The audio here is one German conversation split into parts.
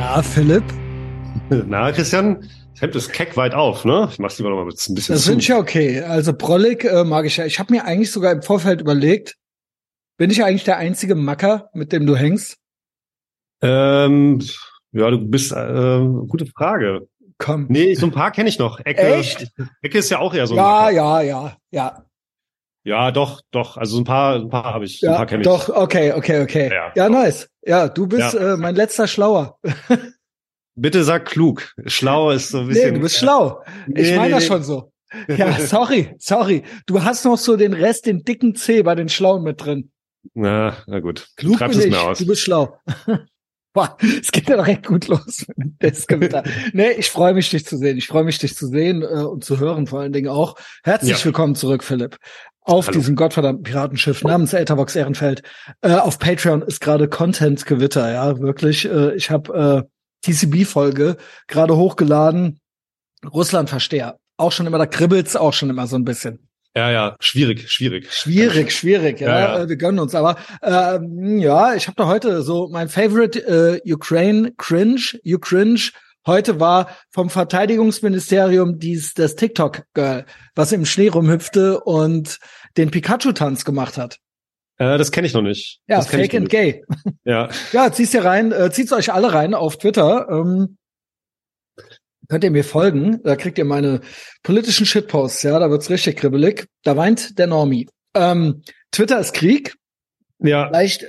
Na, Philipp? Na, Christian, das Hemd ist keck weit auf, ne? Ich mach's lieber noch mal ein bisschen Das zu. finde ich ja okay. Also Brollig mag ich ja. Ich habe mir eigentlich sogar im Vorfeld überlegt, bin ich eigentlich der einzige Macker, mit dem du hängst? Ähm, ja, du bist, gute Frage. Komm. Nee, so ein paar kenne ich noch. Echt? Ecke ist ja auch eher so ein Ja, Macker. ja. Ja, doch. Also so ein paar habe ich, so ein Ja, paar kenne ich. doch, okay. Ja, Ja, doch. nice. Ja, du bist Ja. mein letzter Schlauer. Bitte sag klug. Schlau ist so ein Nee, bisschen. du bist schlau. Ich meine das schon so. Ja, sorry. Du hast noch so den Rest, den dicken C bei den Schlauen mit drin. Na gut. Klug Schreib's bin es ich, mir aus. du bist schlau. Boah, es geht ja direkt gut los mit dem Gewitter. Nee, ich freue mich, dich zu sehen. Ich freue mich, dich zu sehen und zu hören vor allen Dingen auch. Herzlich Ja. willkommen zurück, Philipp. Auf Hallo. diesem gottverdammten Piratenschiff namens Etherbox Ehrenfeld. Auf Patreon ist gerade Content-Gewitter, ja, wirklich. Ich habe TCB-Folge gerade hochgeladen. Russland-Versteher. Auch schon immer, da kribbelt's auch schon immer so ein bisschen. Ja, schwierig. Schwierig, ja. Ja. Wir gönnen uns. Aber ja, ich habe da heute so mein Favorite Ukraine Cringe. Heute war vom Verteidigungsministerium das TikTok-Girl, was im Schnee rumhüpfte und den Pikachu-Tanz gemacht hat. Das kenne ich noch nicht. Ja, Das kenn ich Fake and noch nicht. Gay. Ja. Ja, zieht's euch alle rein auf Twitter. Könnt ihr mir folgen, da kriegt ihr meine politischen Shitposts, ja, da wird's richtig kribbelig. Da weint der Normie. Twitter ist Krieg. Ja. Vielleicht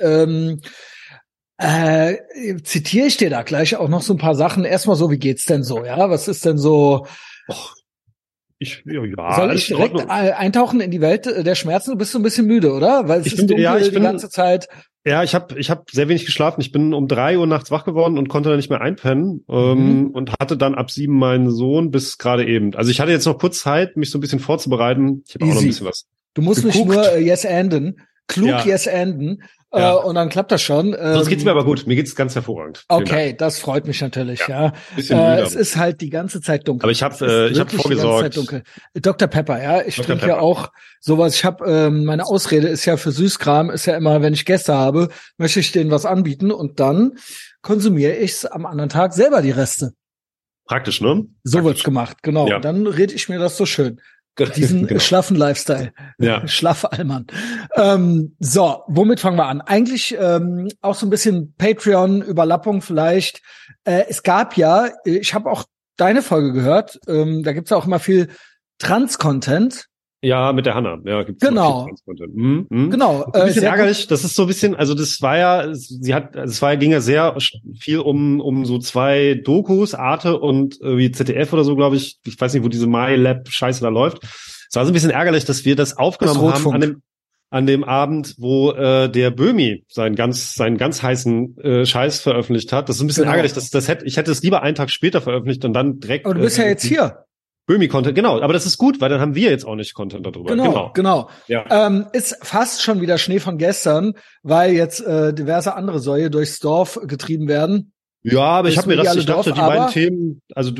zitiere ich dir da gleich auch noch so ein paar Sachen. Erstmal so, wie geht's denn so, ja? Was ist denn so? Och, Soll ich alles in direkt Ordnung. eintauchen in die Welt der Schmerzen? Du bist so ein bisschen müde, oder? Weil es Ich ist bin- dunkel ja, ich die bin- ganze Zeit. Ja, ich hab sehr wenig geschlafen. Ich bin um 3 Uhr nachts wach geworden und konnte dann nicht mehr einpennen und hatte dann ab 7 meinen Sohn bis gerade eben. Also ich hatte jetzt noch kurz Zeit, mich so ein bisschen vorzubereiten. Ich habe auch noch ein Easy. bisschen was. Du musst nicht geguckt. nur yes anden, klug Ja. yes anden, Ja. und dann klappt das schon. Sonst geht's mir aber gut. Mir geht's ganz hervorragend. Vielen Dank. Okay, das freut mich natürlich, ja. Bisschen müde, Es ist halt die ganze Zeit dunkel. aber ich habe Es ist ich hab wirklich die ganze vorgesorgt. Zeit dunkel. Dr. Pepper, ja. Ich Dr. trinke ja Pepper. auch sowas. Ich habe meine Ausrede ist ja für Süßkram, ist ja immer, wenn ich Gäste habe, möchte ich denen was anbieten und dann konsumiere ich's am anderen Tag selber die Reste. Praktisch, ne? So wird's gemacht, genau. Ja. Und dann rede ich mir das so schön. Diesen Genau. schlaffen Lifestyle. Ja. Schlaff Allmann. So, womit fangen wir an? Eigentlich auch so ein bisschen Patreon-Überlappung vielleicht. Es gab ja, ich habe auch deine Folge gehört, da gibt's ja auch immer viel Trans-Content. Ja, mit der Hanna. Ja, gibt's Genau. noch viel Trans-Content. Genau. Ein bisschen sehr ärgerlich, das ist so ein bisschen, also ging ja sehr viel um so zwei Dokus, Arte und wie ZDF oder so, glaube ich. Ich weiß nicht, wo diese MyLab-Scheiße da läuft. Es war so ein bisschen ärgerlich, dass wir das aufgenommen haben Rotfunk. an dem Abend, wo der Böhmi seinen ganz heißen Scheiß veröffentlicht hat. Das ist ein bisschen Genau. ärgerlich, ich hätte es lieber einen Tag später veröffentlicht und dann direkt. Aber du bist ja jetzt hier. Böhmi-Content, genau. Aber das ist gut, weil dann haben wir jetzt auch nicht Content darüber. Genau. Ja. Ist fast schon wieder Schnee von gestern, weil jetzt diverse andere Säue durchs Dorf getrieben werden. Ja, aber ich Das habe mir mediale ich dachte, Dorf, die beiden aber- Themen, also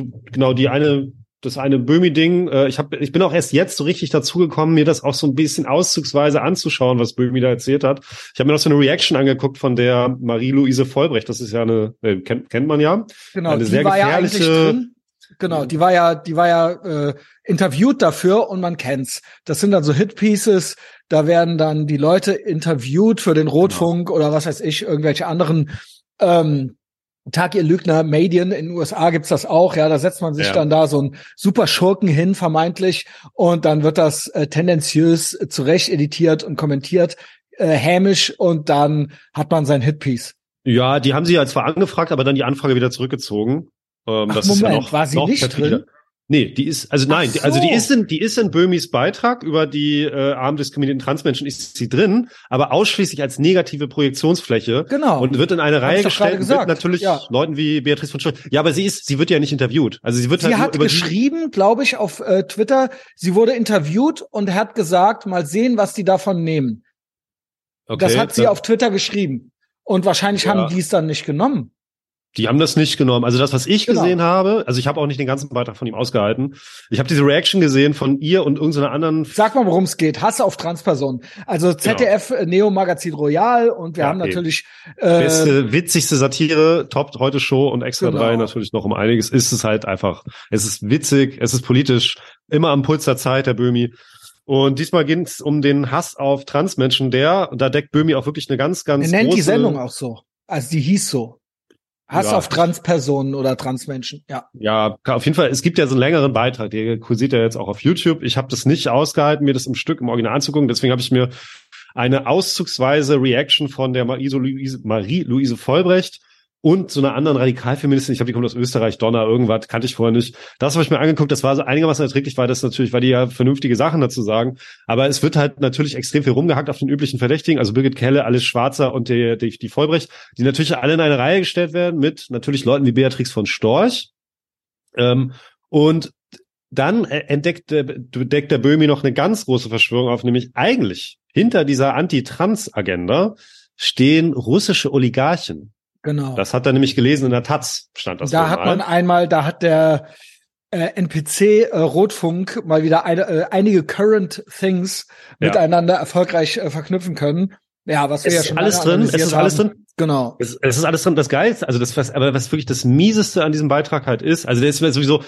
das eine Böhmi-Ding, ich bin auch erst jetzt so richtig dazugekommen, mir das auch so ein bisschen auszugsweise anzuschauen, was Böhmi da erzählt hat. Ich habe mir noch so eine Reaction angeguckt von der Marie-Louise Vollbrecht, das ist ja kennt man ja. Genau, Eine die sehr war ja eigentlich gefährliche- drin. Genau, die war ja interviewt dafür und man kennt's. Das sind dann so Hitpieces, da werden dann die Leute interviewt für den Rotfunk oder was weiß ich, irgendwelche anderen Tag ihr Lügner Medien in den USA gibt's das auch, ja, da setzt man sich Ja. dann da so einen super Schurken hin, vermeintlich, und dann wird das tendenziös zurecht editiert und kommentiert, hämisch, und dann hat man sein Hitpiece. Ja, die haben sie ja zwar angefragt, aber dann die Anfrage wieder zurückgezogen. Das ist ja Moment, noch, war sie noch nicht perfider. drin? Nee, die ist, also nein, Ach also so. die ist in Böhmis Beitrag über die arm diskriminierten Transmenschen ist sie drin, aber ausschließlich als negative Projektionsfläche. Genau. Und wird in eine Reihe ich doch gerade gestellt mit gesagt. natürlich Ja. Leuten wie Beatrice von Storch. Ja, aber sie wird ja nicht interviewt. Also sie wird Sie halt hat über geschrieben, glaube ich, auf Twitter, sie wurde interviewt und hat gesagt, mal sehen, was die davon nehmen. okay, Das hat sie auf Twitter geschrieben. Und wahrscheinlich Ja. haben die es dann nicht genommen. Die haben das nicht genommen. Also das, was ich Genau. gesehen habe, also ich habe auch nicht den ganzen Beitrag von ihm ausgehalten. Ich habe diese Reaction gesehen von ihr und irgendeiner anderen. Sag mal, worum es geht. Hass auf Transpersonen. Also ZDF, Neo Magazin Royal und wir haben natürlich beste, witzigste Satire, toppt heute Show und Extra 3 natürlich noch um einiges. Ist es halt einfach. Es ist witzig, es ist politisch, immer am Puls der Zeit, Herr Böhmi. Und diesmal ging es um den Hass auf Transmenschen, da deckt Böhmi auch wirklich eine ganz, ganz große... Er nennt die Sendung auch so. Also die hieß so. Hass auf Transpersonen oder Transmenschen, ja. Ja, auf jeden Fall. Es gibt ja so einen längeren Beitrag, der kursiert ja jetzt auch auf YouTube. Ich habe das nicht ausgehalten, mir das im Stück im Original anzugucken. Deswegen habe ich mir eine auszugsweise Reaction von der Marie-Louise Vollbrecht und so einer anderen Radikalfeministin, ich glaube, die kommt aus Österreich, Donna, irgendwas, kannte ich vorher nicht. Das habe ich mir angeguckt, das war so einigermaßen erträglich, weil die ja vernünftige Sachen dazu sagen. Aber es wird halt natürlich extrem viel rumgehackt auf den üblichen Verdächtigen, also Birgit Kelle, Alice Schwarzer und die Vollbrecht, die natürlich alle in eine Reihe gestellt werden mit natürlich Leuten wie Beatrix von Storch. Und dann deckt der Böhmi noch eine ganz große Verschwörung auf, nämlich eigentlich hinter dieser Anti-Trans-Agenda stehen russische Oligarchen. Genau. Das hat er nämlich gelesen, in der Taz stand das. Da hat der NPC Rotfunk mal wieder einige Current Things miteinander erfolgreich verknüpfen können. Ja, was wir ja schon alles drin. Es ist alles drin. Genau. Es ist alles drin. Das Geilste, also was wirklich das Mieseste an diesem Beitrag halt ist, also der ist sowieso,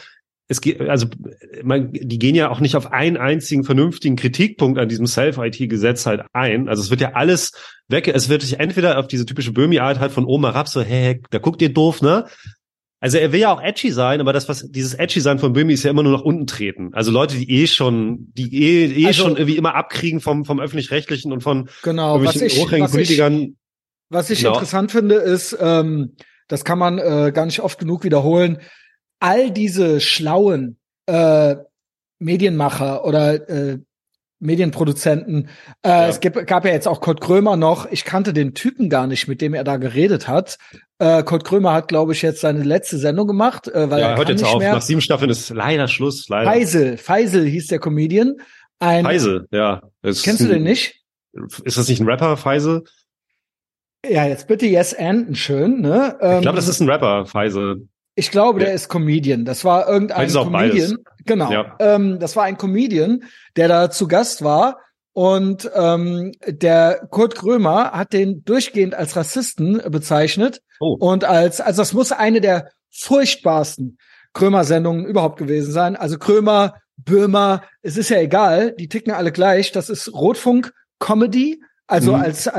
die gehen ja auch nicht auf einen einzigen vernünftigen Kritikpunkt an diesem Self-IT-Gesetz halt ein. Also es wird ja alles es wird sich entweder auf diese typische Böhmi-Art halt von oben herab so, hey, da guckt ihr doof, ne? Also er will ja auch edgy sein, aber dieses edgy sein von Böhmi ist ja immer nur nach unten treten. Also Leute, die schon irgendwie immer abkriegen vom Öffentlich-Rechtlichen und von hochrangigen Politikern. Was ich interessant finde, ist, das kann man gar nicht oft genug wiederholen, all diese schlauen Medienmacher oder Medienproduzenten, es gab ja jetzt auch Kurt Krömer noch, ich kannte den Typen gar nicht, mit dem er da geredet hat. Kurt Krömer hat, glaube ich, jetzt seine letzte Sendung gemacht, weil er hört jetzt auf. Nach 7 Staffeln ist leider Schluss. Leider. Faisal hieß der Comedian. Faisal, ja. Kennst du den nicht? Ist das nicht ein Rapper, Faisal? Ja, jetzt bitte Yes and schön, ne? Ich glaube, das ist ein Rapper, Faisal. Ich glaube, der ist Comedian. Das war irgendein Comedian. Beides. Genau. Ja. Das war ein Comedian, der da zu Gast war. Und der Kurt Krömer hat den durchgehend als Rassisten bezeichnet. Oh. Und also das muss eine der furchtbarsten Krömer-Sendungen überhaupt gewesen sein. Also Krömer, Böhmer, es ist ja egal, die ticken alle gleich. Das ist Rotfunk-Comedy, also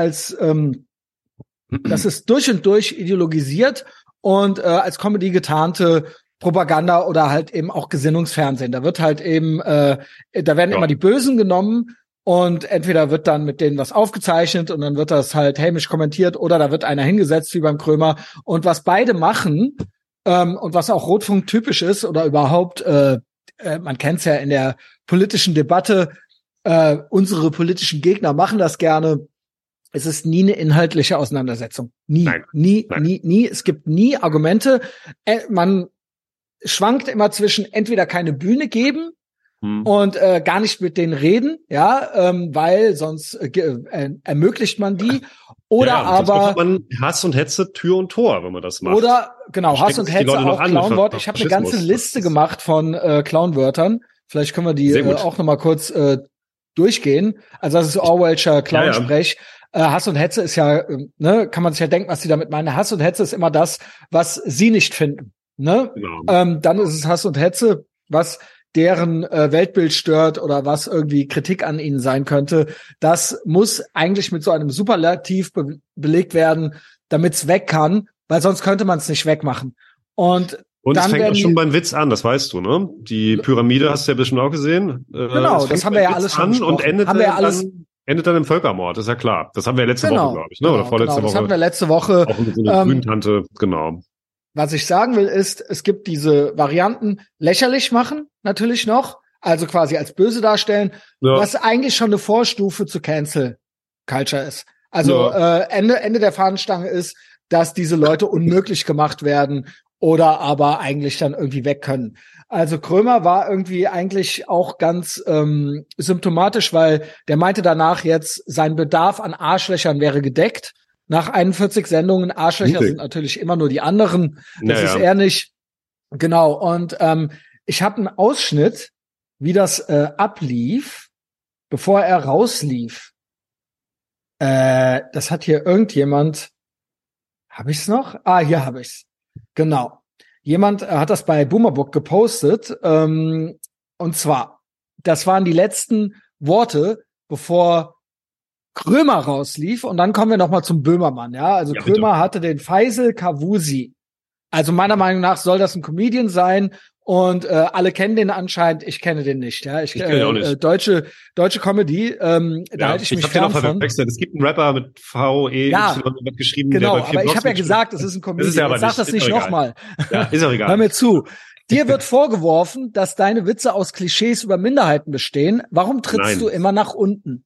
das ist durch und durch ideologisiert und als Comedy getarnte Propaganda oder halt eben auch Gesinnungsfernsehen. Da wird halt eben, da werden immer die Bösen genommen und entweder wird dann mit denen was aufgezeichnet und dann wird das halt hämisch kommentiert oder da wird einer hingesetzt wie beim Krömer. Und was beide machen und was auch Rotfunk typisch ist oder überhaupt, man kennt's ja in der politischen Debatte, unsere politischen Gegner machen das gerne. Es ist nie eine inhaltliche Auseinandersetzung. Nie. Es gibt nie Argumente. Man schwankt immer zwischen entweder keine Bühne geben und gar nicht mit denen reden, weil sonst ermöglicht man die. Oder aber man Hass und Hetze Tür und Tor, wenn man das macht. Oder genau, Hass und Hetze auch Clownwort. Ich habe eine ganze Liste gemacht von Clownwörtern. Vielleicht können wir die auch noch mal kurz durchgehen. Also das ist Orwellscher Clownsprech. Hass und Hetze ist ja, kann man sich ja denken, was sie damit meinen. Hass und Hetze ist immer das, was sie nicht finden. Ne? Genau. Dann ist es Hass und Hetze, was deren Weltbild stört oder was irgendwie Kritik an ihnen sein könnte. Das muss eigentlich mit so einem Superlativ belegt werden, damit es weg kann, weil sonst könnte man es nicht wegmachen. Und es fängt auch schon beim Witz an, das weißt du, ne? Die Pyramide hast du ja bestimmt auch gesehen. Genau, das haben wir ja alles schon besprochen. Und endet dann im Völkermord, ist ja klar. Das haben wir letzte Woche, glaube ich, ne? Oder vorletzte Woche. Das hatten wir letzte Woche. Auch mit so einer Grüntante, genau. Was ich sagen will, ist, es gibt diese Varianten lächerlich machen, natürlich noch, also quasi als böse darstellen, was eigentlich schon eine Vorstufe zu Cancel Culture ist. Also Ende der Fahnenstange ist, dass diese Leute unmöglich gemacht werden oder aber eigentlich dann irgendwie weg können. Also Krömer war irgendwie eigentlich auch ganz symptomatisch, weil der meinte danach jetzt, sein Bedarf an Arschlöchern wäre gedeckt. nach 41 Sendungen. Arschlöcher sind natürlich immer nur die anderen. Das ist er nicht. Genau. Und ich habe einen Ausschnitt, wie das ablief, bevor er rauslief. Das hat hier irgendjemand. Habe ich's noch? Hier habe ich's. Genau. Jemand hat das bei Boomerbook gepostet. Und zwar, das waren die letzten Worte, bevor Krömer rauslief. Und dann kommen wir noch mal zum Böhmermann. Ja, also Krömer hatte den Faisal Kavusi. Also meiner Meinung nach soll das ein Comedian sein. Und alle kennen den anscheinend, ich kenne den nicht. Ja, ich kenne auch nicht. Deutsche Comedy, da halte ich mich fern von. Es gibt einen Rapper mit V-E-Y geschrieben. Genau, aber ich habe ja gesagt, es ist ein Comedian. Ich sag das nicht nochmal. Ja, ist auch egal. Hör mir zu. Dir wird vorgeworfen, dass deine Witze aus Klischees über Minderheiten bestehen. Warum trittst du immer nach unten?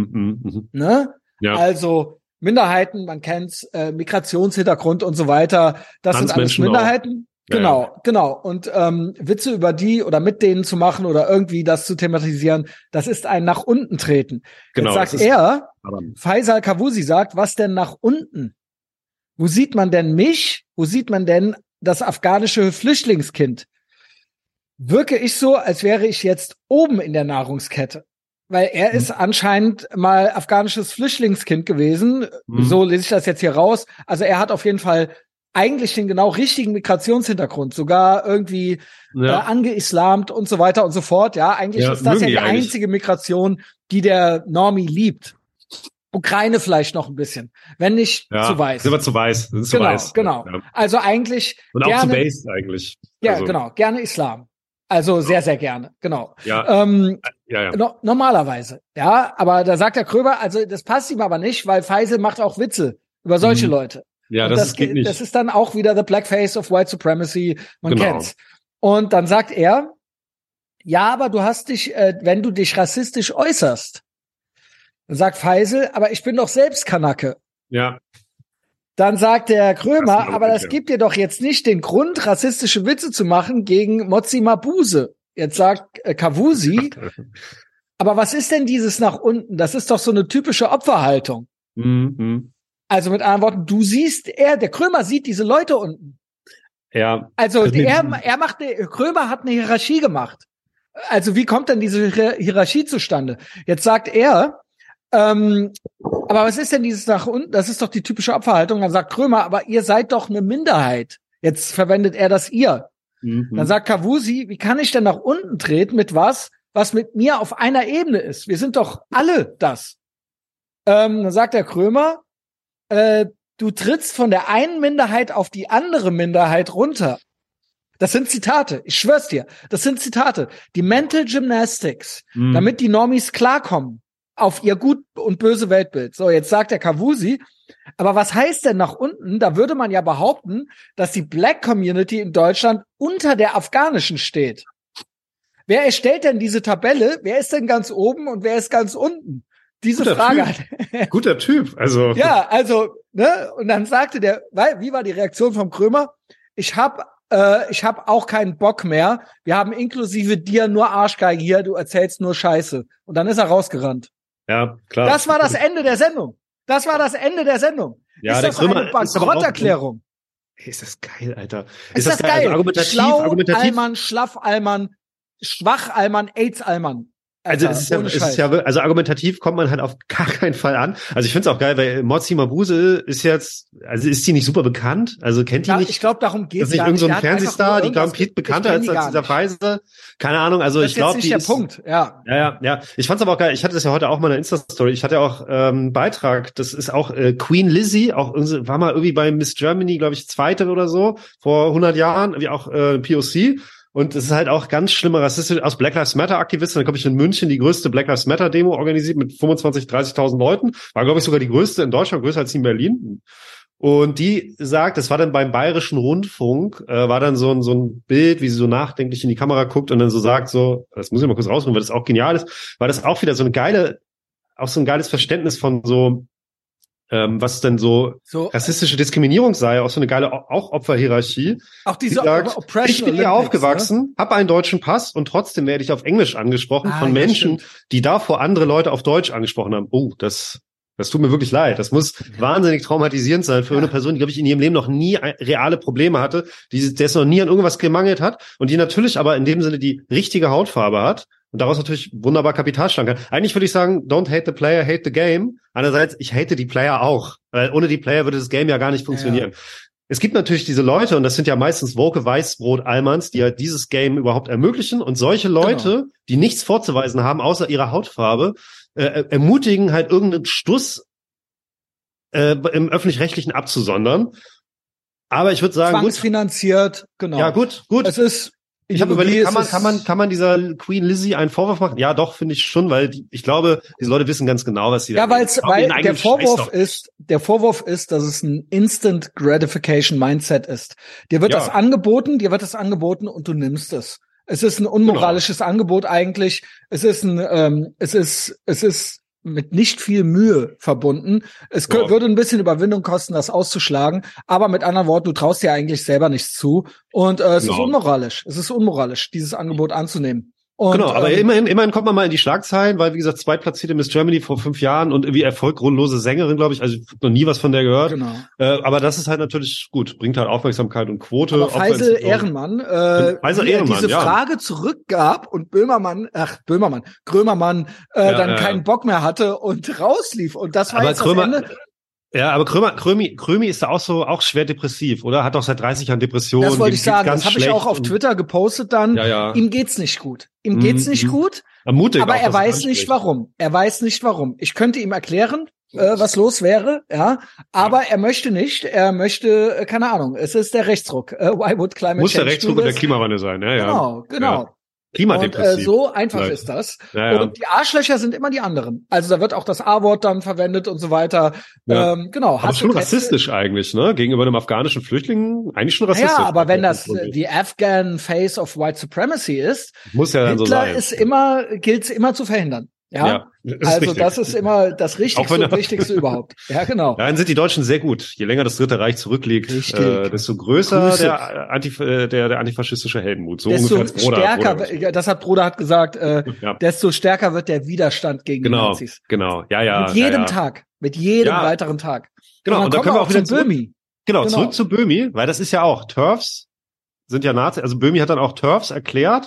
Ne? Ja. Also Minderheiten, man kennt's, Migrationshintergrund und so weiter. Das sind alles Minderheiten. Auch. Genau. Und Witze über die oder mit denen zu machen oder irgendwie das zu thematisieren, das ist ein nach unten treten. Genau, jetzt sagt Faisal Kavusi sagt, was denn nach unten? Wo sieht man denn mich? Wo sieht man denn das afghanische Flüchtlingskind? Wirke ich so, als wäre ich jetzt oben in der Nahrungskette? Weil er ist anscheinend mal afghanisches Flüchtlingskind gewesen. So lese ich das jetzt hier raus. Also er hat auf jeden Fall eigentlich den genau richtigen Migrationshintergrund, sogar irgendwie angeislamt und so weiter und so fort. Ja, eigentlich ist das ja die einzige Migration, die der Normie liebt. Ukraine vielleicht noch ein bisschen, wenn nicht zu weiß. Sind wir zu weiß. Sind zu weiß. Genau. Ja. Also eigentlich und auch gerne, zu based eigentlich. Ja, also. Genau. Gerne Islam. Also sehr, sehr gerne. Genau. Ja. Normalerweise. Ja, aber da sagt der Krömer, also das passt ihm aber nicht, weil Faisal macht auch Witze über solche Leute. Ja, das geht nicht. Das ist dann auch wieder the blackface of white supremacy. Man kennt's. Und dann sagt er, ja, aber du hast dich, wenn du dich rassistisch äußerst, dann sagt Faisal, aber ich bin doch selbst Kanake. Ja. Dann sagt der Krömer, aber das gibt dir doch jetzt nicht den Grund, rassistische Witze zu machen gegen Motsi Mabuse. Jetzt sagt Kavusi, aber was ist denn dieses nach unten? Das ist doch so eine typische Opferhaltung. Also mit anderen Worten, der Krömer sieht diese Leute unten. Ja. Also Krömer hat eine Hierarchie gemacht. Also wie kommt denn diese Hierarchie zustande? Jetzt sagt er, aber was ist denn dieses nach unten? Das ist doch die typische Opferhaltung. Dann sagt Krömer, aber ihr seid doch eine Minderheit. Jetzt verwendet er das ihr. Dann sagt Kavusi, wie kann ich denn nach unten treten mit was mit mir auf einer Ebene ist? Wir sind doch alle das. Dann sagt der Krömer, du trittst von der einen Minderheit auf die andere Minderheit runter. Das sind Zitate. Ich schwör's dir. Das sind Zitate. Die Mental Gymnastics, damit die Normies klarkommen auf ihr gut und böse Weltbild. So, jetzt sagt der Kavusi, aber was heißt denn nach unten? Da würde man ja behaupten, dass die Black Community in Deutschland unter der afghanischen steht. Wer erstellt denn diese Tabelle? Wer ist denn ganz oben und wer ist ganz unten? Diese Frage hat. Guter Typ, also. Ja, also, ne? Und dann sagte wie war die Reaktion vom Krömer? Ich hab auch keinen Bock mehr. Wir haben inklusive dir nur Arschgeige hier. Du erzählst nur Scheiße. Und dann ist er rausgerannt. Ja, klar. Das war das Ende der Sendung. Ja, ist das Krömer, eine Bankrotterklärung? Ist das geil, Alter. Ist das geil? Also Allmann, Schlaff-Allmann, Schwach-Allmann, AIDS-Allmann. Also es ist ja, also argumentativ kommt man halt auf gar keinen Fall an. Also ich find's auch geil, weil Motsi Mabuse ist die nicht super bekannt? Also kennt die nicht? Ich glaube, darum geht's gar nicht. Das ist nicht irgendein Fernsehstar, die glauben, Pete bekannter als dieser Faisal. Keine Ahnung, also ich glaube, die ist... Das ist nicht der Punkt, ja. Ja. Ich fand's aber auch geil. Ich hatte das ja heute auch mal in der Insta-Story. Ich hatte auch einen Beitrag, das ist auch Queen Lizzie, auch war mal irgendwie bei Miss Germany, glaube ich, Zweite oder so, vor 100 Jahren, wie auch POC. Und es ist halt auch ganz schlimme Rassismus aus Black Lives Matter Aktivisten. Dann glaube ich in München die größte Black Lives Matter Demo organisiert mit 30.000 Leuten. War glaube ich sogar die größte in Deutschland, größer als die in Berlin. Und die sagt, das war dann beim Bayerischen Rundfunk, war dann so ein Bild, wie sie so nachdenklich in die Kamera guckt und dann so sagt so, das muss ich mal kurz rausholen, weil das auch genial ist, weil das auch wieder so ein geiles Verständnis von so was denn so rassistische Diskriminierung sei, auch so eine geile auch Opferhierarchie. Auch diese Oppression. Ich bin hier aufgewachsen, habe einen deutschen Pass und trotzdem werde ich auf Englisch angesprochen von Menschen, die davor andere Leute auf Deutsch angesprochen haben. Oh, das Das tut mir wirklich leid. Das muss wahnsinnig traumatisierend sein für eine Person, die, glaube ich, in ihrem Leben noch nie reale Probleme hatte, der noch nie an irgendwas gemangelt hat und die natürlich aber in dem Sinne die richtige Hautfarbe hat und daraus natürlich wunderbar Kapital schlagen kann. Eigentlich würde ich sagen, don't hate the player, hate the game. Andererseits, ich hate die Player auch, weil ohne die Player würde das Game ja gar nicht funktionieren. Ja. Es gibt natürlich diese Leute, und das sind ja meistens woke Weißbrot-Allmanns, die halt dieses Game überhaupt ermöglichen. Und solche Leute, die nichts vorzuweisen haben, außer ihrer Hautfarbe, ermutigen halt irgendeinen Stuss im Öffentlich-Rechtlichen abzusondern. Aber ich würde sagen, zwangsfinanziert, genau. Ja, gut. Es ist, ich habe überlegt, kann man dieser Queen Lizzie einen Vorwurf machen? Ja, doch, finde ich schon, weil ich glaube, diese Leute wissen ganz genau, was sie da weil der Vorwurf ist, dass es ein Instant Gratification Mindset ist. Dir wird das angeboten und du nimmst es. Es ist ein unmoralisches Angebot eigentlich. Es ist mit nicht viel Mühe verbunden. Es würde ein bisschen Überwindung kosten, das auszuschlagen. Aber mit anderen Worten, du traust dir eigentlich selber nichts zu. Und es ist unmoralisch. Es ist unmoralisch, dieses Angebot anzunehmen. Und, aber immerhin kommt man mal in die Schlagzeilen, weil, wie gesagt, zweitplatzierte Miss Germany vor 5 Jahren und irgendwie erfolglose Sängerin, glaube ich. Also ich habe noch nie was von der gehört. Genau. Aber das ist halt natürlich gut, bringt halt Aufmerksamkeit und Quote. Aber Faisal Ehrenmann, diese Frage zurückgab und Grömermann dann keinen Bock mehr hatte und rauslief. Und das war jetzt das Ende. Ja, aber Krömi ist da auch schwer depressiv, oder? Hat auch seit 30 Jahren Depressionen. Das wollte ich sagen. Das habe ich auch auf Twitter gepostet dann. Ja. Ihm geht's nicht gut. Aber er weiß nicht warum. Ich könnte ihm erklären, was los wäre, aber er möchte nicht. Er möchte, keine Ahnung, es ist der Rechtsruck. Why would climate change? Muss der Rechtsruck und der Klimawandel sein, ja. Genau. Ja. Klimadepressiv. Und so einfach ist das. Ja. Und die Arschlöcher sind immer die anderen. Also da wird auch das A-Wort dann verwendet und so weiter. Ja. Aber schon rassistisch eigentlich, ne? Gegenüber einem afghanischen Flüchtling eigentlich schon rassistisch. Ja, aber wenn das die Afghan Face of White Supremacy ist, muss ja dann so sein. Gilt's immer zu verhindern. Ja, das ist immer das Richtigste und Wichtigste überhaupt. Ja, genau. Darin sind die Deutschen sehr gut. Je länger das Dritte Reich zurückliegt, desto größer der antifaschistische Heldenmut. So desto ungefähr stärker, das hat Broder gesagt, desto stärker wird der Widerstand gegen die Nazis. Genau, ja. Mit jedem Tag, mit jedem weiteren Tag. Genau, und dann können wir auch wieder zu Böhmi. Genau, zurück zu Böhmi, weil das ist ja auch, TERFs sind ja Nazis, also Böhmi hat dann auch TERFs erklärt,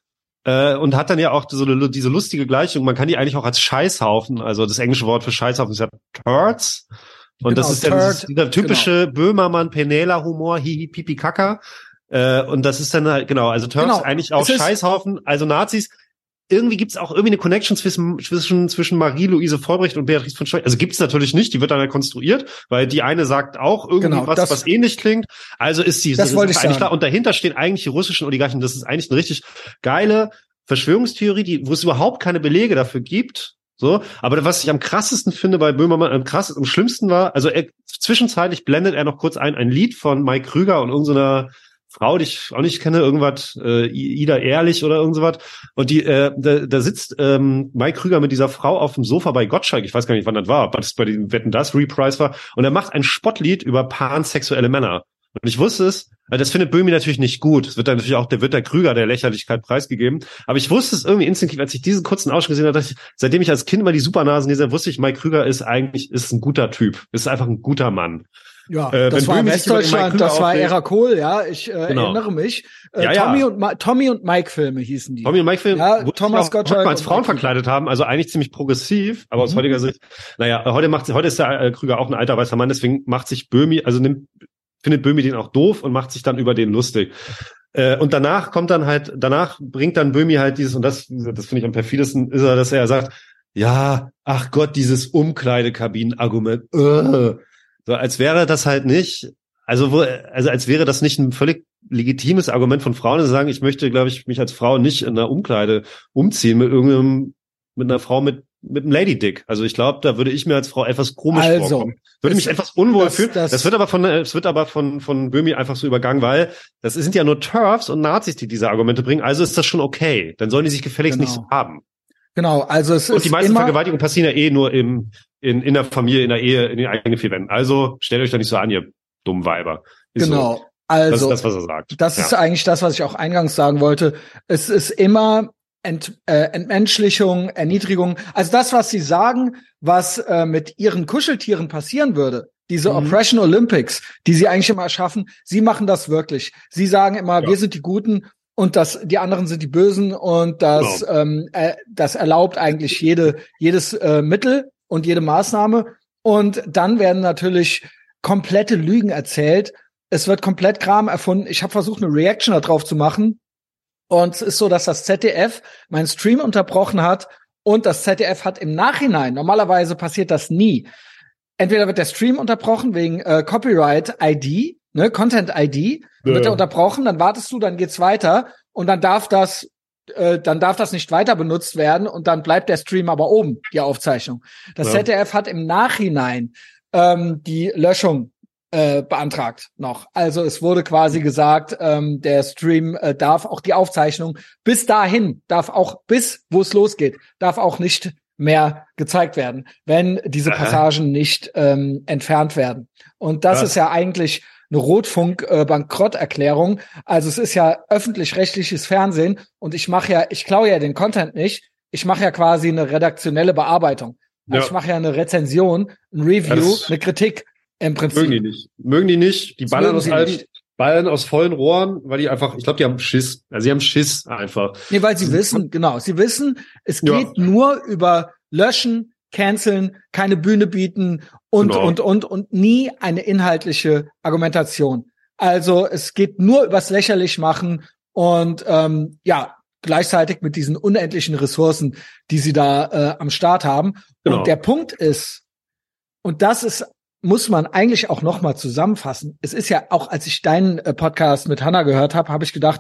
und hat dann ja auch diese lustige Gleichung, man kann die eigentlich auch als Scheißhaufen, also das englische Wort für Scheißhaufen ist ja Turds. Und das ist ja dieser typische Böhmermann-Penela-Humor, hihi, pipi, kaka. Und das ist dann halt, also Turds eigentlich auch Scheißhaufen, also Nazis. Irgendwie gibt's auch irgendwie eine Connection zwischen Marie-Louise Vollbrecht und Beatrice von Storch. Also gibt's natürlich nicht, die wird dann halt konstruiert, weil die eine sagt auch irgendwie was ähnlich klingt. Also ist das wollte ich eigentlich klar. Und dahinter stehen eigentlich die russischen Oligarchen. Das ist eigentlich eine richtig geile Verschwörungstheorie, wo es überhaupt keine Belege dafür gibt. So, aber was ich am krassesten finde bei Böhmermann, am schlimmsten war, also zwischenzeitlich blendet er noch kurz ein Lied von Mike Krüger und irgendeiner Frau, die ich auch nicht kenne, irgendwas, Ida Ehrlich oder irgend sowas. Und da sitzt Mike Krüger mit dieser Frau auf dem Sofa bei Gottschalk, ich weiß gar nicht, wann das war, ob das bei dem Wetten, das Reprise war. Und er macht ein Spottlied über pansexuelle Männer. Und ich wusste es, das findet Böhmi natürlich nicht gut. Es wird dann natürlich auch, der Krüger der Lächerlichkeit preisgegeben. Aber ich wusste es irgendwie instinktiv, als ich diesen kurzen Ausschnitt gesehen habe, seitdem ich als Kind immer die Supernasen lese, wusste ich, Mike Krüger ist ein guter Typ. Ist einfach ein guter Mann. Ja, das war Westdeutschland, das war Era Kohl, ich erinnere mich. Tommy und Mike Filme hießen die. Tommy und Mike Filme, wo Thomas Gottschalk als Frauen verkleidet haben, also eigentlich ziemlich progressiv, aber aus heutiger Sicht, heute ist der Krüger auch ein alter weißer Mann, deswegen macht sich Böhmi, findet Böhmi den auch doof und macht sich dann über den lustig. Und danach bringt dann Böhmi halt dieses, und das finde ich am perfidesten, ist dass er sagt, ja, ach Gott, dieses Umkleidekabinen-Argument, so, als wäre das halt nicht, als wäre das nicht ein völlig legitimes Argument von Frauen, zu sagen, ich möchte, glaube ich, mich als Frau nicht in einer Umkleide umziehen mit einer Frau mit einem Lady Dick. Also ich glaube, da würde ich mir als Frau etwas komisch vorkommen. Würde mich etwas unwohl fühlen. Das wird aber von Böhmi einfach so übergangen, weil das sind ja nur TERFs und Nazis, die diese Argumente bringen. Also ist das schon okay. Dann sollen die sich gefälligst nicht so haben. Genau, also es ist und die meisten Vergewaltigungen passieren ja nur in der Familie, in der Ehe, in den eigenen vier Wänden. Also stellt euch da nicht so an, ihr dummen Weiber. Genau. So. Also das ist das, was er sagt. Das ist eigentlich das, was ich auch eingangs sagen wollte. Es ist immer Entmenschlichung, Erniedrigung. Also das, was sie sagen, was mit ihren Kuscheltieren passieren würde, diese Oppression Olympics, die sie eigentlich immer erschaffen, sie machen das wirklich. Sie sagen immer, wir sind die Guten und die anderen sind die Bösen und das erlaubt eigentlich jedes Mittel und jede Maßnahme. Und dann werden natürlich komplette Lügen erzählt. Es wird komplett Kram erfunden. Ich habe versucht, eine Reaction da drauf zu machen. Und es ist so, dass das ZDF meinen Stream unterbrochen hat und das ZDF hat im Nachhinein, normalerweise passiert das nie, entweder wird der Stream unterbrochen wegen Copyright ID, ne, Content ID, dann wird er unterbrochen, dann wartest du, dann geht's weiter und dann darf das nicht weiter benutzt werden und dann bleibt der Stream aber oben, die Aufzeichnung. Das ZDF hat im Nachhinein die Löschung beantragt noch. Also es wurde quasi gesagt, der Stream darf auch die Aufzeichnung bis dahin, darf auch bis, wo es losgeht, darf auch nicht mehr gezeigt werden, wenn diese Passagen nicht entfernt werden. Und das ist ja eigentlich eine Rotfunk-Bankrotterklärung. Also es ist ja öffentlich-rechtliches Fernsehen und ich klaue ja den Content nicht. Ich mache ja quasi eine redaktionelle Bearbeitung. Also ich mache ja eine Rezension, ein Review, eine Kritik im Prinzip. Mögen die nicht. Die ballern aus vollen Rohren, weil die einfach, ich glaube, die haben Schiss. Also sie haben Schiss einfach. Nee, weil sie wissen, es geht nur über Löschen, Canceln, keine Bühne bieten und nie eine inhaltliche Argumentation. Also es geht nur übers lächerlich machen und gleichzeitig mit diesen unendlichen Ressourcen, die sie da am Start haben. Genau. Und der Punkt ist, und das muss man eigentlich auch noch mal zusammenfassen. Es ist ja auch, als ich deinen Podcast mit Hannah gehört habe, habe ich gedacht,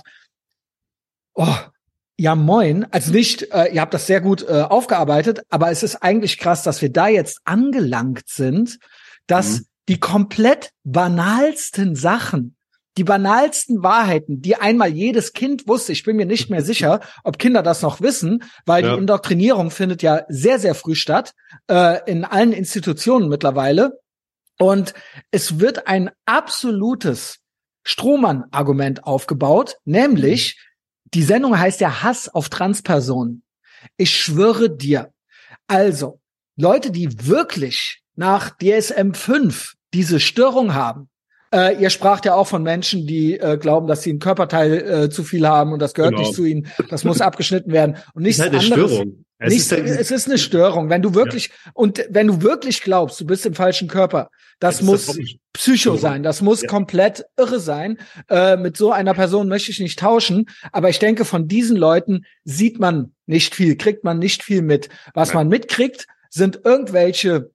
oh, ja moin. Also nicht, ihr habt das sehr gut aufgearbeitet, aber es ist eigentlich krass, dass wir da jetzt angelangt sind, dass die komplett banalsten Sachen, die banalsten Wahrheiten, die einmal jedes Kind wusste, ich bin mir nicht mehr sicher, ob Kinder das noch wissen, weil die Indoktrinierung findet ja sehr, sehr früh statt, in allen Institutionen mittlerweile. Und es wird ein absolutes Strohmann-Argument aufgebaut, nämlich die Sendung heißt ja Hass auf Transpersonen. Ich schwöre dir, also Leute, die wirklich nach DSM-5 diese Störung haben, ihr spracht ja auch von Menschen, die glauben, dass sie ein Körperteil zu viel haben und das gehört nicht zu ihnen, das muss abgeschnitten werden und nichts anderes. Störung. Es ist eine Störung, wenn du wirklich glaubst, du bist im falschen Körper, das muss Psycho sein, das muss komplett irre sein. Mit so einer Person möchte ich nicht tauschen, aber ich denke, von diesen Leuten sieht man nicht viel, kriegt man nicht viel mit. Was man mitkriegt, sind irgendwelche,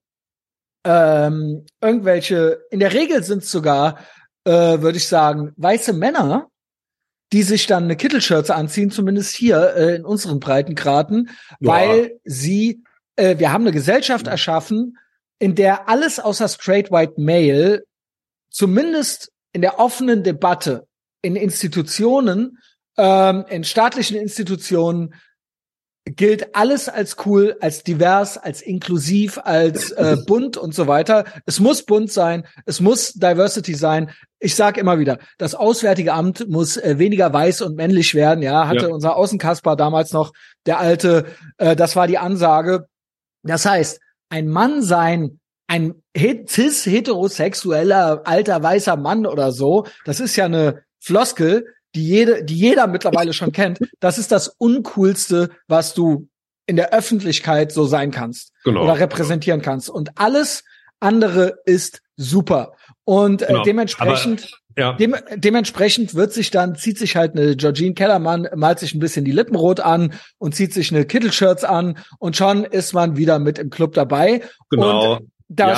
in der Regel sind es sogar, würde ich sagen, weiße Männer, die sich dann eine Kittelschürze anziehen, zumindest hier in unseren Breitengraden, weil wir haben eine Gesellschaft erschaffen, in der alles außer straight white male, zumindest in der offenen Debatte, in Institutionen, in staatlichen Institutionen, gilt alles als cool, als divers, als inklusiv, als bunt und so weiter. Es muss bunt sein, es muss Diversity sein. Ich sage immer wieder, das Auswärtige Amt muss weniger weiß und männlich werden. Ja, hatte unser Außenkasper damals noch, der alte, das war die Ansage. Das heißt, ein Mann sein, ein cis-heterosexueller alter weißer Mann oder so, das ist ja eine Floskel, die jeder mittlerweile schon kennt. Das ist das Uncoolste, was du in der Öffentlichkeit so sein kannst oder repräsentieren kannst. Und alles andere ist super. Und dementsprechend zieht sich halt eine Georgine Kellermann, malt sich ein bisschen die Lippen rot an und zieht sich eine Kittelshirts an und schon ist man wieder mit im Club dabei. Genau. Und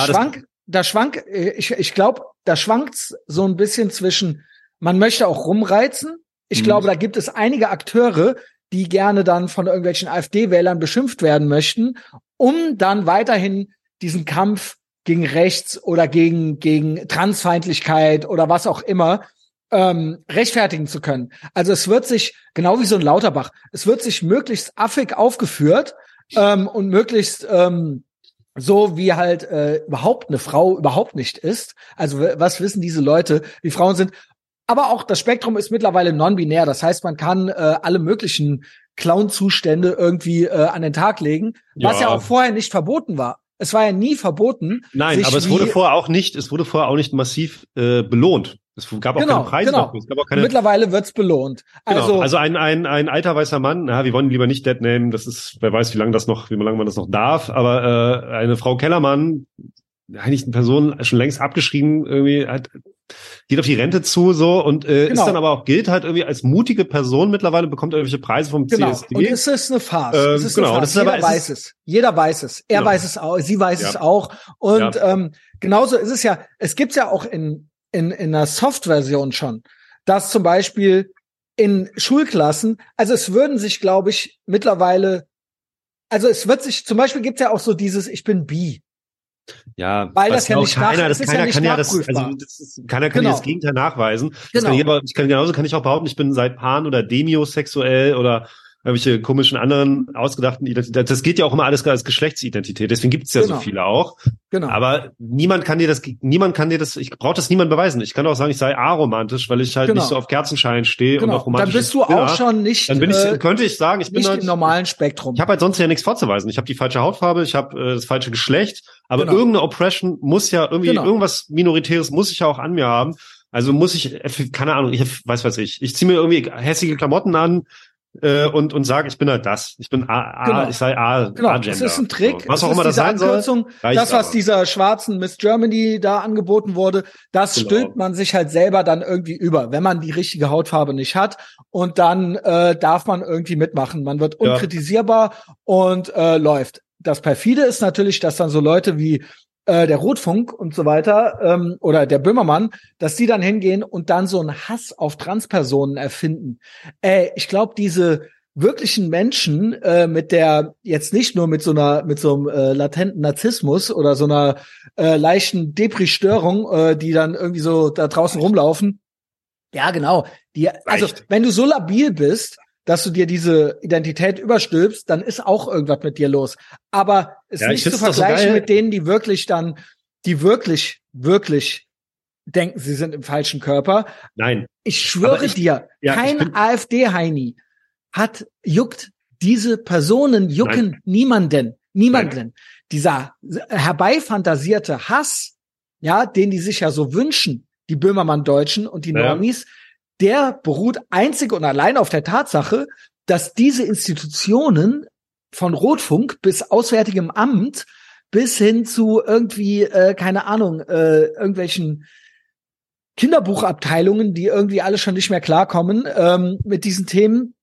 ich glaube, da schwankt's so ein bisschen zwischen, man möchte auch rumreizen. Ich glaube, da gibt es einige Akteure, die gerne dann von irgendwelchen AfD-Wählern beschimpft werden möchten, um dann weiterhin diesen Kampf gegen Rechts oder gegen Transfeindlichkeit oder was auch immer rechtfertigen zu können. Also es wird sich, genau wie so ein Lauterbach, es wird sich möglichst affig aufgeführt und möglichst so wie halt überhaupt eine Frau überhaupt nicht ist. Also was wissen diese Leute, wie Frauen sind? Aber auch das Spektrum ist mittlerweile non-binär. Das heißt, man kann alle möglichen Clown-Zustände irgendwie an den Tag legen, was ja auch vorher nicht verboten war. Es war ja nie verboten. Nein, aber es wurde vorher auch nicht massiv belohnt. Es gab auch keine Preise dafür. Es gab auch keine. Mittlerweile wird's belohnt. Also ein alter weißer Mann, wir wollen ihn lieber nicht dead namen, das ist, wer weiß, wie lange man das noch darf, aber eine Frau Kellermann, eigentlich eine Person schon längst abgeschrieben, irgendwie geht auf die Rente zu, so, und ist dann aber auch, gilt halt irgendwie als mutige Person mittlerweile, bekommt irgendwelche Preise vom CSD. Und es ist eine Farce. Jeder weiß es. Er weiß es auch, sie weiß es auch. Und genauso ist es ja, es gibt's ja auch in einer Soft-Version schon, dass zum Beispiel in Schulklassen, also es würden sich, glaube ich, mittlerweile, also es wird sich, zum Beispiel gibt's ja auch so dieses, ich bin bi. Ja, weil das ja nicht keiner kann ja das Gegenteil nachweisen. Kann ich auch behaupten, ich bin seit pan oder demiosexuell oder irgendwelche komischen anderen ausgedachten Identitäten. Das geht ja auch immer alles als Geschlechtsidentität. Deswegen gibt es ja so viele auch. Genau. Aber niemand kann dir das, ich brauche das niemand beweisen. Ich kann auch sagen, ich sei aromantisch, weil ich halt nicht so auf Kerzenschein stehe und auf romantische. Dann bist du auch schon nicht. Dann könnte ich sagen, ich bin halt im normalen Spektrum. Ich habe halt sonst ja nichts vorzuweisen. Ich habe die falsche Hautfarbe, ich habe das falsche Geschlecht, aber irgendeine Oppression muss ja irgendwie, irgendwas Minoritäres muss ich ja auch an mir haben. Also muss ich, keine Ahnung, ich ziehe mir irgendwie hässliche Klamotten an, und sage, ich bin halt das. Ich bin ich sei A-Gender. Das ist ein Trick. So. Was auch immer das sein soll. Das, was dieser schwarzen Miss Germany da angeboten wurde, das stülpt man sich halt selber dann irgendwie über, wenn man die richtige Hautfarbe nicht hat. Und dann darf man irgendwie mitmachen. Man wird unkritisierbar und läuft. Das perfide ist natürlich, dass dann so Leute wie der Rotfunk und so weiter oder der Böhmermann, dass die dann hingehen und dann so einen Hass auf Transpersonen erfinden. Ich glaube, diese wirklichen Menschen mit der jetzt nicht nur mit so einem latenten Narzissmus oder so einer leichten Depri-Störung, die dann irgendwie so da draußen rumlaufen. Ja, genau. Also wenn du so labil bist, dass du dir diese Identität überstülpst, dann ist auch irgendwas mit dir los. Aber es ist nicht zu vergleichen mit denen, die wirklich denken, sie sind im falschen Körper. Nein. Ich schwöre dir, kein AfD-Heini juckt diese Personen, niemanden. Nein. Dieser herbeifantasierte Hass, den die sich ja so wünschen, die Böhmermann-Deutschen und die Normis, der beruht einzig und allein auf der Tatsache, dass diese Institutionen von Rotfunk bis Auswärtigem Amt bis hin zu irgendwie, keine Ahnung, irgendwelchen Kinderbuchabteilungen, die irgendwie alle schon nicht mehr klarkommen mit diesen Themen,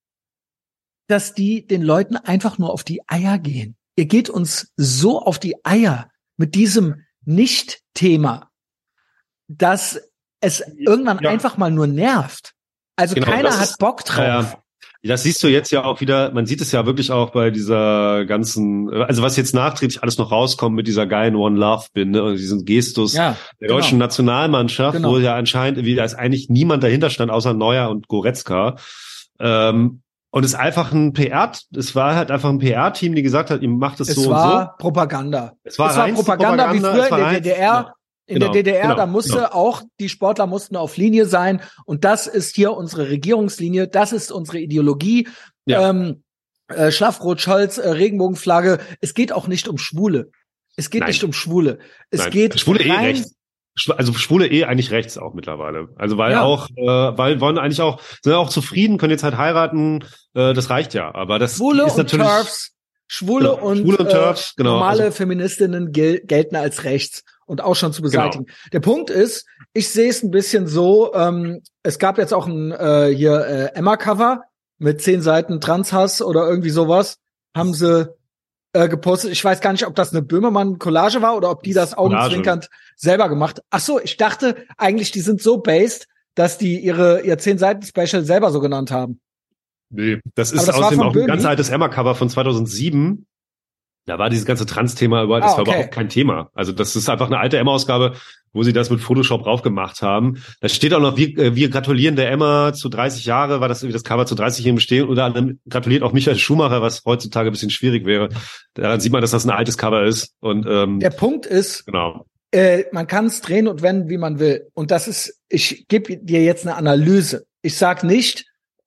dass die den Leuten einfach nur auf die Eier gehen. Ihr geht uns so auf die Eier mit diesem Nicht-Thema, dass es irgendwann einfach mal nur nervt. Also keiner hat Bock drauf. Das siehst du jetzt ja auch wieder, man sieht es ja wirklich auch bei dieser ganzen, also was jetzt nachträglich alles noch rauskommt mit dieser geilen One Love Binde und diesem Gestus der deutschen Nationalmannschaft, wo ja anscheinend da ist eigentlich niemand dahinter stand, außer Neuer und Goretzka. Und es war halt einfach ein PR-Team, die gesagt hat, ihr macht es so und so. Es war Propaganda. Es war Propaganda wie früher in der DDR. In der DDR, da musste auch, die Sportler mussten auf Linie sein. Und das ist hier unsere Regierungslinie. Das ist unsere Ideologie. Ja. Schlafrot-Scholz, Regenbogenflagge. Es geht auch nicht um Schwule. Es geht nicht um Schwule. Es geht Schwule rechts. Also Schwule eigentlich rechts auch mittlerweile. Also weil wollen eigentlich auch, sind auch zufrieden, können jetzt halt heiraten. Das reicht ja. Aber das Schwule ist natürlich. Schwule und TERFs, normale Feministinnen gelten als rechts und auch schon zu beseitigen. Genau. Der Punkt ist, ich sehe es ein bisschen so, es gab jetzt auch ein Emma-Cover mit 10 Seiten Transhass oder irgendwie sowas, haben sie gepostet. Ich weiß gar nicht, ob das eine Böhmermann-Collage war oder ob die das augenzwinkernd selber gemacht. Ach so, ich dachte eigentlich, die sind so based, dass die ihr 10-Seiten-Special selber so genannt haben. Nee, das ist außerdem auch ein ganz altes Emma-Cover von 2007. Da war dieses ganze Trans-Thema überall, das war überhaupt kein Thema. Also das ist einfach eine alte Emma-Ausgabe, wo sie das mit Photoshop drauf gemacht haben. Da steht auch noch, wir gratulieren der Emma zu 30 Jahre, war das irgendwie das Cover zu 30 Jahren bestehen. Unter anderem gratuliert auch Michael Schumacher, was heutzutage ein bisschen schwierig wäre. Daran sieht man, dass das ein altes Cover ist. Und der Punkt ist, man kann es drehen und wenden, wie man will. Und das ist, ich gebe dir jetzt eine Analyse. Ich sag nicht,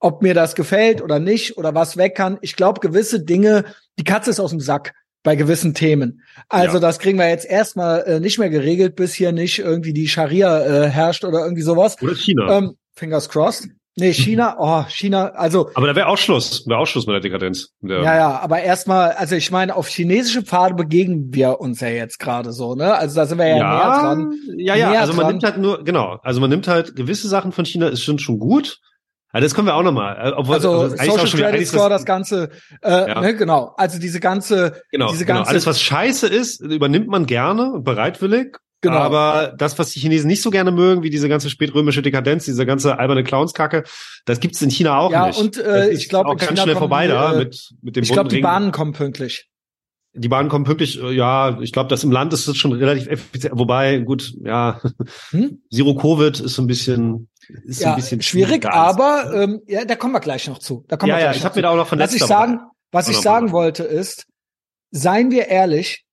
ob mir das gefällt oder nicht oder was weg kann. Ich glaube, gewisse Dinge, die Katze ist aus dem Sack bei gewissen Themen. Also das kriegen wir jetzt erstmal nicht mehr geregelt, bis hier nicht irgendwie die Scharia herrscht oder irgendwie sowas. Oder China. Fingers crossed. Nee, China, also. Aber da wäre auch Schluss mit der Dekadenz. Ja, aber erstmal, also ich meine, auf chinesische Pfade begegnen wir uns ja jetzt gerade so, ne? Also da sind wir ja näher dran. Ja, also man nimmt halt man nimmt halt gewisse Sachen von China, ist schon gut. Also das können wir auch nochmal. Also Social Credit Score, das Ganze, ne, genau. Also diese ganze. Alles, was scheiße ist, übernimmt man gerne und bereitwillig. Genau. Aber das, was die Chinesen nicht so gerne mögen, wie diese ganze spätrömische Dekadenz, diese ganze alberne Clownskacke, das gibt's in China auch nicht. Ja, und ich glaube, ganz schnell vorbei da mit dem. Ich glaube, die Bahnen kommen pünktlich. Die Bahnen kommen pünktlich, ja, ich glaube, das im Land ist das schon relativ effizient, wobei, gut, ja, Zero Covid ist so ein bisschen schwierig, aber da kommen wir gleich noch zu. Ich habe mir da auch noch vernetzt. Was ich sagen wollte ist, seien wir ehrlich,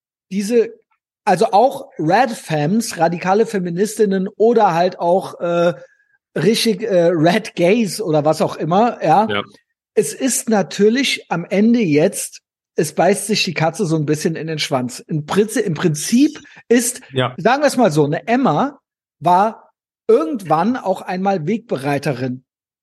also auch Red-Femmes, radikale Feministinnen oder halt auch richtig Red Gays oder was auch immer, ja. Es ist natürlich am Ende jetzt, es beißt sich die Katze so ein bisschen in den Schwanz. Im Prinzip ist, sagen wir es mal so, eine Emma war irgendwann auch einmal Wegbereiterin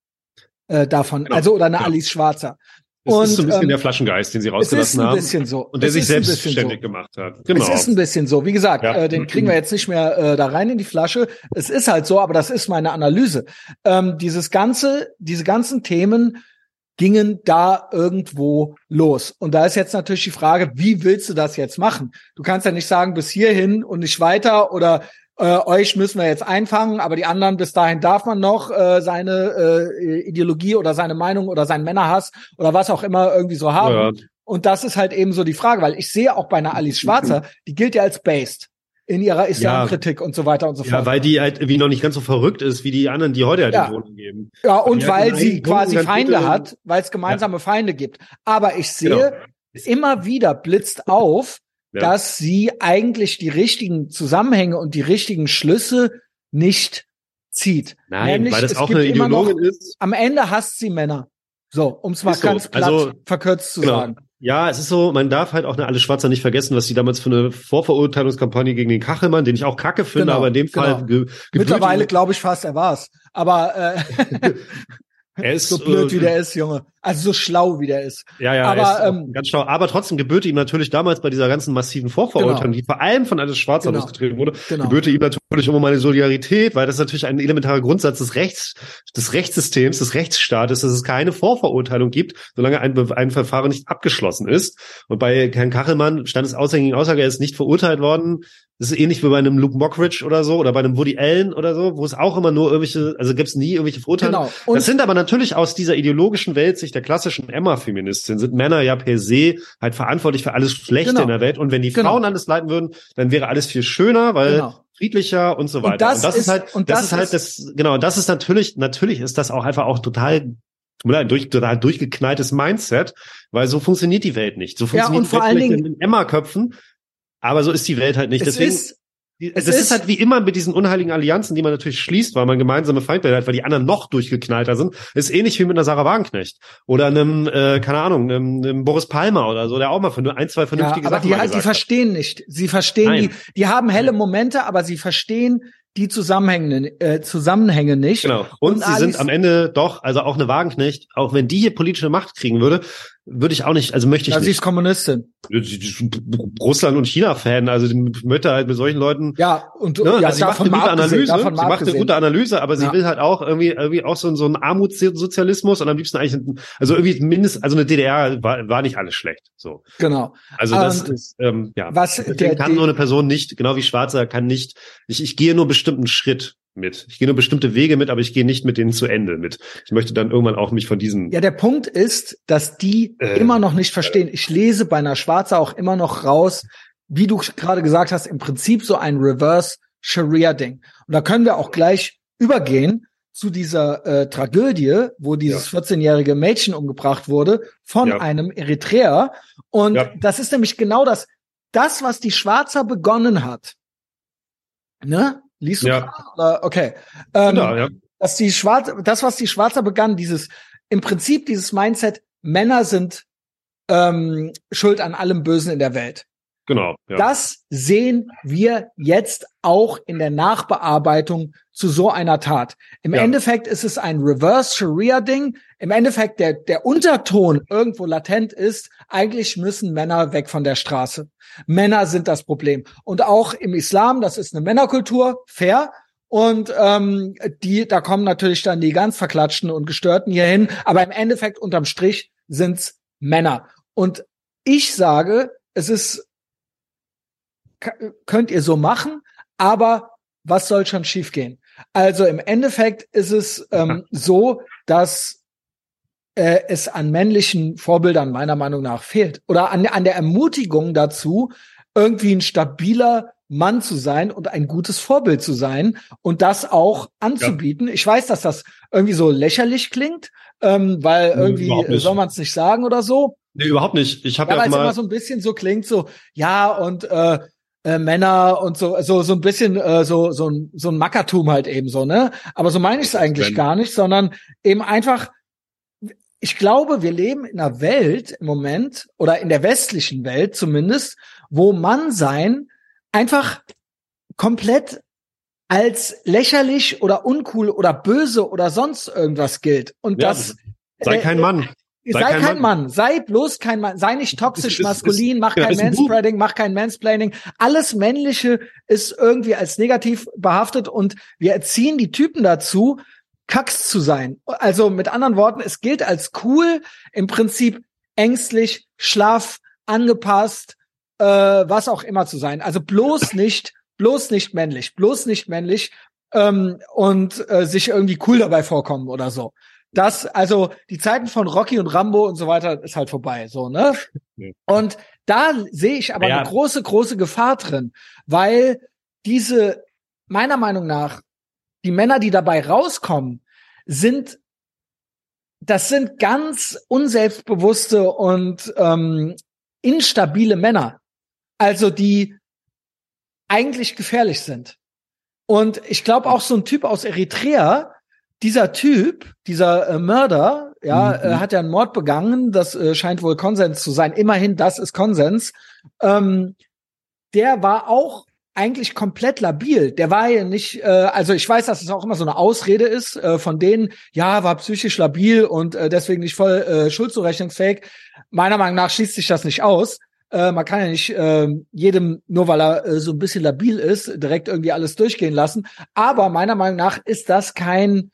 davon, oder eine Alice Schwarzer. Es ist so ein bisschen der Flaschengeist, den sie rausgelassen haben. Es ist ein bisschen so. Und der sich selbstständig gemacht hat. Genau. Es ist ein bisschen so. Wie gesagt, den kriegen wir jetzt nicht mehr da rein in die Flasche. Es ist halt so, aber das ist meine Analyse. Diese ganzen Themen gingen da irgendwo los. Und da ist jetzt natürlich die Frage, wie willst du das jetzt machen? Du kannst ja nicht sagen, bis hierhin und nicht weiter oder euch müssen wir jetzt einfangen, aber die anderen, bis dahin darf man noch seine Ideologie oder seine Meinung oder seinen Männerhass oder was auch immer irgendwie so haben. Ja. Und das ist halt eben so die Frage, weil ich sehe auch bei einer Alice Schwarzer, die gilt ja als based in ihrer Islamkritik und so weiter und so fort. Ja, weil die halt irgendwie noch nicht ganz so verrückt ist, wie die anderen, die heute halt den Ton geben. Ja, und weil sie quasi Feinde hat, weil es gemeinsame Feinde gibt. Aber ich sehe, immer wieder blitzt auf, dass sie eigentlich die richtigen Zusammenhänge und die richtigen Schlüsse nicht zieht. Nein, nämlich, weil das auch eine Ideologin ist. Am Ende hasst sie Männer. So, um es mal ganz platt verkürzt zu sagen. Ja, es ist so, man darf halt auch eine Alice Schwarzer nicht vergessen, was sie damals für eine Vorverurteilungskampagne gegen den Kachelmann, den ich auch kacke finde, aber in dem Fall mittlerweile glaube ich fast, er war's. Aber er ist so blöd wie der ist, Junge. Also so schlau wie der ist. Ja, aber er ist ganz schlau. Aber trotzdem gebührte ihm natürlich damals bei dieser ganzen massiven Vorverurteilung, die vor allem von Alice Schwarzer losgetreten wurde, gebührte ihm natürlich immer meine Solidarität, weil das ist natürlich ein elementarer Grundsatz des Rechtssystems, des Rechtsstaates, dass es keine Vorverurteilung gibt, solange ein Verfahren nicht abgeschlossen ist. Und bei Herrn Kachelmann stand es Aussage gegen Aussage, er ist nicht verurteilt worden. Das ist ähnlich wie bei einem Luke Mockridge oder so oder bei einem Woody Allen oder so, wo es auch immer nur gibt's nie irgendwelche Verurteilungen. Genau. Das sind aber natürlich aus dieser ideologischen Weltsicht der klassischen Emma-Feministin, sind Männer ja per se halt verantwortlich für alles Schlechte in der Welt. Und wenn die Frauen alles leiten würden, dann wäre alles viel schöner, weil friedlicher und so weiter. Und das ist natürlich ist das auch einfach auch total durchgeknalltes Mindset, weil so funktioniert die Welt nicht. So funktioniert die Welt nicht in Emma-Köpfen. Aber so ist die Welt halt nicht. Deswegen, es ist halt wie immer mit diesen unheiligen Allianzen, die man natürlich schließt, weil man gemeinsame Feindbilder hat, weil die anderen noch durchgeknallter sind. Ist ähnlich wie mit einer Sarah Wagenknecht. Oder einem, einem Boris Palmer oder so, der auch mal für nur ein, zwei vernünftige Sachen gesagt hat. Die verstehen nicht. Sie verstehen die haben helle Momente, aber sie verstehen die Zusammenhänge nicht. Genau. Und sie sind am Ende doch, also auch eine Wagenknecht, auch wenn die hier politische Macht kriegen würde ich auch nicht, also möchte ich nicht. Sie ist Kommunistin. Russland- und China-Fan, also die möchte halt mit solchen Leuten. Ja, und sie macht eine gute Analyse, aber sie will halt auch irgendwie auch so einen Armutssozialismus und am liebsten eigentlich, also irgendwie eine DDR war nicht alles schlecht. So. Genau. Also das ist, kann so eine Person nicht, genau wie Schwarzer kann nicht, ich gehe nur bestimmten Schritt mit. Ich gehe nur bestimmte Wege mit, aber ich gehe nicht mit denen zu Ende mit. Ich möchte dann irgendwann auch mich von diesen... Ja, der Punkt ist, dass die immer noch nicht verstehen. Ich lese bei einer Schwarzer auch immer noch raus, wie du gerade gesagt hast, im Prinzip so ein Reverse-Sharia-Ding. Und da können wir auch gleich übergehen zu dieser Tragödie, wo dieses 14-jährige Mädchen umgebracht wurde von einem Eritreer. Und das ist nämlich genau das, was die Schwarzer begonnen hat. Ne? Liest du? Okay. Was die Schwarzer begann, dieses im Prinzip dieses Mindset, Männer sind schuld an allem Bösen in der Welt. Genau. Ja. Das sehen wir jetzt auch in der Nachbearbeitung zu so einer Tat. Im Endeffekt ist es ein Reverse-Sharia-Ding. Im Endeffekt der Unterton irgendwo latent ist, eigentlich müssen Männer weg von der Straße. Männer sind das Problem. Und auch im Islam, das ist eine Männerkultur, fair. Und da kommen natürlich dann die ganz Verklatschten und Gestörten hier hin. Aber im Endeffekt, unterm Strich, sind's Männer. Und ich sage, könnt ihr so machen, aber was soll schon schiefgehen? Also im Endeffekt ist es so, dass es an männlichen Vorbildern meiner Meinung nach fehlt. Oder an der Ermutigung dazu, irgendwie ein stabiler Mann zu sein und ein gutes Vorbild zu sein und das auch anzubieten. Ja. Ich weiß, dass das irgendwie so lächerlich klingt, weil irgendwie soll man es nicht sagen oder so. Nee, überhaupt nicht. Ich habe ja, weil es immer so ein bisschen so klingt, so ja und Männer und so ein bisschen so ein Mackertum halt eben so, ne? Aber so meine ich es eigentlich gar nicht, sondern eben einfach, ich glaube, wir leben in einer Welt im Moment oder in der westlichen Welt zumindest, wo Mannsein einfach komplett als lächerlich oder uncool oder böse oder sonst irgendwas gilt. Und das sei kein Mann. Sei kein Mann. Sei bloß kein Mann. Sei nicht toxisch maskulin, mach kein Manspreading, mach kein Mansplaining. Alles Männliche ist irgendwie als negativ behaftet und wir erziehen die Typen dazu, Kacks zu sein. Also mit anderen Worten, es gilt als cool, im Prinzip ängstlich, schlaff, angepasst, was auch immer zu sein. Also bloß nicht männlich und sich irgendwie cool dabei vorkommen oder so. Also die Zeiten von Rocky und Rambo und so weiter ist halt vorbei, so, ne? Und da sehe ich aber eine große, große Gefahr drin, weil meiner Meinung nach, die Männer, die dabei rauskommen, das sind ganz unselbstbewusste und instabile Männer. Also die eigentlich gefährlich sind. Und ich glaube auch so ein Typ aus Eritrea, dieser Mörder, hat ja einen Mord begangen, das scheint wohl Konsens zu sein. Immerhin, das ist Konsens. Der war auch eigentlich komplett labil. Der war ja nicht, also ich weiß, dass es auch immer so eine Ausrede ist von denen, war psychisch labil und deswegen nicht voll schuldzurechnungsfähig. Meiner Meinung nach schließt sich das nicht aus. Man kann ja nicht jedem, nur weil er so ein bisschen labil ist, direkt irgendwie alles durchgehen lassen. Aber meiner Meinung nach ist das kein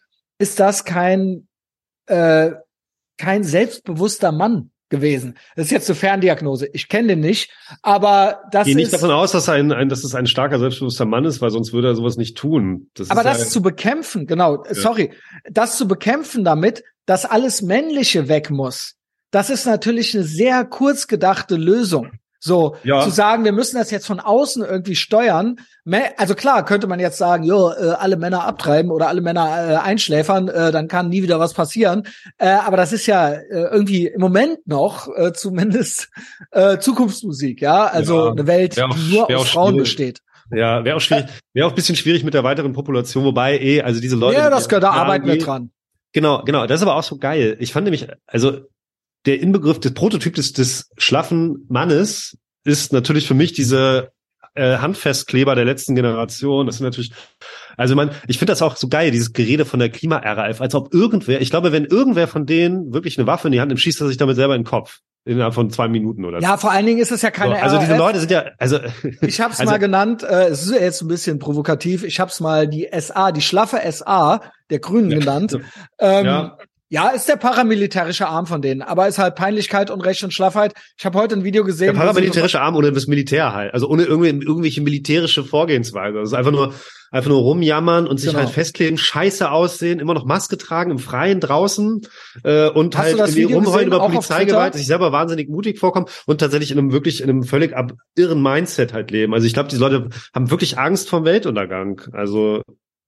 selbstbewusster Mann gewesen. Das ist jetzt eine Ferndiagnose. Ich kenne den nicht, aber das ist... Ich gehe nicht davon aus, dass es ein starker, selbstbewusster Mann ist, weil sonst würde er sowas nicht tun. Das zu bekämpfen, genau, das zu bekämpfen damit, dass alles Männliche weg muss, das ist natürlich eine sehr kurz gedachte Lösung. So, zu sagen, wir müssen das jetzt von außen irgendwie steuern. Also klar, könnte man jetzt sagen, alle Männer abtreiben oder alle Männer einschläfern, dann kann nie wieder was passieren. Aber das ist ja irgendwie im Moment noch zumindest Zukunftsmusik, ja. Also eine Welt, die nur aus Frauen besteht. Ja, wäre auch schwierig, wäre auch ein bisschen schwierig mit der weiteren Population, wobei also diese Leute. Ja, da arbeiten wir dran. Genau, das ist aber auch so geil. Ich fand nämlich, also der Inbegriff des Prototyp des schlaffen Mannes ist natürlich für mich diese Handfestkleber der letzten Generation. Das sind natürlich, also ich finde das auch so geil, dieses Gerede von der Klima-RAF, als ob ich glaube, wenn irgendwer von denen wirklich eine Waffe in die Hand nimmt, schießt er sich damit selber in den Kopf. Innerhalb von 2 Minuten oder so. Ja, vor allen Dingen ist es ja keine RAF. Also diese Leute sind ja, ich hab's mal genannt, es ist jetzt ein bisschen provokativ, ich hab's mal die SA, die schlaffe SA der Grünen genannt. Ja, ist der paramilitärische Arm von denen, aber ist halt Peinlichkeit, Unrecht und Schlaffheit. Ich habe heute ein Video gesehen. Der paramilitärische Arm ohne das Militär halt, also ohne irgendwelche militärische Vorgehensweise. Das ist einfach nur rumjammern und sich halt festkleben, scheiße aussehen, immer noch Maske tragen im Freien draußen und Hast halt irgendwie rumheulen über auch Polizeigewalt, sich selber wahnsinnig mutig vorkommen und tatsächlich in einem völlig irren Mindset halt leben. Also ich glaube, diese Leute haben wirklich Angst vom Weltuntergang. Also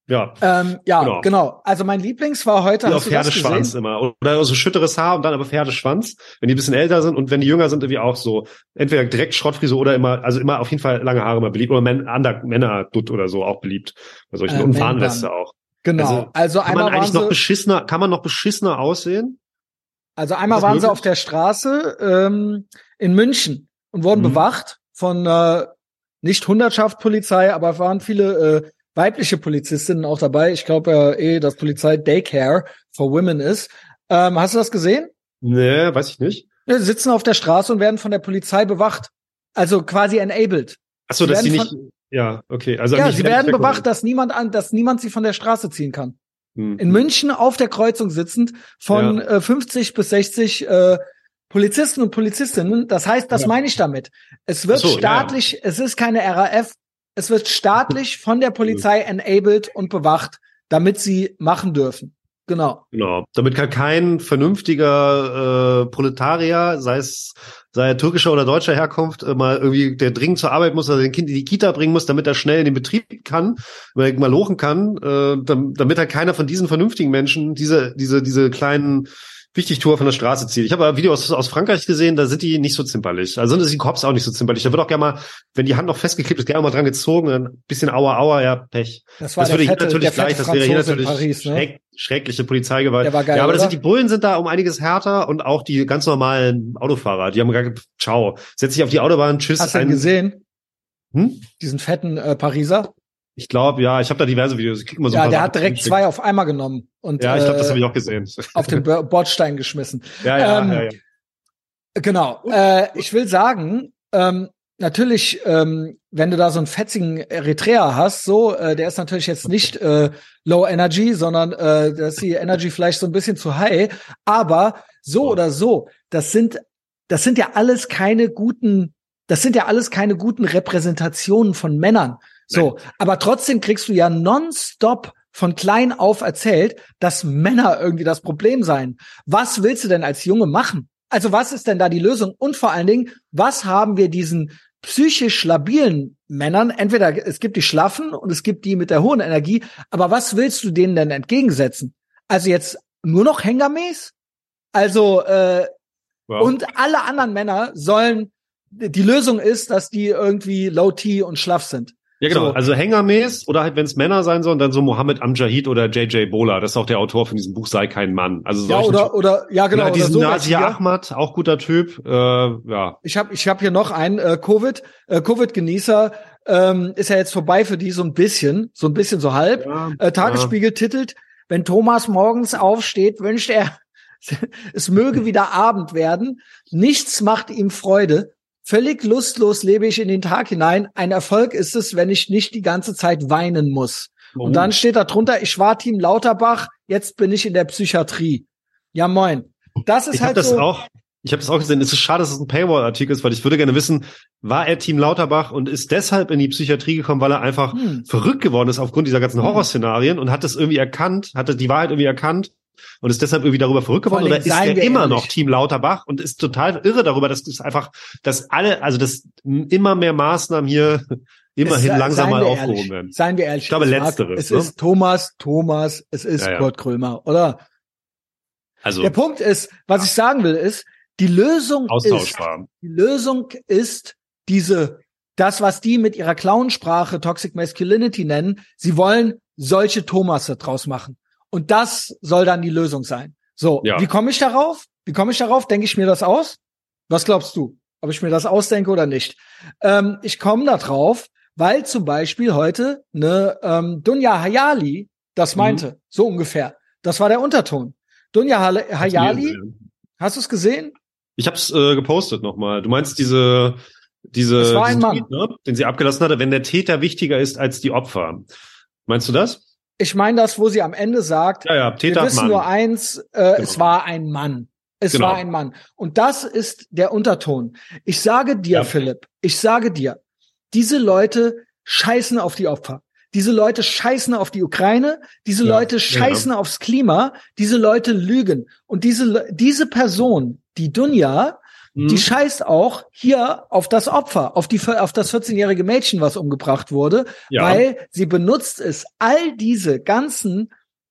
genau. Also mein Lieblings war heute, hast du Pferdeschwanz das immer. Oder so schütteres Haar und dann aber Pferdeschwanz, wenn die ein bisschen älter sind und wenn die jünger sind, irgendwie auch so. Entweder direkt Schrottfrisur oder immer auf jeden Fall lange Haare immer beliebt. Oder Männerdutt oder so auch beliebt. Bei solchen und Fahnenweste auch. Genau. Also kann man noch beschissener aussehen? Also einmal waren sie auf der Straße in München und wurden bewacht von nicht Hundertschaft-Polizei, aber waren viele weibliche Polizistinnen auch dabei. Ich glaube dass Polizei Daycare for Women ist. Hast du das gesehen? Nee, weiß ich nicht. Ja, sie sitzen auf der Straße und werden von der Polizei bewacht. Also quasi enabled. Ach so, dass sie nicht, ja, okay. Also ja, sie werden bewacht, dass niemand sie von der Straße ziehen kann. In München auf der Kreuzung sitzend von 50 bis 60 Polizisten und Polizistinnen. Das heißt, das meine ich damit. Es wird staatlich, es ist keine RAF, es wird staatlich von der Polizei enabled und bewacht, damit sie machen dürfen. Genau. Damit kann kein vernünftiger Proletarier, sei er türkischer oder deutscher Herkunft, mal irgendwie, der dringend zur Arbeit muss oder den Kind in die Kita bringen muss, damit er schnell in den Betrieb kann, mal lochen kann, damit halt keiner von diesen vernünftigen Menschen diese kleinen Wichtigtour von der Straße zieht. Ich habe aber Videos aus Frankreich gesehen, da sind die nicht so zimperlich. Also sind die Cops auch nicht so zimperlich. Da wird auch gerne mal, wenn die Hand noch festgeklebt ist, gerne mal dran gezogen und dann ein bisschen aua, ja, Pech. Das würde hier natürlich gleich, das wäre hier natürlich Paris, ne? Schreckliche Polizeigewalt. Der war geil, ja, aber oder? die Bullen sind da um einiges härter und auch die ganz normalen Autofahrer, die haben gesagt, ciao, setz dich auf die Autobahn, tschüss. Hast du den gesehen? Diesen fetten Pariser? Ich glaube, ja, ich habe da diverse Videos. Ich krieg immer so der hat direkt 2 auf einmal genommen und ja, ich glaube, das habe ich auch gesehen. Auf den Bordstein geschmissen. Ja. Genau. Ich will sagen, natürlich, wenn du da so einen fetzigen Eritreer hast, der ist natürlich jetzt nicht Low Energy, sondern da ist die Energy vielleicht so ein bisschen zu high. Aber so oder so, das sind ja alles keine guten Repräsentationen von Männern. So, aber trotzdem kriegst du ja nonstop von klein auf erzählt, dass Männer irgendwie das Problem seien. Was willst du denn als Junge machen? Also was ist denn da die Lösung? Und vor allen Dingen, was haben wir diesen psychisch labilen Männern? Entweder es gibt die Schlaffen und es gibt die mit der hohen Energie, aber was willst du denen denn entgegensetzen? Also jetzt nur noch Hängermäß? Also und alle anderen Männer die Lösung ist, dass die irgendwie Low-T und schlaff sind. Ja, genau. So. Also Hängermäß oder halt, wenn es Männer sein sollen, dann so Mohammed Amjahid oder J.J. Bola. Das ist auch der Autor von diesem Buch Sei kein Mann. Also ja, oder diesen so Nasia Ahmad, auch guter Typ. Ja. Ich hab hier noch einen Covid-Genießer. Ist ja jetzt vorbei für die so ein bisschen so halb. Ja, Tagesspiegel titelt: Wenn Thomas morgens aufsteht, wünscht er, es möge wieder Abend werden. Nichts macht ihm Freude. Völlig lustlos lebe ich in den Tag hinein. Ein Erfolg ist es, wenn ich nicht die ganze Zeit weinen muss. Und dann steht da drunter: Ich war Team Lauterbach, jetzt bin ich in der Psychiatrie. Ja, moin. Das ist halt so. Ich habe das auch gesehen. Es ist schade, dass es ein Paywall-Artikel ist, weil ich würde gerne wissen, war er Team Lauterbach und ist deshalb in die Psychiatrie gekommen, weil er einfach verrückt geworden ist aufgrund dieser ganzen Horrorszenarien und hat das irgendwie hatte die Wahrheit irgendwie erkannt und ist deshalb irgendwie darüber verrückt geworden, oder ist er immer noch Team Lauterbach und ist total irre darüber, dass immer mehr Maßnahmen hier immerhin langsam mal aufgehoben werden. Seien wir ehrlich. Ich glaube, letzteres. Es ist Thomas, es ist Kurt Krömer, oder? Also der Punkt ist, was ich sagen will, ist, die Lösung ist das, was die mit ihrer Clownsprache Toxic Masculinity nennen. Sie wollen solche Thomasse draus machen. Und das soll dann die Lösung sein. So, Wie komme ich darauf? Denke ich mir das aus? Was glaubst du? Ob ich mir das ausdenke oder nicht? Ich komme da drauf, weil zum Beispiel heute Dunja Hayali das meinte. So ungefähr. Das war der Unterton. Dunja Hayali, hast du es gesehen? Ich hab's gepostet nochmal. Du meinst das war ein Mann, Tweet, ne, den sie abgelassen hatte, wenn der Täter wichtiger ist als die Opfer. Meinst du das? Ich meine das, wo sie am Ende sagt, Täter, wir wissen Mann. nur eins, Genau. Es war ein Mann. Es war ein Mann. Und das ist der Unterton. Ich sage dir, Philipp, diese Leute scheißen auf die Opfer. Diese Leute scheißen auf die Ukraine. Diese Leute scheißen aufs Klima. Diese Leute lügen. Und diese Person, die Dunja, die scheißt auch hier auf das Opfer, auf das 14-jährige Mädchen, was umgebracht wurde, weil sie benutzt es, all diese ganzen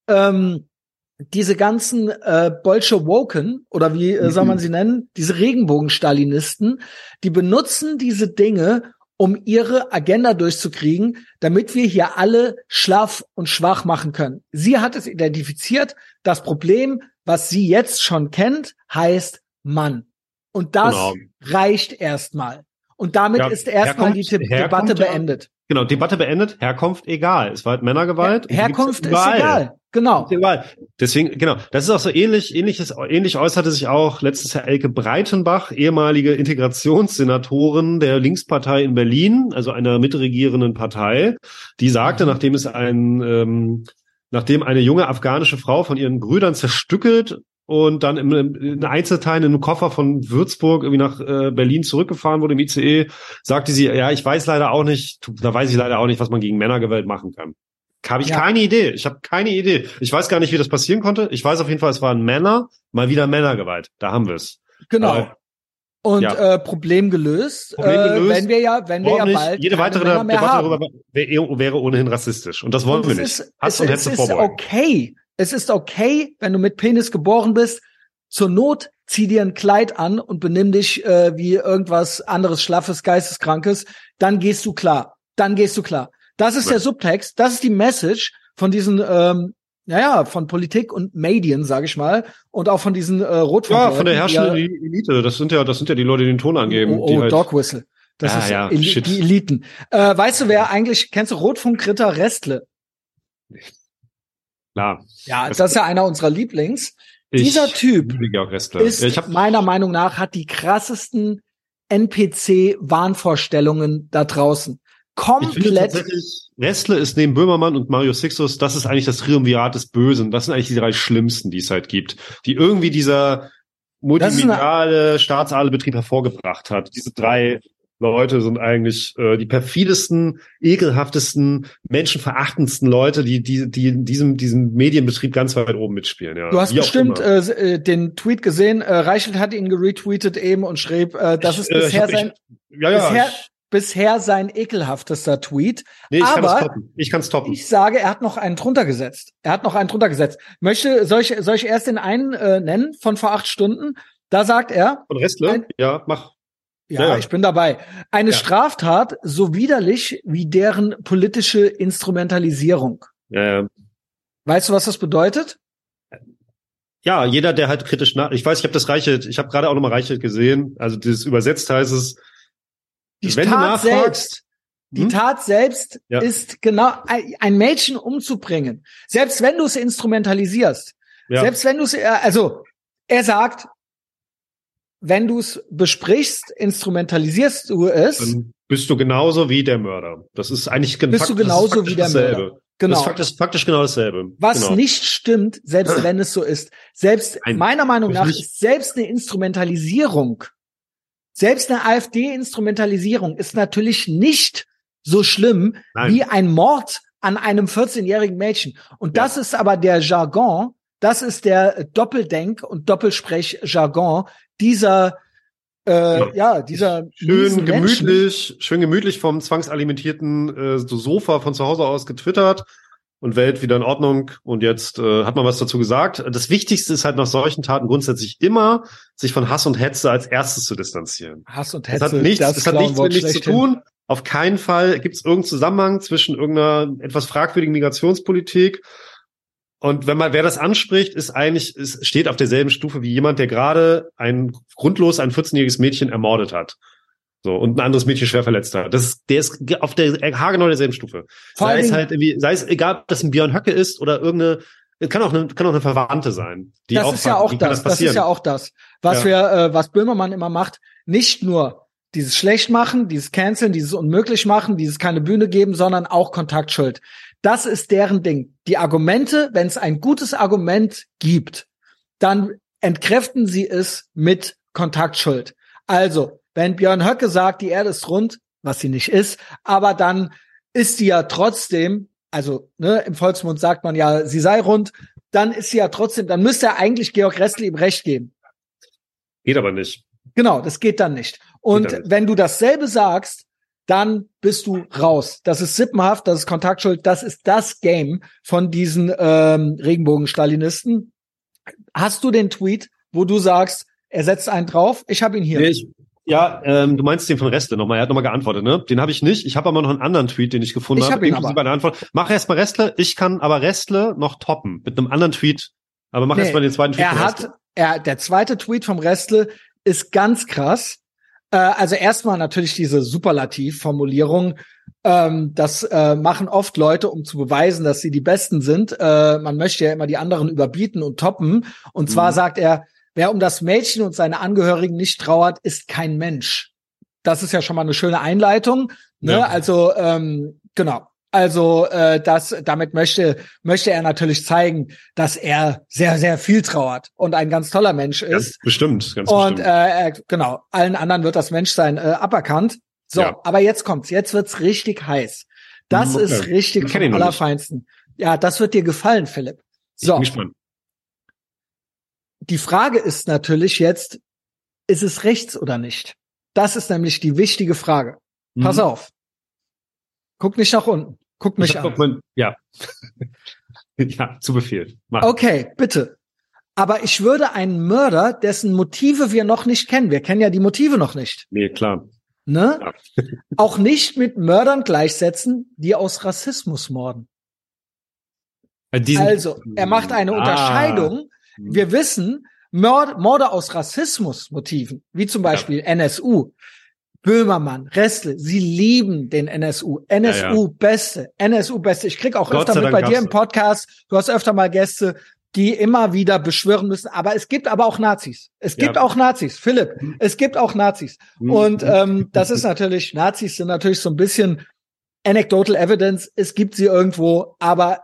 Bolschewoken, oder wie soll man sie nennen, diese Regenbogen-Stalinisten, die benutzen diese Dinge, um ihre Agenda durchzukriegen, damit wir hier alle schlaff und schwach machen können. Sie hat es identifiziert, das Problem was sie jetzt schon kennt, heißt Mann. Und das reicht erstmal. Und damit ist erstmal die Debatte beendet. Genau, Debatte beendet, Herkunft egal. Es war halt Männergewalt. Herkunft ist egal. Genau. Ist egal. Deswegen, genau, das ist auch so ähnlich äußerte sich auch letztes Jahr Elke Breitenbach, ehemalige Integrationssenatorin der Linkspartei in Berlin, also einer mitregierenden Partei, die sagte, nachdem eine junge afghanische Frau von ihren Brüdern zerstückelt und dann in Einzelteilen in einem Koffer von Würzburg irgendwie nach Berlin zurückgefahren wurde im ICE, sagte sie, ja, ich weiß leider auch nicht, was man gegen Männergewalt machen kann. Habe ich keine Idee. Ich habe keine Idee. Ich weiß gar nicht, wie das passieren konnte. Ich weiß auf jeden Fall, es waren Männer, mal wieder Männergewalt. Da haben wir es. Genau. Problem gelöst. Wenn wir ja bald jede weitere Debatte darüber wäre ohnehin rassistisch. Und das wollen wir nicht. Hass und Hetze vorbeugen. Es ist okay, wenn du mit Penis geboren bist. Zur Not zieh dir ein Kleid an und benimm dich wie irgendwas anderes, Schlaffes, Geisteskrankes. Dann gehst du klar. Das ist der Subtext. Das ist die Message von diesen, von Politik und Medien, sage ich mal, und auch von diesen Rotfunkleuten. Ja, von der herrschenden Elite. Das sind ja die Leute, die den Ton angeben. Dog Whistle. Das ist die Eliten. Weißt du, kennst du Rotfunkritter Restle? Klar. Ja, das ist ja einer unserer Lieblings. Dieser Typ ist meiner Meinung nach hat die krassesten NPC-Wahnvorstellungen da draußen. Komplett. Ich finde tatsächlich, Restle ist neben Böhmermann und Mario Sixtus, das ist eigentlich das Triumvirat des Bösen. Das sind eigentlich die 3 Schlimmsten, die es halt gibt. Die irgendwie dieser multimediale, staatsaale Betrieb hervorgebracht hat. Diese 3 Leute sind eigentlich die perfidesten, ekelhaftesten, menschenverachtendsten Leute, die in diesem Medienbetrieb ganz weit oben mitspielen. Ja. Du hast bestimmt den Tweet gesehen. Reichelt hat ihn geretweetet eben und schrieb, das ist bisher sein ekelhaftester Tweet. Nee, ich kann's toppen. Ich sage, er hat noch einen drunter gesetzt. Soll ich erst den einen nennen von vor 8 Stunden? Da sagt er. Von Restle? Ja, mach. Ja, ich bin dabei. Eine Straftat so widerlich wie deren politische Instrumentalisierung. Ja. Weißt du, was das bedeutet? Ja, jeder, der halt kritisch ich habe gerade auch nochmal Reichelt gesehen. Also dieses übersetzt heißt es, die Tat selbst ist genau ein Mädchen umzubringen. Selbst wenn du es instrumentalisierst. Selbst wenn du es, er sagt, wenn du es besprichst, instrumentalisierst du es. Dann bist du genauso wie der Mörder. Das ist eigentlich Mörder. Genau. Das ist faktisch genau dasselbe. Was nicht stimmt, selbst wenn es so ist. Meiner Meinung nach ist selbst eine Instrumentalisierung, selbst eine AfD-Instrumentalisierung ist natürlich nicht so schlimm wie ein Mord an einem 14-jährigen Mädchen. Und das ist aber der Jargon, das ist der Doppeldenk- und Doppelsprech-Jargon dieser schön gemütlich vom zwangsalimentierten Sofa von zu Hause aus getwittert und Welt wieder in Ordnung und jetzt hat man was dazu gesagt. Das Wichtigste ist halt nach solchen Taten grundsätzlich immer, sich von Hass und Hetze als erstes zu distanzieren. Hass und Hetze, das hat nichts mit nichts zu tun. Auf keinen Fall gibt es irgendeinen Zusammenhang zwischen irgendeiner etwas fragwürdigen Migrationspolitik. Und wer das anspricht, steht auf derselben Stufe wie jemand, der gerade grundlos ein 14-jähriges Mädchen ermordet hat. So, und ein anderes Mädchen schwer verletzt hat. Der ist auf der haargenau derselben Stufe. Sei es egal, ob das ein Björn Höcke ist oder kann auch eine Verwandte sein. Das ist ja auch das, was Böhmermann immer macht. Nicht nur dieses Schlechtmachen, dieses Canceln, dieses Unmöglichmachen, dieses keine Bühne geben, sondern auch Kontaktschuld. Das ist deren Ding. Die Argumente, wenn es ein gutes Argument gibt, dann entkräften sie es mit Kontaktschuld. Also, wenn Björn Höcke sagt, die Erde ist rund, was sie nicht ist, aber dann ist sie ja trotzdem, im Volksmund sagt man ja, sie sei rund, dann ist sie ja trotzdem, dann müsste er eigentlich Georg Restle ihm recht geben. Geht aber nicht. Genau, das geht dann nicht. Und wenn du dasselbe sagst, dann bist du raus. Das ist sippenhaft, das ist Kontaktschuld, das ist das Game von diesen Regenbogen-Stalinisten. Hast du den Tweet, wo du sagst, er setzt einen drauf? Ich habe ihn hier. Du meinst den von Restle nochmal, er hat nochmal geantwortet, ne? Den habe ich nicht. Ich habe aber noch einen anderen Tweet, den ich gefunden habe. Ich habe ihn aber. Antwort. Mach erst mal Restle. Ich kann aber Restle noch toppen mit einem anderen Tweet, Aber mach erst mal den zweiten Tweet vom Restle. Der zweite Tweet vom Restle ist ganz krass. Also erstmal natürlich diese Superlativ-Formulierung. Das machen oft Leute, um zu beweisen, dass sie die Besten sind. Man möchte ja immer die anderen überbieten und toppen. Und zwar sagt er, wer um das Mädchen und seine Angehörigen nicht trauert, ist kein Mensch. Das ist ja schon mal eine schöne Einleitung. Ne? Ja. Also genau. Also damit möchte er natürlich zeigen, dass er sehr, sehr viel trauert und ein ganz toller Mensch ist. Ja, bestimmt, ganz und, bestimmt. Genau, allen anderen wird das Menschsein aberkannt. So, ja. Aber jetzt kommt's. Jetzt wird's richtig heiß. Das ist richtig vom Allerfeinsten. Ja, das wird dir gefallen, Philipp. So. Ich bin gespannt. Die Frage ist natürlich jetzt, ist es rechts oder nicht? Das ist nämlich die wichtige Frage. Pass auf. Guck nicht nach unten. Guck mich an. Ja. Ja, zu Befehl. Mach. Okay, bitte. Aber ich würde einen Mörder, dessen Motive wir noch nicht kennen, wir kennen ja die Motive noch nicht. Nee, klar. Ne? Ja. Auch nicht mit Mördern gleichsetzen, die aus Rassismus morden. Also, er macht eine Unterscheidung. Wir wissen, Morde aus Rassismusmotiven, wie zum Beispiel NSU, Böhmermann, Restle, sie lieben den NSU. NSU Beste, NSU Beste. Ich krieg auch öfter mit bei dir im Podcast, du hast öfter mal Gäste, die immer wieder beschwören müssen. Aber es gibt aber auch Nazis. Es gibt auch Nazis, Philipp. Es gibt auch Nazis. Und das ist natürlich, Nazis sind natürlich so ein bisschen anecdotal evidence. Es gibt sie irgendwo, aber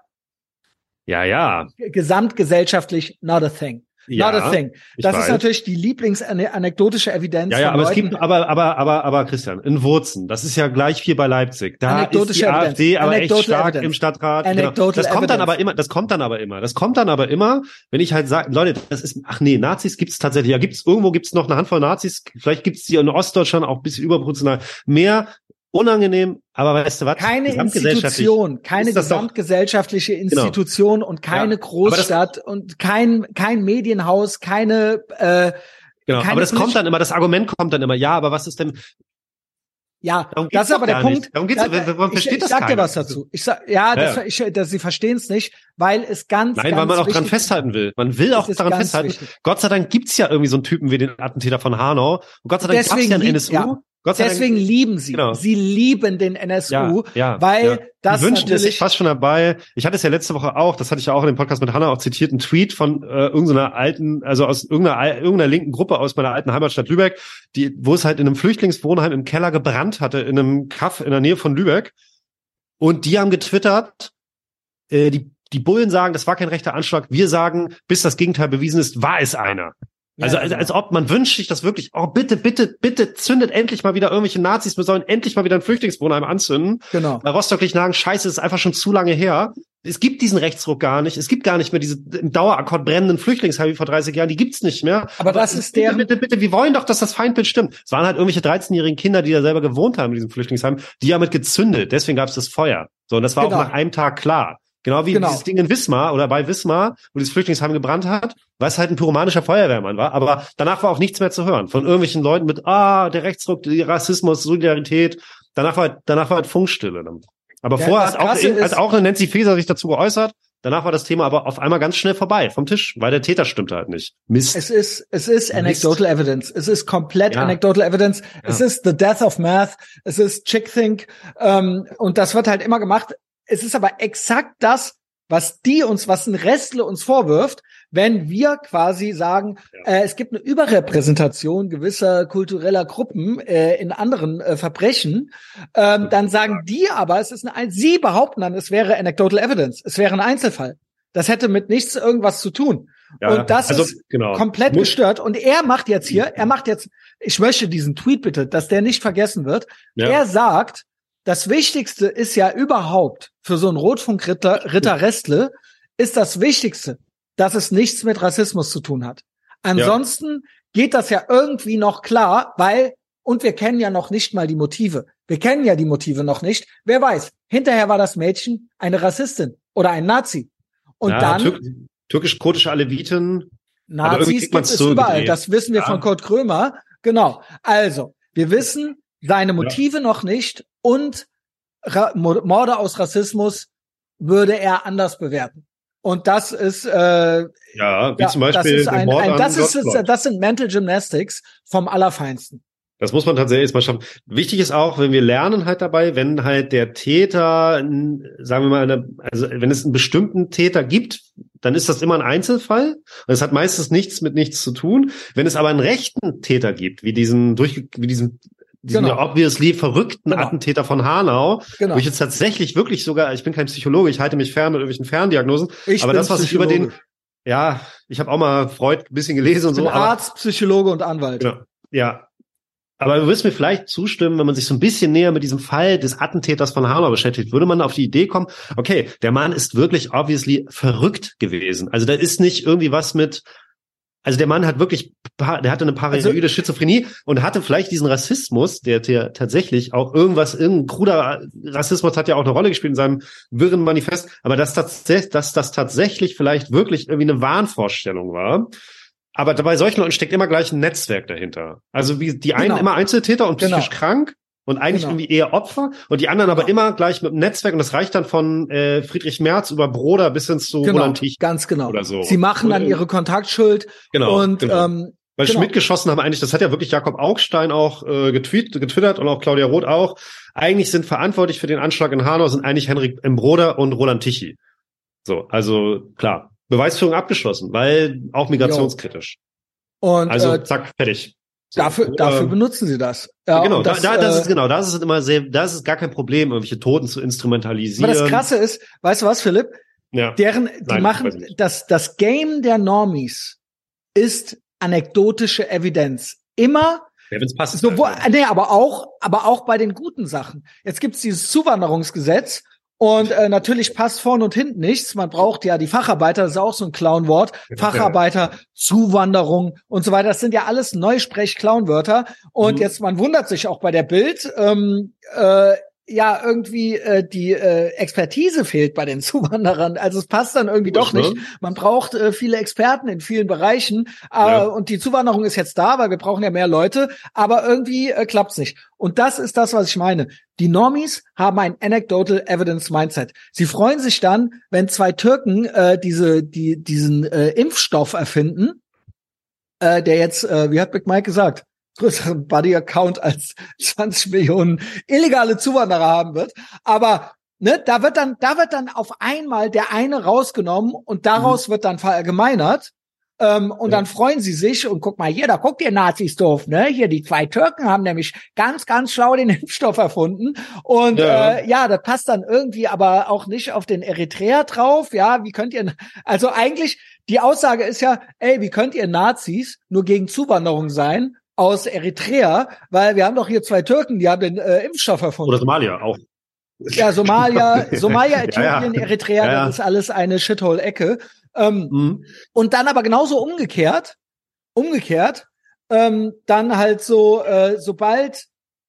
gesamtgesellschaftlich not a thing. Not a thing. Das ist natürlich die lieblingsanekdotische Evidenz. Ja, aber Leuten. Es gibt, aber Christian, in Wurzen, das ist ja gleich hier bei Leipzig. Da ist die AfD aber echt stark im Stadtrat. Genau. Das kommt dann aber immer, wenn ich halt sage, Leute, Nazis gibt's tatsächlich. Ja, irgendwo gibt's noch eine Handvoll Nazis. Vielleicht gibt's die in Ostdeutschland auch ein bisschen überproportional mehr. Unangenehm, aber weißt du was? Keine Institution, keine gesamtgesellschaftliche Institution und keine Großstadt und kein Medienhaus, keine aber das kommt dann immer, das Argument kommt dann immer, ja, aber was ist denn? Ja, das ist aber der Punkt. Darum geht's, warum versteht das keiner? Ich sag dir was dazu. Sie verstehen es nicht, weil es weil man auch dran festhalten will. Man will auch daran festhalten. Wichtig. Gott sei Dank gibt's ja irgendwie so einen Typen wie den Attentäter von Hanau. Und Gott sei Dank gab's ja einen NSU. Ja. Deswegen lieben sie. Genau. Sie lieben den NSU, weil das wünschen es sich fast schon dabei. Ich hatte es ja letzte Woche auch, das hatte ich ja auch in dem Podcast mit Hannah auch zitiert, einen Tweet von irgendeiner alten, also aus irgendeiner linken Gruppe aus meiner alten Heimatstadt Lübeck, wo es halt in einem Flüchtlingswohnheim im Keller gebrannt hatte, in einem Kaff in der Nähe von Lübeck. Und die haben getwittert, die Bullen sagen, das war kein rechter Anschlag. Wir sagen, bis das Gegenteil bewiesen ist, war es einer. Also als ob man wünscht sich das wirklich, bitte zündet endlich mal wieder irgendwelche Nazis, wir sollen endlich mal wieder ein Flüchtlingswohnheim anzünden. Genau. Bei Rostock-Lichtenhagen, scheiße, ist einfach schon zu lange her. Es gibt diesen Rechtsruck gar nicht. Es gibt gar nicht mehr diese im Dauerakkord brennenden Flüchtlingsheime wie vor 30 Jahren. Die gibt's nicht mehr. Aber das ist der. Bitte, wir wollen doch, dass das Feindbild stimmt. Es waren halt irgendwelche 13-jährigen Kinder, die da selber gewohnt haben in diesem Flüchtlingsheim, die haben mit gezündet. Deswegen gab's das Feuer. So, und das war auch nach einem Tag klar. Genau wie dieses Ding in Wismar oder bei Wismar, wo dieses Flüchtlingsheim gebrannt hat, weil es halt ein pyromanischer Feuerwehrmann war. Aber danach war auch nichts mehr zu hören von irgendwelchen Leuten mit, der Rechtsruck, die Rassismus, Solidarität. Danach war halt Funkstille. Aber vorher hat auch eine Nancy Faeser sich dazu geäußert. Danach war das Thema aber auf einmal ganz schnell vorbei vom Tisch, weil der Täter stimmte halt nicht. Mist. Es ist anecdotal evidence. Es ist komplett anecdotal evidence. Ja. Es ist the death of math. Es ist chick-think. Und das wird halt immer gemacht. Es ist aber exakt das, was ein Restle uns vorwirft, wenn wir quasi sagen, es gibt eine Überrepräsentation gewisser kultureller Gruppen in anderen Verbrechen, dann sagen die aber, sie behaupten dann, es wäre anecdotal evidence, es wäre ein Einzelfall. Das hätte mit nichts irgendwas zu tun. Ja, und das ist komplett gestört. Und er macht jetzt, ich möchte diesen Tweet bitte, dass der nicht vergessen wird. Ja. Er sagt, das Wichtigste ist ja überhaupt für so einen Rotfunkritter Restle ist das Wichtigste, dass es nichts mit Rassismus zu tun hat. Ansonsten geht das ja irgendwie noch klar, und wir kennen ja noch nicht mal die Motive. Wir kennen ja die Motive noch nicht. Wer weiß, hinterher war das Mädchen eine Rassistin oder ein Nazi. Und dann türkisch-kurdische Alevitin. Nazis gibt es überall. Das wissen wir von Kurt Krömer. Genau. Also, wir wissen seine Motive noch nicht und Morde aus Rassismus würde er anders bewerten. Und das ist wie zum Beispiel das ist das sind Mental Gymnastics vom Allerfeinsten. Das muss man tatsächlich jetzt mal schaffen. Wichtig ist auch, wenn wir lernen halt dabei, wenn halt der Täter, sagen wir mal, wenn es einen bestimmten Täter gibt, dann ist das immer ein Einzelfall. Und es hat meistens nichts zu tun. Wenn es aber einen rechten Täter gibt, wie diesen ja obviously verrückten Attentäter von Hanau, wo ich jetzt tatsächlich wirklich sogar, ich bin kein Psychologe, ich halte mich fern mit irgendwelchen Ferndiagnosen, aber das, was ich über den, ja, ich habe auch mal Freud ein bisschen gelesen und so. Arzt, Psychologe und Anwalt. Genau, ja. Aber du wirst mir vielleicht zustimmen, wenn man sich so ein bisschen näher mit diesem Fall des Attentäters von Hanau beschäftigt, würde man auf die Idee kommen, okay, der Mann ist wirklich obviously verrückt gewesen. Also da ist nicht irgendwie was mit, also der Mann hat wirklich, der hatte eine paranoide Schizophrenie und hatte vielleicht diesen Rassismus, der tatsächlich auch irgendein kruder Rassismus hat ja auch eine Rolle gespielt in seinem wirren Manifest, aber dass das tatsächlich vielleicht wirklich irgendwie eine Wahnvorstellung war. Aber bei solchen Leuten steckt immer gleich ein Netzwerk dahinter. Also wie die einen immer Einzeltäter und psychisch krank und eigentlich irgendwie eher Opfer und die anderen aber immer gleich mit einem Netzwerk und das reicht dann von Friedrich Merz über Broder bis hin zu Roland Tichy. Ganz genau. Oder so. Sie machen dann ihre Kontaktschuld. Genau. Und weil Schmidt geschossen haben eigentlich, das hat ja wirklich Jakob Augstein auch getwittert und auch Claudia Roth auch. Eigentlich sind verantwortlich für den Anschlag in Hanau sind eigentlich Henrik M. Broder und Roland Tichy. So, also klar. Beweisführung abgeschlossen, weil auch migrationskritisch. Und also zack, fertig. So, dafür benutzen sie das. Ja, genau, das ist gar kein Problem, irgendwelche Toten zu instrumentalisieren. Aber das Krasse ist, weißt du was, Philipp? Ja. Das Game der Normies ist anekdotische Evidenz. Immer. Ja, wenn's passt. Aber auch bei den guten Sachen. Jetzt gibt's dieses Zuwanderungsgesetz. Und natürlich passt vorn und hinten nichts. Man braucht ja die Facharbeiter, das ist auch so ein Clownwort. Facharbeiter, Zuwanderung und so weiter. Das sind ja alles Neusprech-Clownwörter. Und jetzt, man wundert sich auch bei der Bild, irgendwie die Expertise fehlt bei den Zuwanderern. Also es passt dann irgendwie doch nicht. Man braucht viele Experten in vielen Bereichen. Und die Zuwanderung ist jetzt da, weil wir brauchen ja mehr Leute. Aber irgendwie klappt's nicht. Und das ist das, was ich meine. Die Normies haben ein Anecdotal Evidence Mindset. Sie freuen sich dann, wenn zwei Türken diesen Impfstoff erfinden, der jetzt, wie hat Big Mike gesagt, größeren Buddy-Account als 20 Millionen illegale Zuwanderer haben wird. Aber da wird dann auf einmal der eine rausgenommen und daraus wird dann verallgemeinert. Und dann freuen sie sich und guck mal hier, da guckt ihr Nazis doof, ne? Hier, die zwei Türken haben nämlich ganz, ganz schlau den Impfstoff erfunden. Und das passt dann irgendwie aber auch nicht auf den Eritreer drauf. Ja, wie könnt ihr, also eigentlich, die Aussage ist ja, wie könnt ihr Nazis nur gegen Zuwanderung sein? Aus Eritrea, weil wir haben doch hier zwei Türken, die haben den Impfstoff erfunden. Oder Somalia auch. Ja, Somalia, Äthiopien, Eritrea, das ist alles eine Shithole-Ecke. Und dann aber genauso umgekehrt, dann halt so, sobald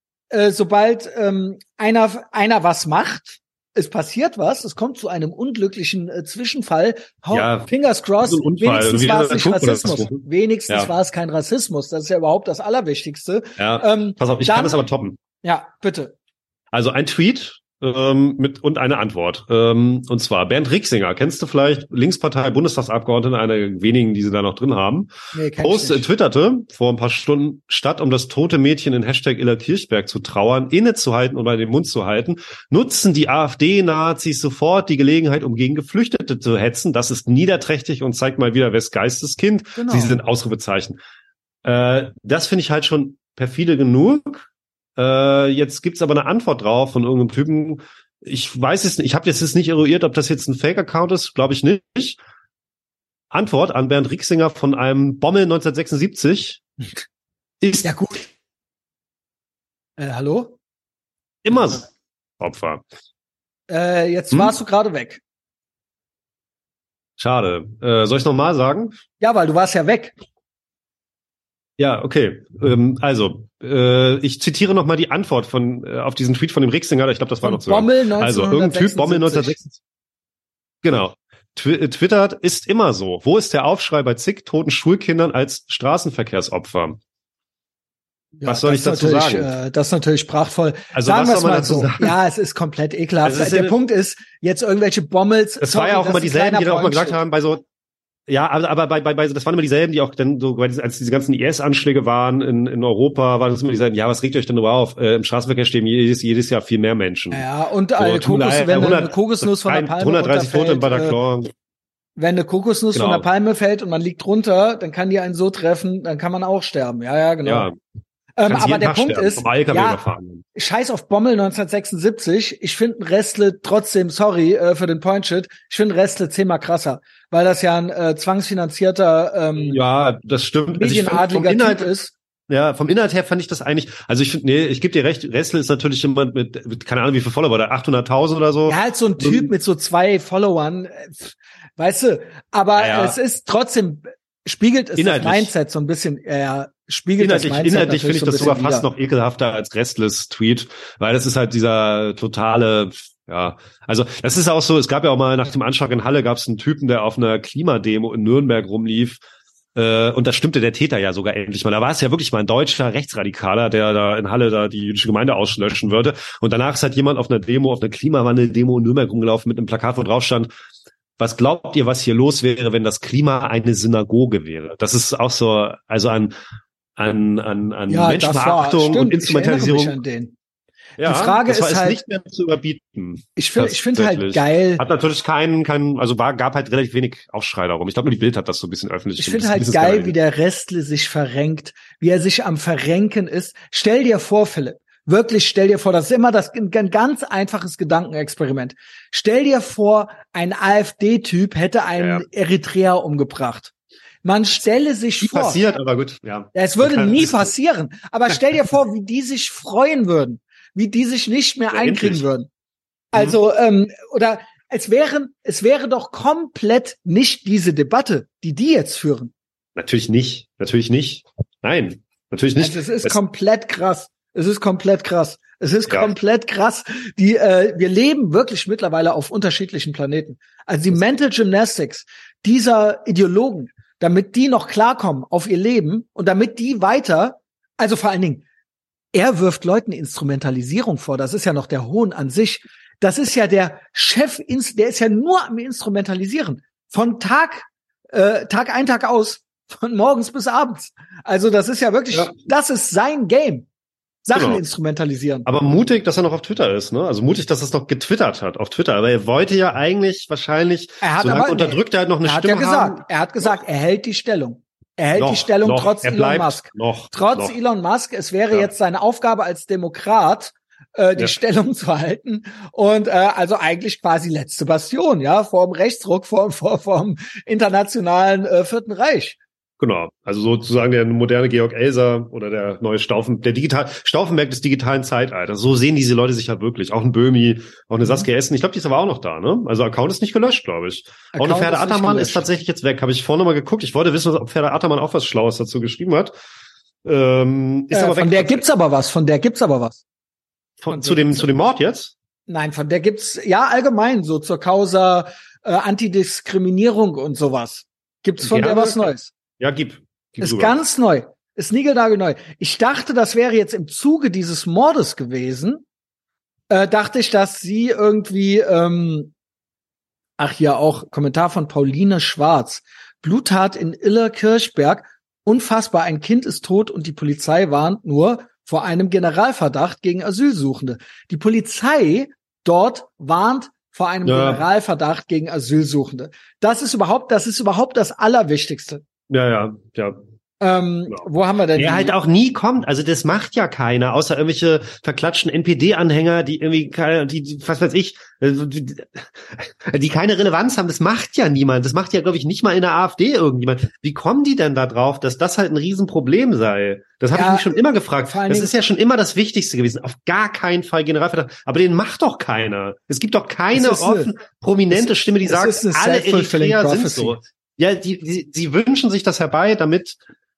einer was macht, es passiert was, es kommt zu einem unglücklichen Zwischenfall. Fingers crossed, so wenigstens war es nicht Rassismus. Wenigstens war es kein Rassismus. Das ist ja überhaupt das Allerwichtigste. Ja, pass auf, ich kann das aber toppen. Ja, bitte. Also ein Tweet und eine Antwort. Und zwar Bernd Rixinger, kennst du vielleicht, Linkspartei, Bundestagsabgeordneter, einer der wenigen, die sie da noch drin haben. Nee, twitterte vor ein paar Stunden, statt um das tote Mädchen in Hashtag Illa Kirchberg zu trauern, innezuhalten oder den Mund zu halten, nutzen die AfD-Nazis sofort die Gelegenheit, um gegen Geflüchtete zu hetzen. Das ist niederträchtig und zeigt mal wieder, wes Geistes Kind. Genau. Sie sind Ausrufezeichen. Das finde ich halt schon perfide genug. Jetzt gibt's aber eine Antwort drauf von irgendeinem Typen. Ich weiß es nicht, ich habe jetzt nicht eruiert, ob das jetzt ein Fake-Account ist, glaube ich nicht. Antwort an Bernd Rixinger von einem Bommel 1976 ist ja gut. Hallo? Immer so Opfer. Jetzt warst du gerade weg. Schade. Soll ich nochmal sagen? Ja, weil du warst ja weg. Ja, okay. Ich zitiere nochmal die Antwort auf diesen Tweet von dem Rixinger. Ich glaube, das war noch so. Also, irgendein Typ, Bommel 1976. Genau. Twittert, ist immer so. Wo ist der Aufschrei bei zig toten Schulkindern als Straßenverkehrsopfer? Ja, was soll ich dazu sagen? Das ist natürlich prachtvoll. Also sagen was soll man dazu so. sagen? Ja, es ist komplett ekelhaft. Also der Punkt ist, jetzt irgendwelche Bommels. Das war ja auch immer dieselben, die dann auch mal gesagt haben, bei so, ja, aber bei das waren immer dieselben, die auch dann so, als diese ganzen IS-Anschläge waren in Europa, waren das immer dieselben, ja, was regt euch denn nur auf? Im Straßenverkehr stehen jedes Jahr viel mehr Menschen. Ja, und eine Kokosnuss von der Palme 130 Tote in Bataclan. Wenn eine Kokosnuss von der Palme fällt und man liegt drunter, dann kann die einen so treffen, dann kann man auch sterben. Ja, genau. Ja. Aber der Punkt ist, scheiß auf Bommel 1976. Ich finde Restle trotzdem, sorry für den Point-Shit, ich finde Restle 10-mal krasser, weil das ja ein zwangsfinanzierter ja, das stimmt. medienadliger Typ ist. Ja, vom Inhalt her fand ich das eigentlich, also ich finde, ich gebe dir recht, Restle ist natürlich jemand mit keine Ahnung, wie viele Follower, da 800.000 oder so. Ja, halt so ein Typ mit so 2 Followern, weißt du, aber es ist trotzdem, spiegelt es inhaltlich das Mindset so ein bisschen, spiegelt das Mindset. Inhaltlich finde ich das sogar fast noch ekelhafter als Restless Tweet, weil das ist halt dieser totale, ja, also das ist auch so, es gab ja auch mal nach dem Anschlag in Halle gab es einen Typen, der auf einer Klimademo in Nürnberg rumlief, und da stimmte der Täter ja sogar endlich mal. Da war es ja wirklich mal ein deutscher Rechtsradikaler, der da in Halle da die jüdische Gemeinde auslöschen würde. Und danach ist halt jemand auf einer Demo, auf einer Klimawandel-Demo in Nürnberg rumgelaufen mit einem Plakat, wo drauf stand: Was glaubt ihr, was hier los wäre, wenn das Klima eine Synagoge wäre? Das ist auch so, also an Menschenverachtung und Instrumentalisierung. Ja, die Frage ist halt nicht mehr zu überbieten. Ich finde halt geil. Hat natürlich gab halt relativ wenig Aufschrei darum. Ich glaube, nur die Bild hat das so ein bisschen öffentlich. Ich finde halt geil, wie der Restle sich verrenkt, wie er sich am Verrenken ist. Stell dir vor, Philipp, wirklich stell dir vor, das ist immer ein ganz einfaches Gedankenexperiment. Stell dir vor, ein AfD-Typ hätte einen Eritreer umgebracht. Man stelle sich vor. Passiert, aber gut, ja. Es würde nie passieren. Aber stell dir vor, wie die sich freuen würden, wie die sich nicht mehr einkriegen würden. Also, oder es wäre doch komplett nicht diese Debatte, die jetzt führen. Natürlich nicht. Nein, natürlich nicht. Also es ist komplett krass. Komplett krass. Wir leben wirklich mittlerweile auf unterschiedlichen Planeten. Also die Mental Gymnastics dieser Ideologen, damit die noch klarkommen auf ihr Leben und damit die weiter, also vor allen Dingen, er wirft Leuten Instrumentalisierung vor. Das ist ja noch der Hohn an sich. Das ist ja der Chef, der ist ja nur am Instrumentalisieren. Von Tag ein, Tag aus, von morgens bis abends. Also das ist ja wirklich, das ist sein Game. Sachen instrumentalisieren. Aber mutig, dass er noch auf Twitter ist, ne? Also mutig, dass er es noch getwittert hat auf Twitter. Aber er wollte ja eigentlich wahrscheinlich, solange unterdrückt er halt noch eine Stimme haben. Er hat gesagt, er hält die Stellung. Er hält die Stellung trotz Elon Musk. Trotz Elon Musk. Es wäre jetzt seine Aufgabe als Demokrat, die Stellung zu halten. Und also eigentlich quasi letzte Bastion, ja, vor dem Rechtsruck, vor dem internationalen Vierten Reich. Genau, also sozusagen der moderne Georg Elser oder der neue Stauffenberg des digitalen Zeitalters. So sehen diese Leute sich ja wirklich. Auch ein Böhmi, auch eine Saskia Essen. Ich glaube, die ist aber auch noch da, ne? Also Account ist nicht gelöscht, glaube ich. Auch eine Ferda Attermann ist tatsächlich jetzt weg. Habe ich vorhin noch mal geguckt. Ich wollte wissen, ob Ferda Attermann auch was Schlaues dazu geschrieben hat. Ist aber weg. Von der gibt's aber was. Zu dem Mord jetzt? Nein, von der gibt's, allgemein, so zur Causa Antidiskriminierung und sowas. Gibt's von der was Neues? Ja, gib ist rüber. Ganz neu. Ist niegelnagelneu. Ich dachte, das wäre jetzt im Zuge dieses Mordes gewesen. Dachte ich, dass sie irgendwie, auch Kommentar von Pauline Schwarz. Bluttat in Illerkirchberg. Unfassbar, ein Kind ist tot und die Polizei warnt nur vor einem Generalverdacht gegen Asylsuchende. Die Polizei dort warnt vor einem Generalverdacht gegen Asylsuchende. Das ist überhaupt das Allerwichtigste. Ja. Wo haben wir denn? Der halt auch nie kommt. Also das macht ja keiner, außer irgendwelche verklatschten NPD-Anhänger, die irgendwie was weiß ich, die keine Relevanz haben. Das macht ja niemand. Das macht ja, glaube ich, nicht mal in der AfD irgendjemand. Wie kommen die denn da drauf, dass das halt ein Riesenproblem sei? Das habe ich mich schon immer gefragt. Das ist ja schon immer das Wichtigste gewesen. Auf gar keinen Fall Generalverdacht. Aber den macht doch keiner. Es gibt doch keine prominente Stimme, die sagt, alle Eritreer sind so. Ja, sie wünschen sich das herbei, damit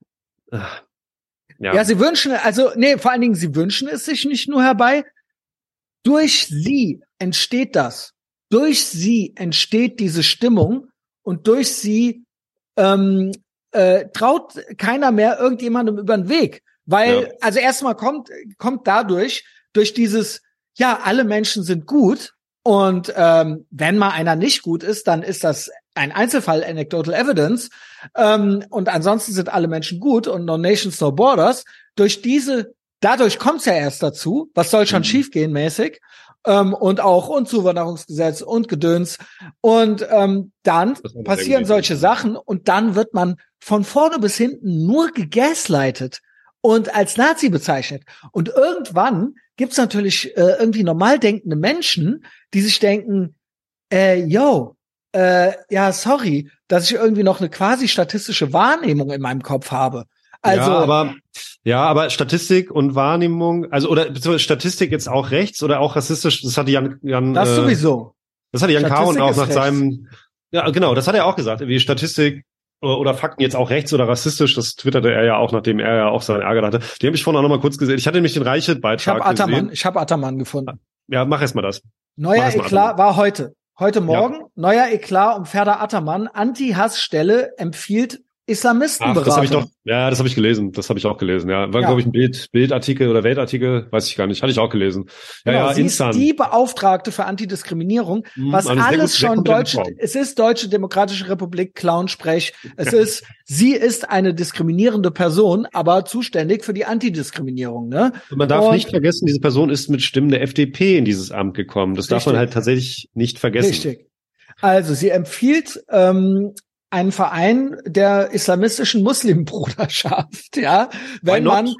sie wünschen, vor allen Dingen, sie wünschen es sich nicht nur herbei. Durch sie entsteht das. Durch sie entsteht diese Stimmung und durch sie traut keiner mehr irgendjemandem über den Weg. Weil, also erstmal kommt durch dieses, ja, alle Menschen sind gut und wenn mal einer nicht gut ist, dann ist das ein Einzelfall, Anecdotal Evidence, und ansonsten sind alle Menschen gut und no nations, no borders. Dadurch kommt es ja erst dazu, was soll schon schiefgehen mäßig, und auch Unzuwanderungsgesetz und Gedöns. Und dann passieren solche Sachen und dann wird man von vorne bis hinten nur gegaslightet und als Nazi bezeichnet. Und irgendwann gibt's natürlich irgendwie normal denkende Menschen, die sich denken, ja, sorry, dass ich irgendwie noch eine quasi statistische Wahrnehmung in meinem Kopf habe. Also, aber Statistik und Wahrnehmung, also oder beziehungsweise Statistik jetzt auch rechts oder auch rassistisch, das hatte Jan das sowieso. Das hatte Jan Karon auch nach rechts. seinem, ja genau, das hat er auch gesagt, wie Statistik oder Fakten jetzt auch rechts oder rassistisch, das twitterte er ja auch, nachdem er ja auch seinen Ärger hatte. Die habe ich vorhin auch noch mal kurz gesehen. Ich hatte nämlich den Reichelt-Beitrag gesehen. Ich habe Ataman gefunden. Ja, mach erst mal das. Neuer Eklat war heute Morgen, neuer Eklat um Ferda Ataman, Anti-Hass-Stelle empfiehlt Islamistenberatung. Das habe ich gelesen. Das habe ich auch gelesen. Ja, war glaube ich ein Bildartikel oder Weltartikel, weiß ich gar nicht. Hatte ich auch gelesen. Ja, sie ist die Beauftragte für Antidiskriminierung, was alles schon es ist Deutsche Demokratische Republik Clownsprech. Sie ist eine diskriminierende Person, aber zuständig für die Antidiskriminierung, ne? Und man darf nicht vergessen, diese Person ist mit Stimmen der FDP in dieses Amt gekommen. Das darf man halt tatsächlich nicht vergessen. Richtig. Also, sie empfiehlt, einen Verein der islamistischen Muslimbruderschaft, ja, wenn man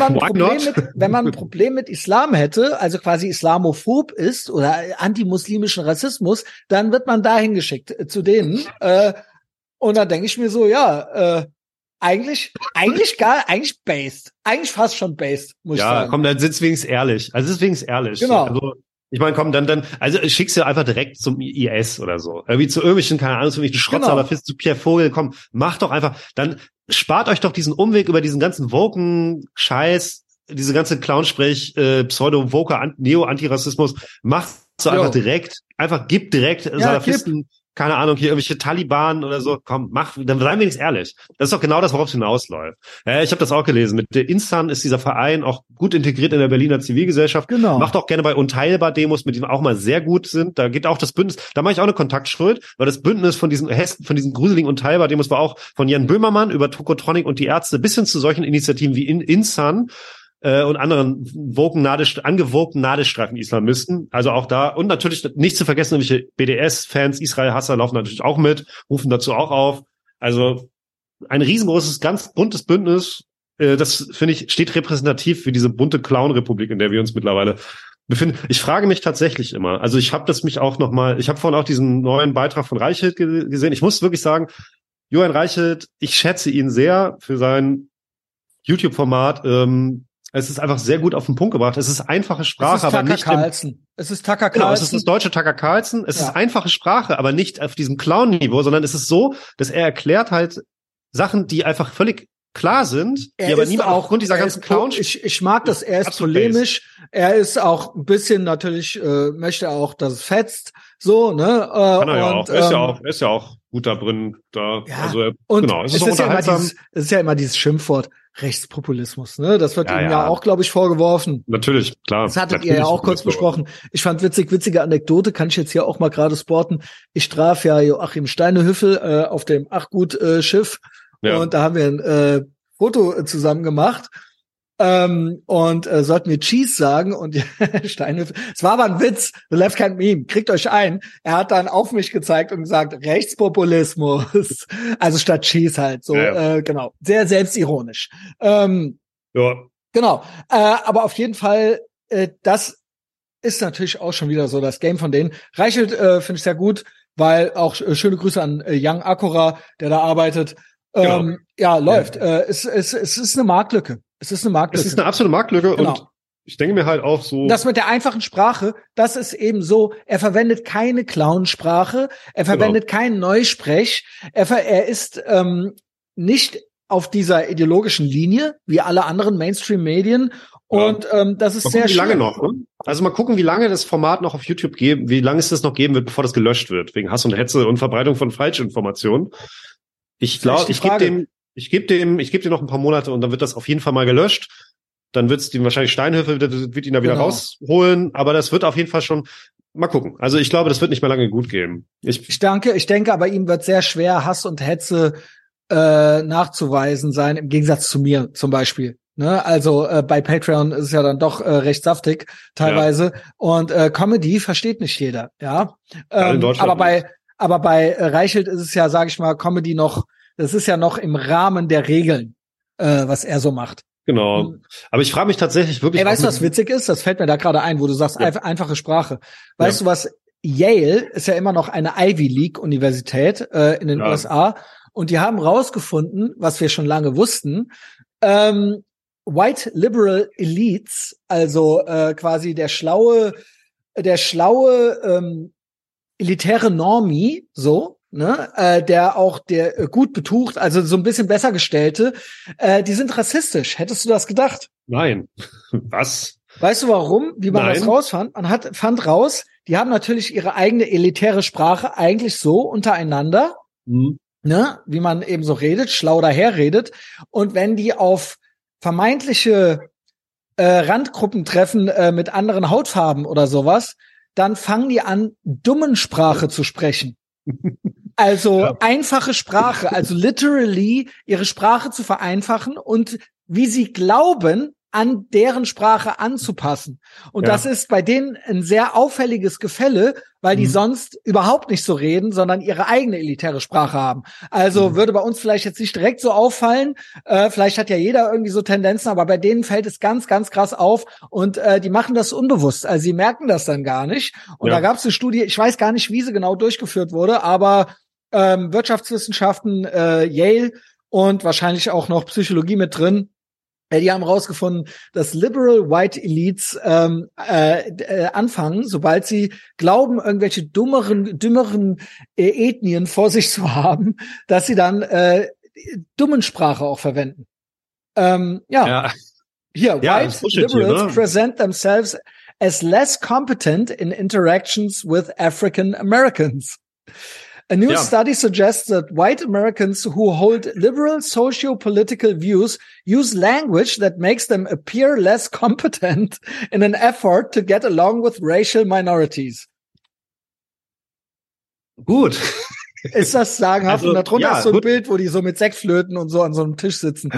ein Problem mit Islam hätte, also quasi islamophob ist oder antimuslimischen Rassismus, dann wird man dahin geschickt zu denen. Und da denke ich mir so, eigentlich based. Eigentlich fast schon based, muss ich sagen. Ja, komm, dann sind's wenigstens ehrlich. Also es ist wenigstens ehrlich. Genau. Also, ich meine, komm, also schick's ja einfach direkt zum IS oder so. Irgendwie zu irgendwelchen, keine Ahnung, zu irgendwelchen Schrottsalafisten, zu Pierre Vogel, komm, macht doch einfach, dann spart euch doch diesen Umweg über diesen ganzen Woken-Scheiß, diese ganze Clownsprech, Pseudo-Woker, Neo-Antirassismus, macht so einfach direkt, gibt direkt Salafisten, keine Ahnung, hier irgendwelche Taliban oder so, komm, dann seien wir wenigstens ehrlich. Das ist doch genau das, worauf es hinausläuft. Ich habe das auch gelesen. Mit der Insan ist dieser Verein auch gut integriert in der Berliner Zivilgesellschaft. Genau. Macht auch gerne bei Unteilbar-Demos, mit denen auch mal sehr gut sind. Da geht auch das Bündnis, da mache ich auch eine Kontaktschuld, weil das Bündnis von diesen gruseligen Unteilbar-Demos war auch von Jan Böhmermann über Tokotronic und die Ärzte bis hin zu solchen Initiativen wie Insan und anderen angewogten Nadelstreifen-Islamisten. Also auch da. Und natürlich nicht zu vergessen, welche BDS-Fans, Israel-Hasser laufen natürlich auch mit, rufen dazu auch auf. Also ein riesengroßes, ganz buntes Bündnis. Das, finde ich, steht repräsentativ für diese bunte Clown-Republik, in der wir uns mittlerweile befinden. Ich frage mich tatsächlich immer, also ich habe vorhin auch diesen neuen Beitrag von Reichelt gesehen. Ich muss wirklich sagen, Johann Reichelt, ich schätze ihn sehr für sein YouTube-Format. Es ist einfach sehr gut auf den Punkt gebracht. Es ist einfache Sprache, aber nicht Es ist Tucker Carlson. Genau, es ist das deutsche Tucker Carlson. Es ist einfache Sprache, aber nicht auf diesem Clown-Niveau, sondern es ist so, dass er erklärt halt Sachen, die einfach völlig klar sind, die aber niemand aufgrund dieser ganzen Clown. Ich mag das, er ist polemisch. Er ist auch ein bisschen natürlich, möchte auch, dass es fetzt. So, ne? Kann er ja auch. Er ist ja auch gut da drin. Genau. Es ist ja immer dieses Schimpfwort. Rechtspopulismus, ne? Das wird ihm ja auch, glaube ich, vorgeworfen. Natürlich, klar. Das hattet ihr ja auch kurz besprochen. Ich fand witzige Anekdote, kann ich jetzt hier auch mal gerade sporten. Ich traf ja Joachim Steinehüffel auf dem Schiff und da haben wir ein Foto zusammen gemacht. Und sollten wir Cheese sagen und Steinhöfel, es war aber ein Witz, the left can't meme, kriegt euch ein. Er hat dann auf mich gezeigt und gesagt, Rechtspopulismus, also statt Cheese halt, so, genau, sehr selbstironisch. Genau, aber auf jeden Fall, das ist natürlich auch schon wieder so das Game von denen. Reichelt finde ich sehr gut, weil auch schöne Grüße an Young Akora, der da arbeitet. Läuft. Es ist eine Marktlücke. Es ist eine absolute Marktlücke und ich denke mir halt auch so. Das mit der einfachen Sprache, das ist eben so, er verwendet keine Clownsprache, er verwendet keinen Neusprech, er ist nicht auf dieser ideologischen Linie, wie alle anderen Mainstream-Medien. Und das ist sehr schön. Wie lange noch? Ne? Also mal gucken, wie lange das Format noch auf YouTube wie lange es das noch geben wird, bevor das gelöscht wird, wegen Hass und Hetze und Verbreitung von Falschinformationen. Ich glaube, ich Ich gebe dem noch ein paar Monate und dann wird das auf jeden Fall mal gelöscht. Dann wird's ihm wahrscheinlich Steinhöfe, wird ihn da wieder rausholen. Aber das wird auf jeden Fall schon, mal gucken. Also ich glaube, das wird nicht mehr lange gut gehen. Ich denke, aber ihm wird sehr schwer, Hass und Hetze nachzuweisen sein, im Gegensatz zu mir zum Beispiel. Ne? Also bei Patreon ist es ja dann doch recht saftig teilweise. Ja. Und Comedy versteht nicht jeder, ja. In Deutschland aber bei Reichelt ist es ja, sage ich mal, Comedy noch, das ist ja noch im Rahmen der Regeln, was er so macht. Genau. Aber ich frage mich tatsächlich wirklich. Ey, weißt du, was witzig ist? Das fällt mir da gerade ein, wo du sagst, einfache Sprache. Weißt du was? Yale ist ja immer noch eine Ivy League Universität in den USA. Und die haben rausgefunden, was wir schon lange wussten, White Liberal Elites, also quasi der schlaue elitäre Normie, so, ne, der gut betucht, also so ein bisschen besser gestellte, die sind rassistisch. Hättest du das gedacht? Nein. Was? Weißt du warum? Wie man das rausfand? Fand raus, die haben natürlich ihre eigene elitäre Sprache eigentlich so untereinander, ne, wie man eben so redet, schlau daherredet. Und wenn die auf vermeintliche Randgruppen treffen mit anderen Hautfarben oder sowas, dann fangen die an, dummen Sprache zu sprechen. Also einfache Sprache, also literally ihre Sprache zu vereinfachen und wie sie glauben, an deren Sprache anzupassen. Und das ist bei denen ein sehr auffälliges Gefälle, weil die sonst überhaupt nicht so reden, sondern ihre eigene elitäre Sprache haben. Also würde bei uns vielleicht jetzt nicht direkt so auffallen. Vielleicht hat ja jeder irgendwie so Tendenzen, aber bei denen fällt es ganz, ganz krass auf. Und die machen das unbewusst. Also sie merken das dann gar nicht. Und da gab es eine Studie, ich weiß gar nicht, wie sie genau durchgeführt wurde, aber Wirtschaftswissenschaften, Yale und wahrscheinlich auch noch Psychologie mit drin. Die haben rausgefunden, dass Liberal White Elites anfangen, sobald sie glauben, irgendwelche dümmeren Ethnien vor sich zu haben, dass sie dann dummen Sprache auch verwenden. Hier, White Liberals present themselves as less competent in interactions with African Americans. A new study suggests that white Americans who hold liberal socio-political views use language that makes them appear less competent in an effort to get along with racial minorities. Gut. Ist das sagenhaft? Und darunter ist so ein Bild, wo die so mit Sektflöten und so an so einem Tisch sitzen.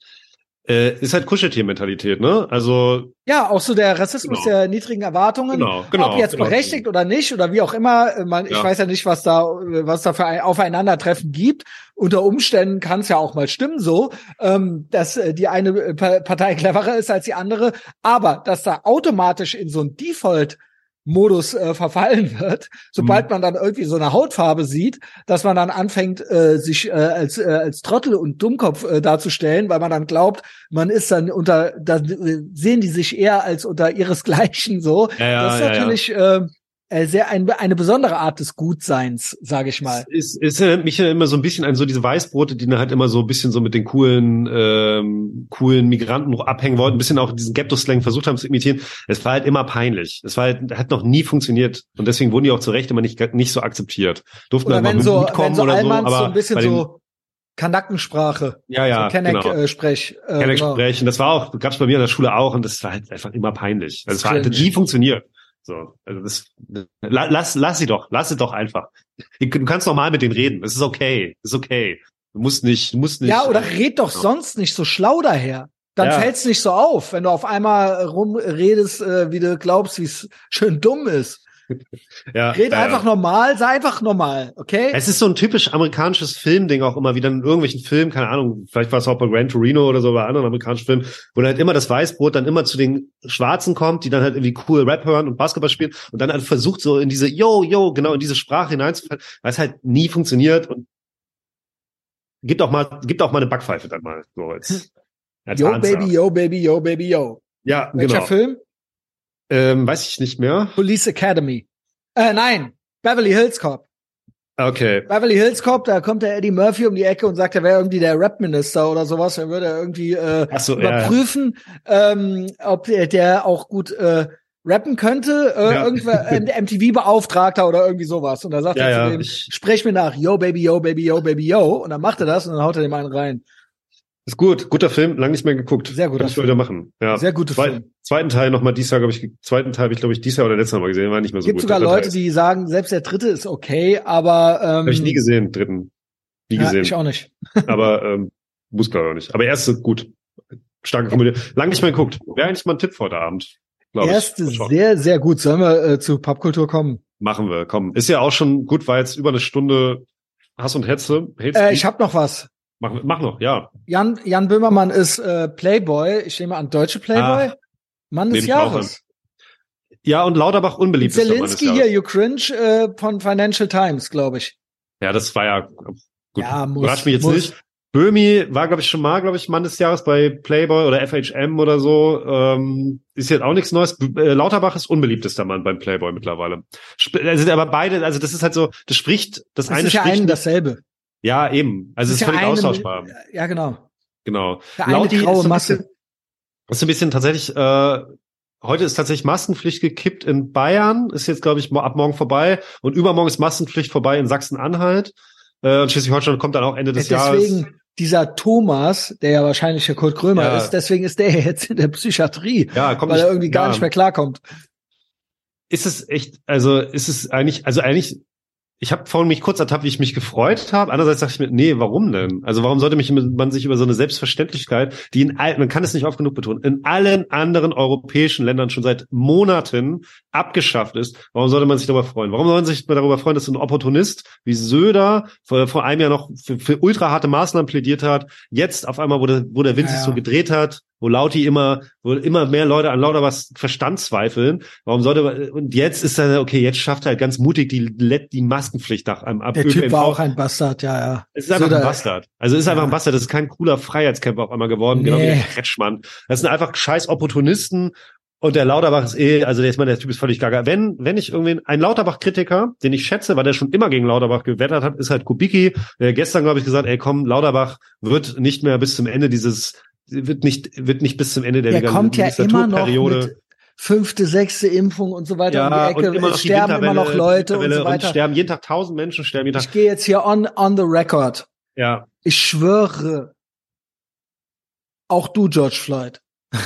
Ist halt Kuscheltier-Mentalität, ne? Also ja, auch so der Rassismus der niedrigen Erwartungen, ob jetzt berechtigt oder nicht oder wie auch immer. Ich weiß ja nicht, was da für ein Aufeinandertreffen gibt. Unter Umständen kann es ja auch mal stimmen, so, dass die eine Partei cleverer ist als die andere, aber dass da automatisch in so ein Default-Modus verfallen wird, sobald man dann irgendwie so eine Hautfarbe sieht, dass man dann anfängt, sich als Trottel und Dummkopf darzustellen, weil man dann glaubt, man ist dann da sehen die sich eher als unter ihresgleichen so. Das ist natürlich eine besondere Art des Gutseins, sage ich mal. Es erinnert mich ja immer so ein bisschen an so diese Weißbrote, die dann halt immer so ein bisschen so mit den coolen Migranten noch abhängen wollten, ein bisschen auch diesen Ghetto-Slang versucht haben zu imitieren. Es war halt immer peinlich. Es war halt, hat noch nie funktioniert. Und deswegen wurden die auch zu Recht immer nicht so akzeptiert. Durften oder halt mal mitkommen wenn so oder so. Aber so ein bisschen so Kanackensprache. Ja, so Kenneck-Sprech. Kenneck-Sprech. Und das gab's bei mir in der Schule auch und das war halt einfach immer peinlich. Also es hat nie funktioniert. So, also lass sie doch einfach. Du kannst normal mit denen reden. Es ist okay. Du musst nicht. Ja, oder red doch sonst nicht so schlau daher. Dann fällt's nicht so auf, wenn du auf einmal rumredest, wie du glaubst, wie es schön dumm ist. Red einfach normal, sei einfach normal, okay? Es ist so ein typisch amerikanisches Filmding auch immer wieder in irgendwelchen Filmen, keine Ahnung, vielleicht war es auch bei Gran Torino oder so, bei anderen amerikanischen Filmen, wo halt immer das Weißbrot dann immer zu den Schwarzen kommt, die dann halt irgendwie cool Rap hören und Basketball spielen und dann halt versucht so in diese genau in diese Sprache hineinzufallen, weil es halt nie funktioniert und gibt auch mal eine Backpfeife dann mal so als Yo Baby, yo Baby, yo Baby, yo. Ja, welcher Film? Weiß ich nicht mehr. Police Academy. Nein, Beverly Hills Cop. Okay. Beverly Hills Cop, da kommt der Eddie Murphy um die Ecke und sagt, er wäre irgendwie der Rap-Minister oder sowas. Er würde irgendwie überprüfen, ob der auch gut rappen könnte. Irgendwer MTV-Beauftragter oder irgendwie sowas. Und da sagt er zu dem, sprech mir nach, yo Baby, yo Baby, yo Baby, yo. Und dann macht er das und dann haut er dem einen rein. Ist gut, guter Film, lang nicht mehr geguckt. Sehr guter Kann ich mal wieder machen. Ja. Sehr guter Film. Zweiten Teil nochmal dieses Jahr, zweiten Teil habe ich, glaube ich, dieses Jahr oder letztes Jahr mal gesehen, war nicht mehr so Gibt gut. sogar Leute, die sagen, selbst der dritte ist okay, aber habe ich nie gesehen, dritten. Nie gesehen. Ich auch nicht. Aber muss glaube ich auch nicht. Aber erste gut. Starke Komödie. Lang nicht mehr geguckt. Wäre eigentlich mal ein Tipp für heute Abend. Erste sehr, sehr gut. Sollen wir zu Popkultur kommen? Machen wir, komm. Ist ja auch schon gut, war jetzt über eine Stunde Hass und Hetze. Ich habe noch was. Mach noch, ja. Jan Böhmermann ist Playboy. Ich nehme an, deutsche Playboy. Mann des Jahres. Ja, und Lauterbach unbeliebt. Zelensky hier, You Cringe von Financial Times, glaube ich. Ja, das war ja gut. Ja, überrascht mich jetzt nicht. Böhmi war, glaube ich, schon mal, Mann des Jahres bei Playboy oder FHM oder so. Ist jetzt auch nichts Neues. Lauterbach ist unbeliebtester Mann beim Playboy mittlerweile. Also, aber beide, also das ist halt so, das ist ja einen dasselbe. Ja, eben. Also es ist völlig austauschbar. Ja, genau. Genau. Eine graue Masse. Das ist ein bisschen tatsächlich, heute ist tatsächlich Maskenpflicht gekippt in Bayern, ist jetzt, glaube ich, ab morgen vorbei. Und übermorgen ist Maskenpflicht vorbei in Sachsen-Anhalt. Und Schleswig-Holstein kommt dann auch Ende des Jahres. Deswegen dieser Thomas, der ja wahrscheinlich der Kurt Krömer ist, deswegen ist der jetzt in der Psychiatrie, weil er irgendwie gar nicht mehr klarkommt. Ist es echt, also ist es eigentlich, ich habe vorhin mich kurz ertappt, wie ich mich gefreut habe. Andererseits dachte ich mir, nee, warum denn? Also warum sollte man sich über so eine Selbstverständlichkeit, die man kann es nicht oft genug betonen, in allen anderen europäischen Ländern schon seit Monaten abgeschafft ist, warum sollte man sich darüber freuen? Warum sollte man sich darüber freuen, dass so ein Opportunist wie Söder vor einem Jahr noch für ultra harte Maßnahmen plädiert hat, jetzt auf einmal, wo der Wind sich so gedreht hat, wo immer mehr Leute an Lauterbachs Verstand zweifeln. Warum sollte und jetzt ist er, okay, jetzt schafft er halt ganz mutig die Maskenpflicht nach einem Der Typ war auch ein Bastard, ja. Es ist einfach ein Bastard. Also es ist einfach ein Bastard. Das ist kein cooler Freiheitskämpfer auf einmal geworden, genau wie der Kretschmann. Das sind einfach scheiß Opportunisten. Und der Lauterbach ist der Typ ist völlig gaga. Wenn ich irgendwie ein Lauterbach-Kritiker, den ich schätze, weil der schon immer gegen Lauterbach gewettert hat, ist halt Kubicki, der gestern, glaube ich, gesagt, ey komm, Lauterbach wird nicht mehr bis zum Ende wird nicht bis zum Ende der Legislaturperiode. Kommt ja immer noch mit 5., 6. Impfung und so weiter um die Ecke. Es sterben immer noch Leute und so weiter. Und sterben jeden Tag 1000 Menschen, sterben jeden Tag. Ich gehe jetzt hier on the record. Ja. Ich schwöre, auch du, George Floyd.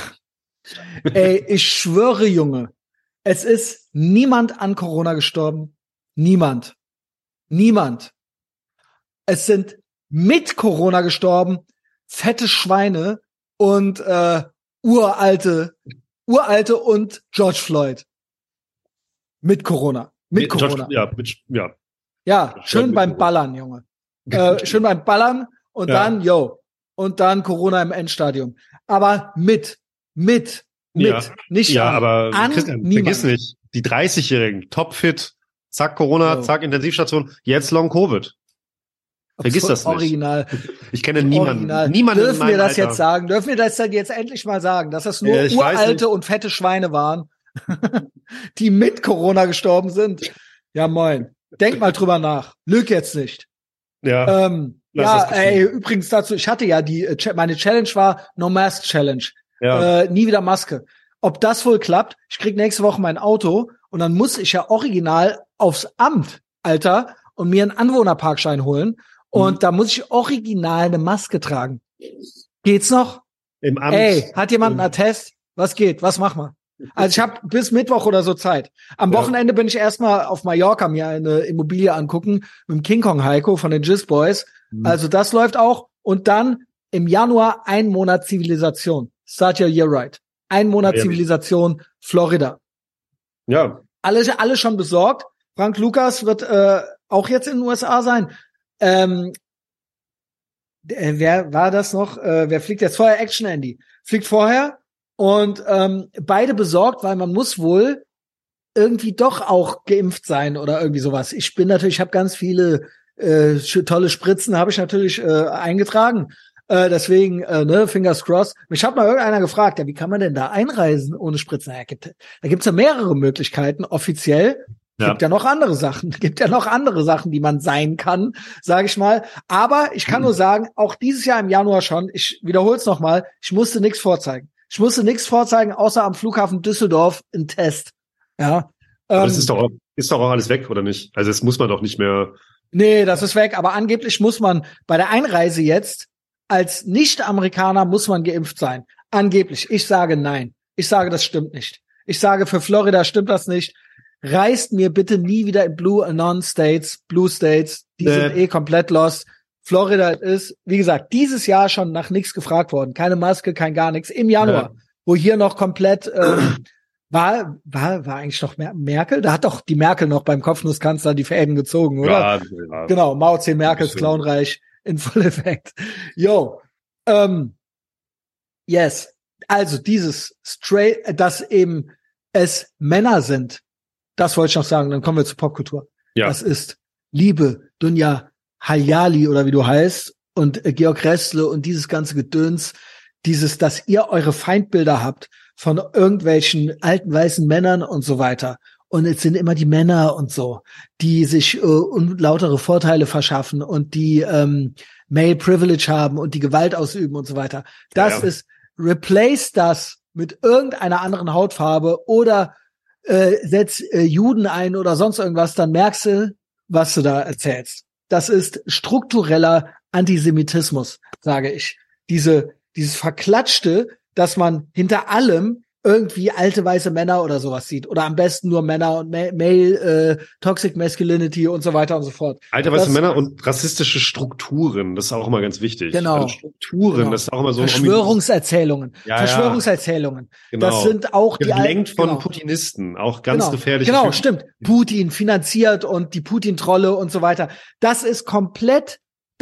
Ey, ich schwöre, Junge, es ist niemand an Corona gestorben. Niemand. Es sind mit Corona gestorben fette Schweine und uralte und George Floyd. Mit Corona. Ja, schön beim Ballern, Junge. Schön beim Ballern und dann Corona im Endstadium. Aber nicht aber Christian, vergiss nicht, die 30-Jährigen, topfit, zack Corona, zack Intensivstation, jetzt Long Covid. Vergiss das nicht. Original. Ich kenne niemanden. Dürfen wir das jetzt sagen? Dürfen wir das dann jetzt endlich mal sagen, dass das nur uralte und fette Schweine waren, die mit Corona gestorben sind? Ja, moin. Denk mal drüber nach. Lüg jetzt nicht. Ja. Übrigens dazu, ich hatte ja meine Challenge war No Mask Challenge. Ja. Nie wieder Maske. Ob das wohl klappt? Ich krieg nächste Woche mein Auto und dann muss ich ja original aufs Amt, Alter, und mir einen Anwohnerparkschein holen. Und da muss ich original eine Maske tragen. Geht's noch? Im Amt. Ey, hat jemand einen Attest? Was geht? Was machen wir? Also ich habe bis Mittwoch oder so Zeit. Am Wochenende bin ich erstmal auf Mallorca mir eine Immobilie angucken mit dem King Kong Heiko von den Jizz Boys. Also das läuft auch. Und dann im Januar 1 Monat Zivilisation. Start your year right. 1 Monat Zivilisation, Florida. Ja. Alle schon besorgt. Frank Lucas wird auch jetzt in den USA sein. Wer war das noch? Wer fliegt jetzt vorher? Action Andy. Fliegt vorher und beide besorgt, weil man muss wohl irgendwie doch auch geimpft sein oder irgendwie sowas. Ich habe ganz viele tolle Spritzen, habe ich natürlich eingetragen. Deswegen, fingers crossed. Mich hat mal irgendeiner gefragt, ja, wie kann man denn da einreisen ohne Spritzen? Da gibt's ja mehrere Möglichkeiten. Offiziell gibt ja noch andere Sachen. Die man sein kann, sage ich mal. Aber ich kann nur sagen, auch dieses Jahr im Januar schon, ich wiederhole es nochmal, ich musste nichts vorzeigen. Außer am Flughafen Düsseldorf einen Test. Ja. Aber das ist doch auch alles weg, oder nicht? Also das muss man doch nicht mehr. Nee, das ist weg. Aber angeblich muss man bei der Einreise jetzt als Nicht-Amerikaner muss man geimpft sein. Angeblich. Ich sage nein. Ich sage, das stimmt nicht. Ich sage, für Florida stimmt das nicht. Reist mir bitte nie wieder in Blue States. Die sind komplett lost. Florida ist, wie gesagt, dieses Jahr schon nach nichts gefragt worden. Keine Maske, kein gar nichts. Im Januar, wo hier noch komplett war eigentlich noch Merkel? Da hat doch die Merkel noch beim Kopfnusskanzler die Fäden gezogen, oder? Ja. Genau, Mao C. Merkels Clownreich in Full Effect. Yo. Yes. Also dieses dass eben es Männer sind, das wollte ich noch sagen, dann kommen wir zur Popkultur. Ja. Das ist Liebe, Dunja Hayali oder wie du heißt und Georg Restle und dieses ganze Gedöns, dass ihr eure Feindbilder habt von irgendwelchen alten weißen Männern und so weiter. Und es sind immer die Männer und so, die sich unlautere Vorteile verschaffen und die Male Privilege haben und die Gewalt ausüben und so weiter. Das ist, replace das mit irgendeiner anderen Hautfarbe oder setz Juden ein oder sonst irgendwas, dann merkst du, was du da erzählst. Das ist struktureller Antisemitismus, sage ich. Dieses Verklatschte, dass man hinter allem irgendwie alte weiße Männer oder sowas sieht. Oder am besten nur Männer und Male, Toxic Masculinity und so weiter und so fort. Alte weiße Männer und rassistische Strukturen, das ist auch immer ganz wichtig. Genau. Also Strukturen, das ist auch immer so. Verschwörungserzählungen. Verschwörungserzählungen. Genau. Das sind auch die gelenkt von Putinisten, auch ganz gefährliche. Genau, stimmt. Putin finanziert und die Putin-Trolle und so weiter. Das ist komplett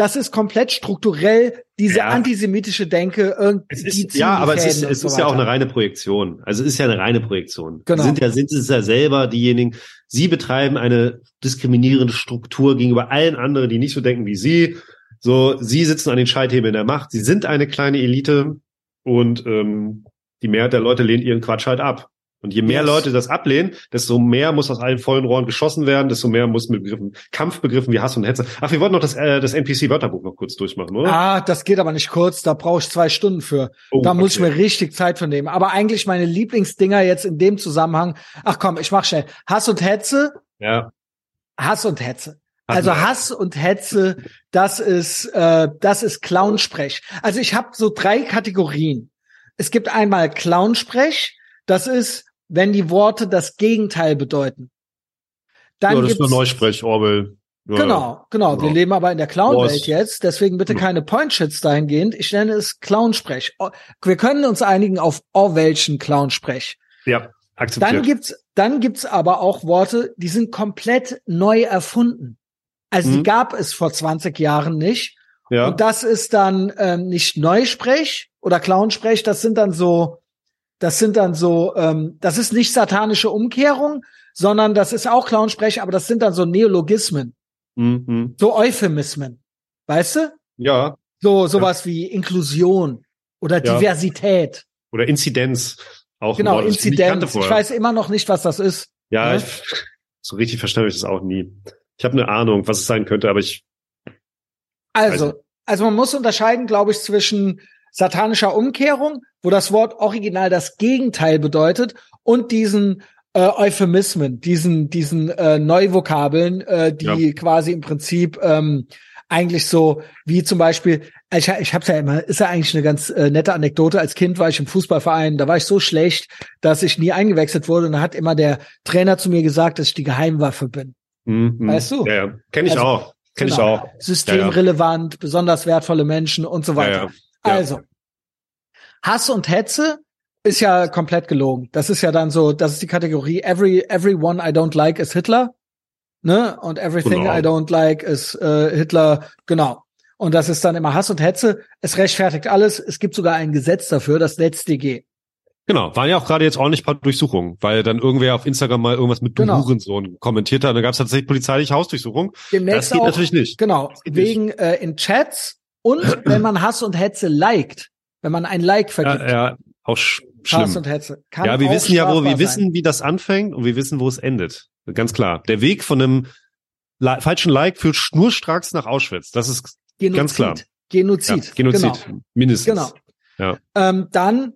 strukturell diese antisemitische Denke irgendwie. Aber es ist ja auch eine reine Projektion. Also es ist ja eine reine Projektion. Genau. Sind es ja selber diejenigen, sie betreiben eine diskriminierende Struktur gegenüber allen anderen, die nicht so denken wie sie. So, sie sitzen an den Schalthebeln der Macht. Sie sind eine kleine Elite und die Mehrheit der Leute lehnt ihren Quatsch halt ab. Und je mehr Leute das ablehnen, desto mehr muss aus allen vollen Rohren geschossen werden, desto mehr muss mit Kampfbegriffen wie Hass und Hetze. Ach, wir wollten noch das NPC-Wörterbuch noch kurz durchmachen, oder? Das geht aber nicht kurz, da brauche ich 2 Stunden für. Da muss ich mir richtig Zeit für nehmen. Aber eigentlich meine Lieblingsdinger jetzt in dem Zusammenhang, ach komm, ich mach schnell. Hass und Hetze. Ja. Hass und Hetze. Also Hass und Hetze, das ist Clownsprech. Also ich habe so 3 Kategorien. Es gibt einmal Clownsprech, das ist, wenn die Worte das Gegenteil bedeuten. Dann das ist nur Neusprech, Orwell. Ja, genau. Wir leben aber in der Clown-Welt jetzt, deswegen bitte keine Point-Shits dahingehend. Ich nenne es Clownsprech. Wir können uns einigen auf Orwellschen Clownsprech. Ja, akzeptiert. Dann gibt's aber auch Worte, die sind komplett neu erfunden. Also die gab es vor 20 Jahren nicht. Ja. Und das ist dann nicht Neusprech oder Clownsprech, das ist nicht satanische Umkehrung, sondern das ist auch Clownsprech, aber das sind dann so Neologismen. So Euphemismen. Weißt du? Ja. Sowas wie Inklusion oder Diversität. Oder Inzidenz. Auch genau, Inzidenz. Ich weiß immer noch nicht, was das ist. Ja, so richtig verstanden habe ich das auch nie. Ich habe eine Ahnung, was es sein könnte, aber Also man muss unterscheiden, glaube ich, zwischen satanischer Umkehrung, wo das Wort original das Gegenteil bedeutet, und diesen Euphemismen, diesen Neuvokabeln, die quasi im Prinzip eigentlich so wie zum Beispiel, ich hab's ja immer, ist ja eigentlich eine ganz nette Anekdote. Als Kind war ich im Fußballverein, da war ich so schlecht, dass ich nie eingewechselt wurde, und da hat immer der Trainer zu mir gesagt, dass ich die Geheimwaffe bin. Weißt du? Ja, kenn ich auch. Ich auch. Systemrelevant, besonders wertvolle Menschen und so weiter. Ja. Also, Hass und Hetze ist ja komplett gelogen. Das ist ja dann so, das ist die Kategorie everyone I don't like is Hitler, ne? Und everything I don't like is Hitler, genau. Und das ist dann immer Hass und Hetze. Es rechtfertigt alles. Es gibt sogar ein Gesetz dafür, das NetzDG. Genau, waren ja auch gerade jetzt ordentlich paar Durchsuchungen, weil dann irgendwer auf Instagram mal irgendwas mit Hurensohn kommentiert hat. Und dann gab es tatsächlich polizeiliche Hausdurchsuchung. Demnächst das geht natürlich nicht. Genau, wegen in Chats und wenn man Hass und Hetze liked, wenn man ein Like vergibt. Ja, auch schlimm. Hass und Hetze. Wir wissen ja, wir wissen, wie das anfängt, und wir wissen, wo es endet. Ganz klar. Der Weg von einem falschen Like führt schnurstracks nach Auschwitz. Das ist ganz klar. Genozid. Ja, Genozid, genau. Mindestens. Genau. Ja. Dann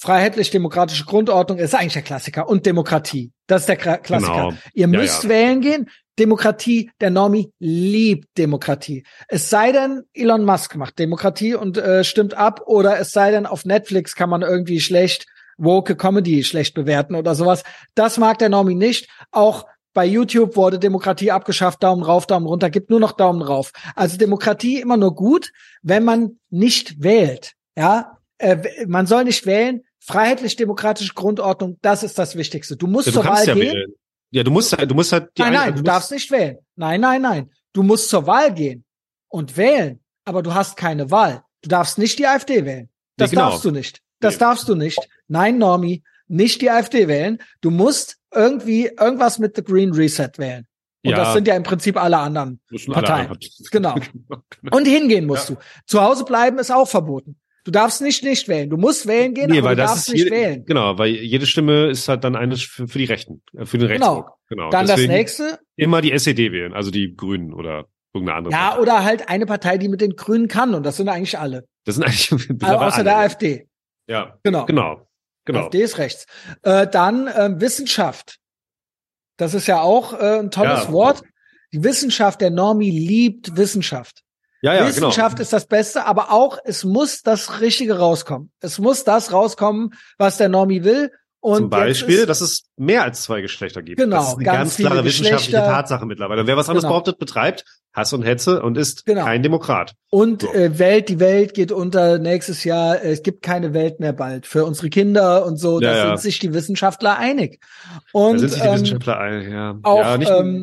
Freiheitlich-demokratische Grundordnung ist eigentlich der Klassiker und Demokratie. Das ist der Klassiker. Genau. Ihr müsst wählen gehen. Demokratie, der Normie liebt Demokratie. Es sei denn, Elon Musk macht Demokratie und stimmt ab, oder es sei denn, auf Netflix kann man irgendwie schlecht woke Comedy schlecht bewerten oder sowas. Das mag der Normie nicht. Auch bei YouTube wurde Demokratie abgeschafft, Daumen rauf, Daumen runter, gibt nur noch Daumen rauf. Also Demokratie immer nur gut, wenn man nicht wählt. Ja, man soll nicht wählen. Freiheitlich-demokratische Grundordnung, das ist das Wichtigste. Du musst zur Wahl gehen. Wählen. Ja, du musst halt. Nein, du darfst nicht wählen. Nein. Du musst zur Wahl gehen und wählen, aber du hast keine Wahl. Du darfst nicht die AfD wählen. Das darfst du nicht. Das darfst du nicht. Nein, Normie, nicht die AfD wählen. Du musst irgendwie irgendwas mit The Green Reset wählen. Und das sind ja im Prinzip alle anderen Parteien. Genau. Und hingehen musst du. Zu Hause bleiben ist auch verboten. Du darfst nicht wählen. Du musst wählen gehen, aber du darfst nicht wählen. Genau, weil jede Stimme ist halt dann eine für die Rechten, für den Rechtsruck. Genau. Dann deswegen das nächste. Immer die SED wählen, also die Grünen oder irgendeine andere Partei. Ja, oder halt eine Partei, die mit den Grünen kann. Und das sind eigentlich alle. Das sind eigentlich außer alle. Der AfD. Ja, genau. AfD ist rechts. Dann Wissenschaft. Das ist ja auch ein tolles Wort. Die Wissenschaft, der Normie liebt Wissenschaft. Ja, Wissenschaft ist das Beste, aber auch, es muss das Richtige rauskommen. Es muss das rauskommen, was der Normie will. Und zum Beispiel, dass es mehr als 2 Geschlechter gibt. Genau, das ist eine ganz klare wissenschaftliche Tatsache mittlerweile. Und wer was anderes behauptet, betreibt Hass und Hetze und ist kein Demokrat. Und die Welt geht unter nächstes Jahr. Es gibt keine Welt mehr bald für unsere Kinder und so. Da sind sich die Wissenschaftler einig. Und da sind sich die Wissenschaftler einig, ja. Auch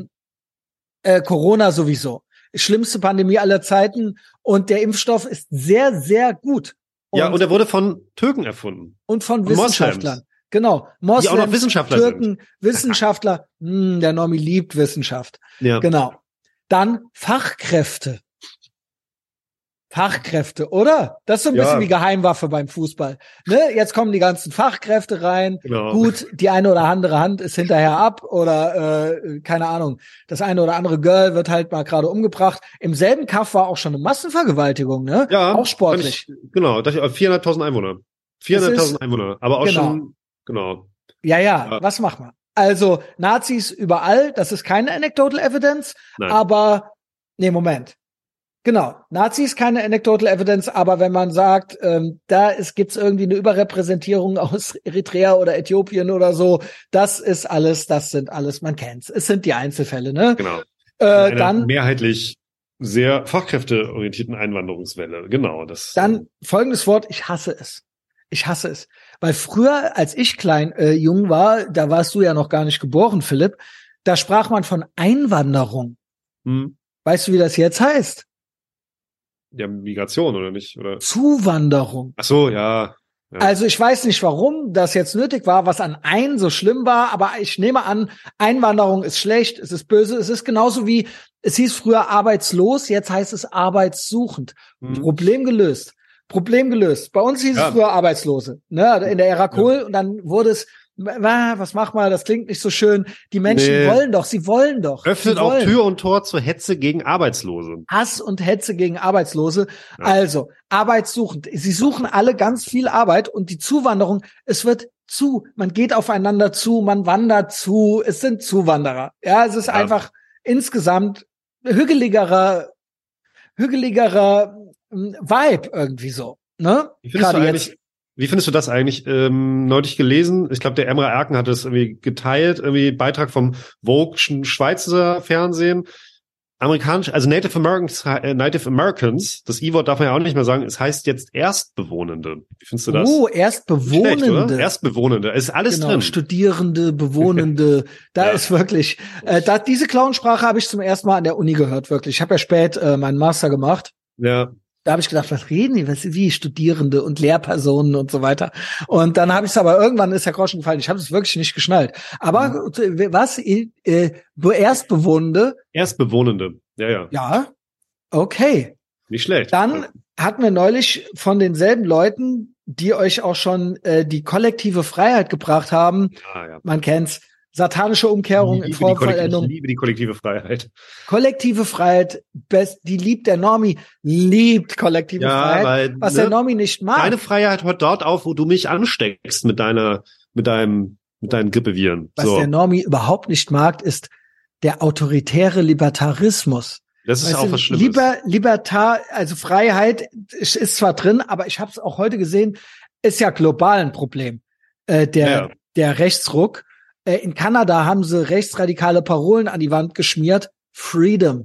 Corona sowieso. Schlimmste Pandemie aller Zeiten. Und der Impfstoff ist sehr, sehr gut. Und er wurde von Türken erfunden. Und von Wissenschaftlern. Genau. Moslems, die auch noch Wissenschaftler Türken, sind. Wissenschaftler. Der Normie liebt Wissenschaft. Ja. Genau. Dann Fachkräfte. Fachkräfte, oder? Das ist so ein bisschen wie Geheimwaffe beim Fußball. Ne? Jetzt kommen die ganzen Fachkräfte rein. Genau. Gut, die eine oder andere Hand ist hinterher ab oder keine Ahnung. Das eine oder andere Girl wird halt mal gerade umgebracht. Im selben Kaff war auch schon eine Massenvergewaltigung, ne? Ja. Auch sportlich. 400.000 Einwohner. 400.000 Einwohner. Aber auch schon, Ja, was machen wir? Also Nazis überall, das ist keine Anecdotal Evidence, Nein. aber Moment. Genau, Nazis keine Anecdotal Evidence, aber wenn man sagt, gibt's irgendwie eine Überrepräsentierung aus Eritrea oder Äthiopien oder so, das sind alles, man kennt's. Es sind die Einzelfälle, ne? Genau. Dann mehrheitlich sehr fachkräfteorientierten Einwanderungswelle, genau. Dann folgendes Wort, ich hasse es. Weil früher, als ich jung war, da warst du ja noch gar nicht geboren, Philipp, da sprach man von Einwanderung. Weißt du, wie das jetzt heißt? Ja, Migration, oder nicht? Oder? Zuwanderung. Ach so, ja. Also ich weiß nicht, warum das jetzt nötig war, was an so schlimm war, aber ich nehme an, Einwanderung ist schlecht, es ist böse, es ist genauso wie, es hieß früher arbeitslos, jetzt heißt es arbeitssuchend. Problem gelöst. Bei uns hieß es früher Arbeitslose, ne, in der Ära Kohl, und dann wurde es, was mach mal, das klingt nicht so schön. Die Menschen sie wollen doch. Öffnet auch Tür und Tor zur Hetze gegen Arbeitslose. Hass und Hetze gegen Arbeitslose. Ja. Also, arbeitssuchend. Sie suchen alle ganz viel Arbeit, und die Zuwanderung, es wird man geht aufeinander zu, man wandert zu, es sind Zuwanderer. Ja, es ist einfach insgesamt hügeligerer Vibe irgendwie so, ne? Wie findest du das eigentlich? Neulich gelesen, ich glaube, der Emre Erken hat es irgendwie geteilt, irgendwie Beitrag vom Vogue'schen Schweizer Fernsehen. Also Native Americans, das I-Wort darf man ja auch nicht mehr sagen, es heißt jetzt Erstbewohnende. Wie findest du das? Erstbewohnende. Schlecht, oder? Erstbewohnende, ist alles drin. Studierende, Bewohnende, ist wirklich, diese Clownsprache habe ich zum ersten Mal an der Uni gehört, wirklich. Ich habe ja spät meinen Master gemacht. Ja. Da habe ich gedacht, was reden die? Wie Studierende und Lehrpersonen und so weiter. Und dann habe ich es aber, irgendwann ist der Groschen gefallen. Ich habe es wirklich nicht geschnallt. Aber was? Erstbewohnende? Erstbewohnende, ja. Ja, okay. Nicht schlecht. Dann hatten wir neulich von denselben Leuten, die euch auch schon die kollektive Freiheit gebracht haben. Ja. Man kennt's. Satanische Umkehrung in Formvollendung. Ich liebe die kollektive Freiheit. Kollektive Freiheit, die liebt der Normie, liebt kollektive Freiheit, weil, was der Normie nicht mag. Deine Freiheit hört dort auf, wo du mich ansteckst mit deinen Grippeviren. Was der Normie überhaupt nicht mag, ist der autoritäre Libertarismus. Das ist auch was Schlimmes. Also Freiheit ist zwar drin, aber ich habe es auch heute gesehen, ist ja global ein Problem. Der Rechtsruck. In Kanada haben sie rechtsradikale Parolen an die Wand geschmiert. Freedom.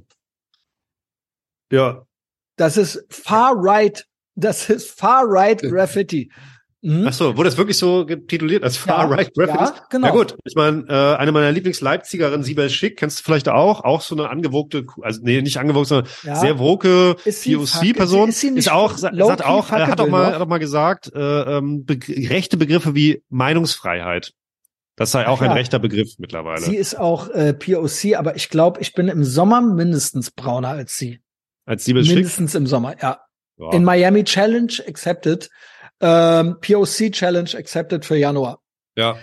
Ja. Das ist Far-Right Graffiti. Ach so, wurde das wirklich so tituliert als Far-Right Graffiti? Ja, genau. Ja gut, ich meine, eine meiner Lieblings-Leipzigerinnen, Sibel Schick, kennst du vielleicht auch so eine angewogte, also nee, nicht angewogte, sondern sehr woke POC-Person, hat auch mal gesagt, rechte Begriffe wie Meinungsfreiheit. Das sei auch ein rechter Begriff mittlerweile. Sie ist auch POC, aber ich glaube, ich bin im Sommer mindestens brauner als sie. Als Sibel Schick? Mindestens im Sommer, ja. In Miami Challenge accepted. POC Challenge accepted für Januar. Ja.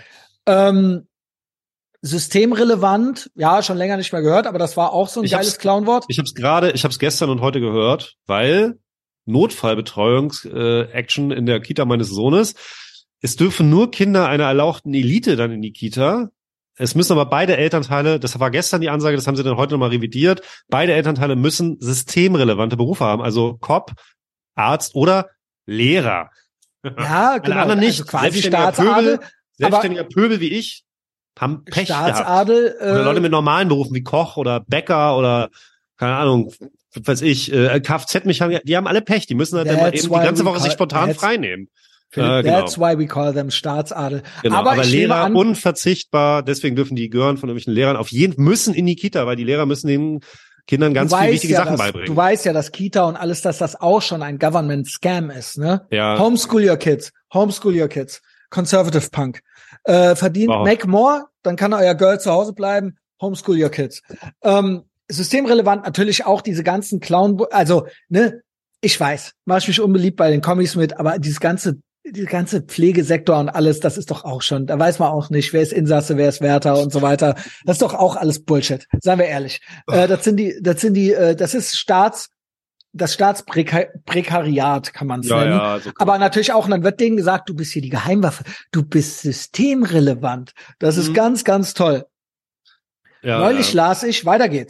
Systemrelevant, ja, schon länger nicht mehr gehört, aber das war auch so ein geiles Clownwort. Ich hab's gestern und heute gehört, weil Notfallbetreuungs-Action in der Kita meines Sohnes. Es dürfen nur Kinder einer erlauchten Elite dann in die Kita. Es müssen aber beide Elternteile, das war gestern die Ansage, das haben sie dann heute nochmal revidiert, beide Elternteile müssen systemrelevante Berufe haben, also Cop, Arzt oder Lehrer. Ja, genau. Alle anderen nicht. Also quasi Staatsadel. Selbstständiger Pöbel wie ich haben Pech Staatsadel, gehabt. Oder Leute mit normalen Berufen wie Koch oder Bäcker oder, keine Ahnung, was weiß ich, Kfz-Mechaniker, die haben alle Pech. Die müssen halt dann mal eben die ganze Woche sich spontan frei nehmen. Philipp, that's why we call them Staatsadel. Genau, aber Lehrer unverzichtbar, deswegen dürfen die gehören von irgendwelchen Lehrern müssen in die Kita, weil die Lehrer müssen den Kindern ganz viele wichtige Sachen beibringen. Du weißt ja, dass Kita und alles, dass das auch schon ein Government-Scam ist, ne? Ja. Homeschool your kids. Conservative Punk. Make more, dann kann euer Girl zu Hause bleiben. Homeschool your kids. Systemrelevant natürlich auch diese ganzen Clown, also, ne? Ich weiß, mach ich mich unbeliebt bei den Kommis mit, aber dieser ganze Pflegesektor und alles, das ist doch auch schon, da weiß man auch nicht, wer ist Insasse, wer ist Wärter und so weiter. Das ist doch auch alles Bullshit, seien wir ehrlich. Das ist das Staatsprekariat, kann man es nennen. Ja, so aber natürlich auch, und dann wird denen gesagt, du bist hier die Geheimwaffe, du bist systemrelevant. Das ist ganz, ganz toll. Ja, Neulich las ich,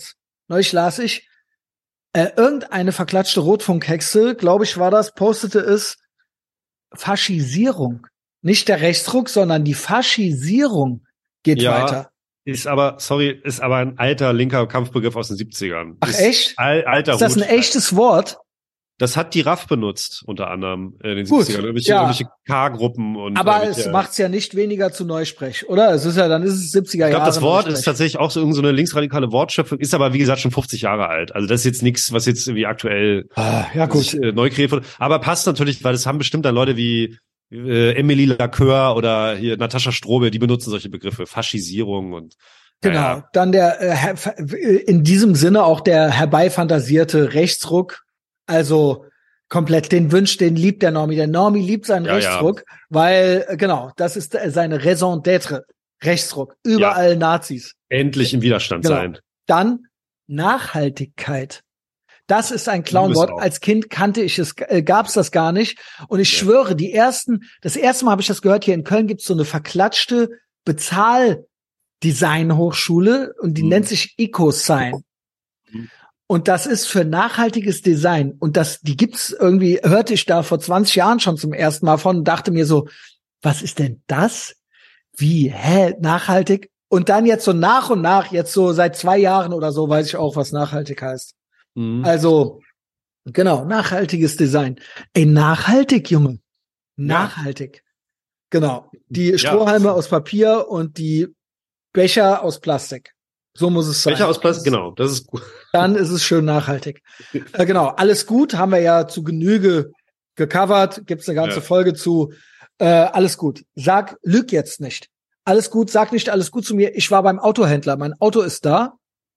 irgendeine verklatschte Rotfunkhexe, glaube ich war das, postete es, Faschisierung. Nicht der Rechtsruck, sondern die Faschisierung geht weiter. Ist aber ein alter linker Kampfbegriff aus den 70ern. Ach echt? Alter ist das ein echtes Wort? Das hat die RAF benutzt, unter anderem in den 70ern. Irgendwelche K-Gruppen und. Aber es macht's ja nicht weniger zu Neusprech, oder? Es ist ja, dann ist es 70er Jahre. Ich glaube, das Wort ist tatsächlich auch so irgendeine linksradikale Wortschöpfung, ist aber, wie gesagt, schon 50 Jahre alt. Also das ist jetzt nichts, was jetzt irgendwie aktuell neu kreiert wurde. Aber passt natürlich, weil das haben bestimmt dann Leute wie Emilie Lacoeur oder hier Natascha Strobel, die benutzen solche Begriffe. Faschisierung und genau. Dann in diesem Sinne auch der herbeifantasierte Rechtsruck. Also komplett den liebt der Normie. Der Normie liebt seinen Rechtsruck, weil, genau, das ist seine Raison d'être. Rechtsruck. Überall Nazis. Endlich im Widerstand sein. Dann Nachhaltigkeit. Das ist ein Clownwort. Als Kind kannte ich es, gab's das gar nicht. Und ich schwöre, das erste Mal habe ich das gehört, hier in Köln gibt's so eine verklatschte Bezahl-Design-Hochschule und die nennt sich EcoSign. Und das ist für nachhaltiges Design. Und die gibt's irgendwie, hörte ich da vor 20 Jahren schon zum ersten Mal von und dachte mir so, was ist denn das? Wie, nachhaltig? Und dann jetzt so nach und nach, jetzt so seit 2 Jahren oder so, weiß ich auch, was nachhaltig heißt. Also, genau, nachhaltiges Design. Ey, nachhaltig, Junge. Nachhaltig. Genau. Die Strohhalme aus Papier und die Becher aus Plastik. So muss es sein. Becher aus Plastik, genau. Das ist gut. Dann ist es schön nachhaltig. Genau. Alles gut, haben wir ja zu Genüge gecovert. Gibt's eine ganze Folge zu. Alles gut. Lüg jetzt nicht. Alles gut, sag nicht alles gut zu mir. Ich war beim Autohändler. Mein Auto ist da.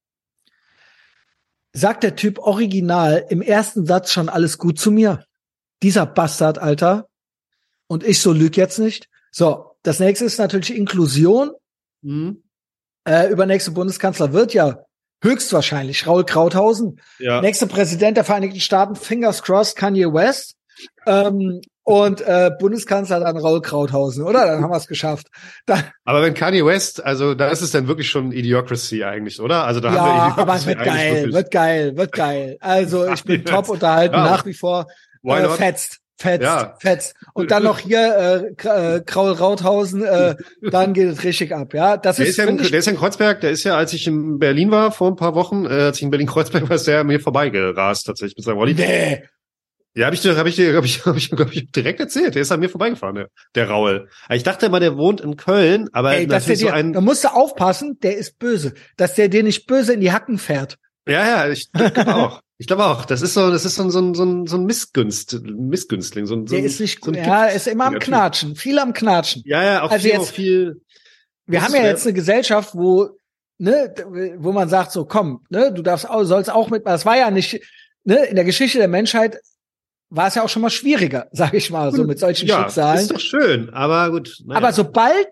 Sagt der Typ original im ersten Satz schon alles gut zu mir. Dieser Bastard, Alter. Und ich so, lüg jetzt nicht. So, das nächste ist natürlich Inklusion. Übernächste Bundeskanzler wird ja höchstwahrscheinlich Raul Krauthausen. Ja. Nächster Präsident der Vereinigten Staaten, fingers crossed, Kanye West. Und Bundeskanzler dann Raul Krauthausen, oder? Dann haben wir es geschafft. Aber wenn Kanye West, also da ist es dann wirklich schon Idiocracy eigentlich, oder? Also da haben wir Idiocracy, aber es wird geil. Also ich bin top unterhalten, nach wie vor. Fetzt. Und dann noch hier Raul Krauthausen, dann geht es richtig ab, ja. Der ist ja in Kreuzberg, der ist ja, als ich in Berlin war vor ein paar Wochen, als ich in Berlin-Kreuzberg war, ist der mir vorbeigerast tatsächlich mit seinem Rolli. Nee. Ja, hab ich direkt erzählt. Der ist an mir vorbeigefahren, der Raul. Ich dachte immer, der wohnt in Köln, aber da musst du aufpassen, der ist böse, dass der dir nicht böse in die Hacken fährt. Ja, ich glaube auch. Ich glaube auch. Das ist so ein Missgünstling. Der ist nicht gut. Ja, ist immer am Knatschen. Viel am Knatschen. Ja, auch also viel. Wir haben ja jetzt eine Gesellschaft, wo man sagt so, komm, ne, sollst auch mitmachen. Das war ja nicht, ne, in der Geschichte der Menschheit war es ja auch schon mal schwieriger, sag ich mal, so mit solchen Schicksalen. Ist doch schön, aber gut. Naja. Aber sobald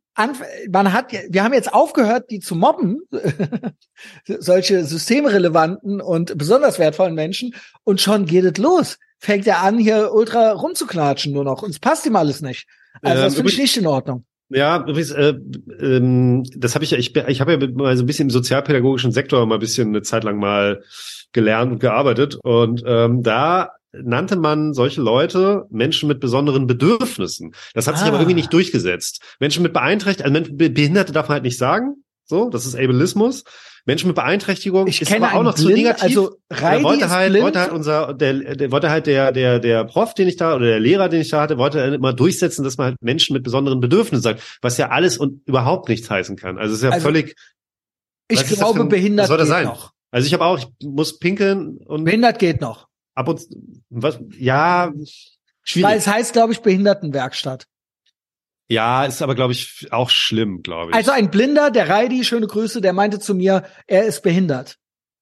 wir haben jetzt aufgehört, die zu mobben, solche systemrelevanten und besonders wertvollen Menschen, und schon geht es los. Fängt er an, hier ultra rumzuklatschen nur noch. Und es passt ihm alles nicht. Also das finde ich nicht in Ordnung. Ja, übrigens, das habe ich habe ja mal so ein bisschen im sozialpädagogischen Sektor mal ein bisschen eine Zeit lang mal gelernt und gearbeitet, und da nannte man solche Leute Menschen mit besonderen Bedürfnissen. Das hat sich aber irgendwie nicht durchgesetzt. Menschen mit Beeinträchtigung, also Behinderte darf man halt nicht sagen. So, das ist Ableismus. Menschen mit Beeinträchtigung ist aber auch noch zu negativ. Also wollte halt der Prof, den ich da, oder der Lehrer, den ich da hatte, wollte immer durchsetzen, dass man halt Menschen mit besonderen Bedürfnissen sagt, was ja alles und überhaupt nichts heißen kann. Also es ist ja völlig. Ich glaube, behindert soll das geht sein? noch. Also ich muss pinkeln und behindert geht noch. Ab und ja, schwierig. Weil es heißt, glaube ich, Behindertenwerkstatt. Ja, ist aber, glaube ich, auch schlimm, glaube ich. Also ein Blinder, der Reidi, schöne Grüße, der meinte zu mir, er ist behindert.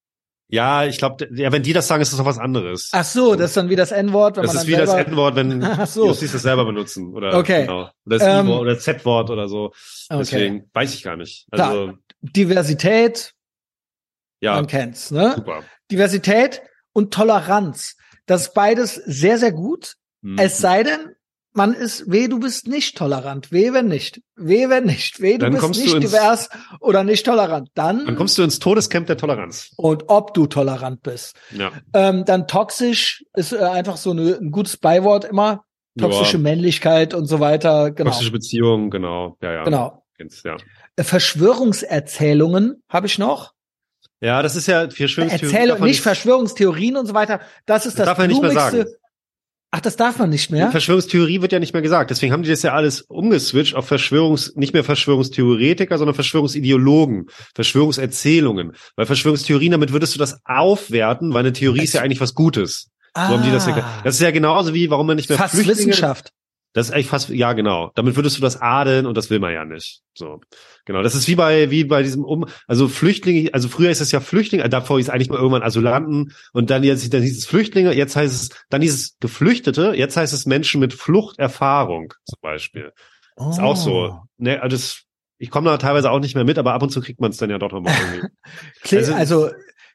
Ja, ich glaube, wenn die das sagen, ist das doch was anderes. Ach so, das ist dann wie das N-Wort, wenn das man ist wie das N-Wort, wenn Justis das selber benutzen, oder okay. Genau. Oder das I-Wort oder Z-Wort oder so. Okay. Deswegen weiß ich gar nicht. Also klar. Diversität, ja, man kennt's, ne? Super. Diversität und Toleranz. Das ist beides sehr, sehr gut. Es sei denn, du bist nicht tolerant. Wenn nicht. Du bist nicht divers oder nicht tolerant. Dann kommst du ins Todescamp der Toleranz. Und ob du tolerant bist. Ja. Dann toxisch ist einfach so ein gutes Beiwort immer. Toxische Männlichkeit und so weiter. Genau. Toxische Beziehungen, genau. Ja. Genau. Ja. Verschwörungserzählungen habe ich noch. Ja, das ist ja Verschwörungstheorien. Nicht Verschwörungstheorien und so weiter. Das ist das darf man nicht mehr sagen. Ach, das darf man nicht mehr? Die Verschwörungstheorie wird ja nicht mehr gesagt. Deswegen haben die das ja alles umgeswitcht auf nicht mehr Verschwörungstheoretiker, sondern Verschwörungsideologen, Verschwörungserzählungen. Weil Verschwörungstheorien, damit würdest du das aufwerten, weil eine Theorie ist ja eigentlich was Gutes. So haben die das ist ja genauso wie, warum man nicht mehr fast Wissenschaft. Das ist eigentlich fast, ja genau. Damit würdest du das adeln und das will man ja nicht. So, genau. Das ist wie bei diesem also Flüchtlinge, also früher ist es ja Flüchtlinge, davor hieß es eigentlich mal irgendwann Asylanten und dann hieß es Flüchtlinge, jetzt heißt es, dann hieß es Geflüchtete, jetzt heißt es Menschen mit Fluchterfahrung zum Beispiel. Oh. Ist auch so. Ne, also ich komme da teilweise auch nicht mehr mit, aber ab und zu kriegt man es dann ja doch nochmal irgendwie. Also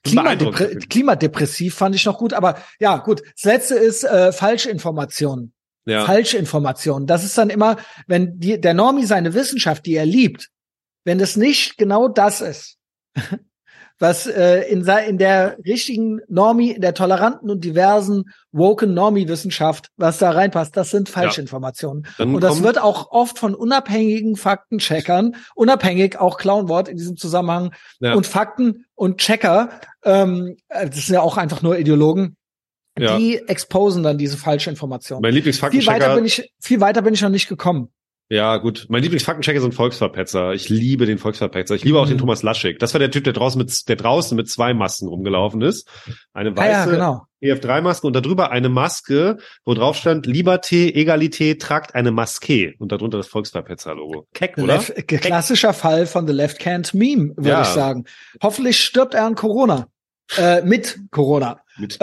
klimadepressiv fand ich noch gut, aber ja, gut. Das letzte ist Falschinformationen. Ja. Falschinformationen. Das ist dann immer, wenn der Normie seine Wissenschaft, die er liebt, wenn das nicht genau das ist, was in der richtigen Normie, in der toleranten und diversen woken Normie-Wissenschaft, was da reinpasst, das sind Falschinformationen. Ja. Und das wird auch oft von unabhängigen Faktencheckern, unabhängig auch Clownwort in diesem Zusammenhang, und Fakten und Checker, das sind ja auch einfach nur Ideologen, die exposen dann diese falsche Information. Mein Lieblingsfaktenchecker. Viel weiter bin ich noch nicht gekommen. Ja, gut. Mein Lieblingsfaktenchecker sind Volksverpetzer. Ich liebe den Volksverpetzer. Ich liebe auch den Thomas Laschig. Das war der Typ, der draußen mit 2 Masken rumgelaufen ist. Eine weiße EF3-Maske und darüber eine Maske, wo drauf stand, Liberté, Egalité, tragt eine Maske. Und darunter das Volksverpetzer-Logo. Keck, oder? Klassischer Fall von The Left Can't Meme, würde ich sagen. Hoffentlich stirbt er an Corona. Mit Corona.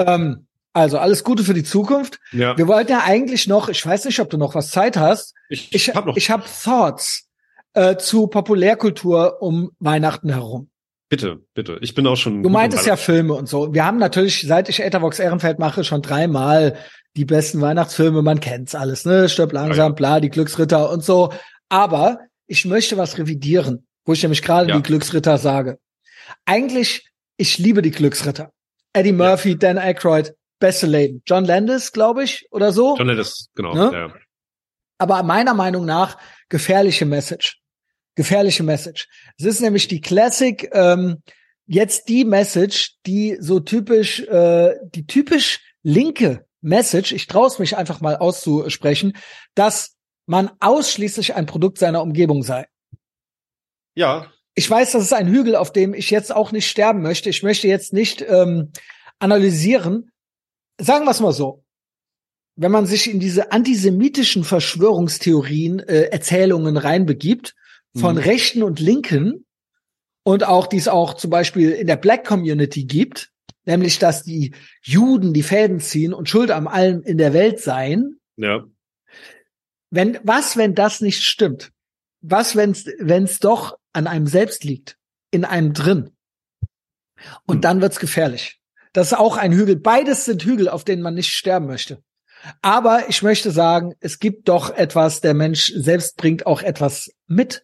Also alles Gute für die Zukunft. Ja. Wir wollten ja eigentlich noch, ich weiß nicht, ob du noch was Zeit hast. Ich habe Thoughts. zu Populärkultur um Weihnachten herum. Bitte. Ich bin auch schon. Du meintest ja Filme und so. Wir haben natürlich, seit ich Ethervox Ehrenfeld mache, schon 3-mal die besten Weihnachtsfilme. Man kennt's alles, ne? Stirb langsam, bla, die Glücksritter und so. Aber ich möchte was revidieren, wo ich nämlich gerade die Glücksritter sage. Eigentlich, ich liebe die Glücksritter. Eddie Murphy, Dan Aykroyd, beste Leben. John Landis, glaube ich, oder so. John Landis, genau. Ne? Ja. Aber meiner Meinung nach gefährliche Message. Gefährliche Message. Es ist nämlich die Classic, jetzt die Message, die so typisch, die typisch linke Message, ich traue es mich einfach mal auszusprechen, dass man ausschließlich ein Produkt seiner Umgebung sei. Ja. Ich weiß, das ist ein Hügel, auf dem ich jetzt auch nicht sterben möchte. Ich möchte jetzt nicht analysieren. Sagen wir es mal so. Wenn man sich in diese antisemitischen Verschwörungstheorien, Erzählungen reinbegibt, von Rechten und Linken, und auch die es auch zum Beispiel in der Black Community gibt, nämlich, dass die Juden die Fäden ziehen und schuld an allem in der Welt seien. Ja. Wenn das nicht stimmt? Was, wenn's doch an einem selbst liegt? In einem drin? Und dann wird's gefährlich. Das ist auch ein Hügel. Beides sind Hügel, auf denen man nicht sterben möchte. Aber ich möchte sagen, es gibt doch etwas, der Mensch selbst bringt auch etwas mit.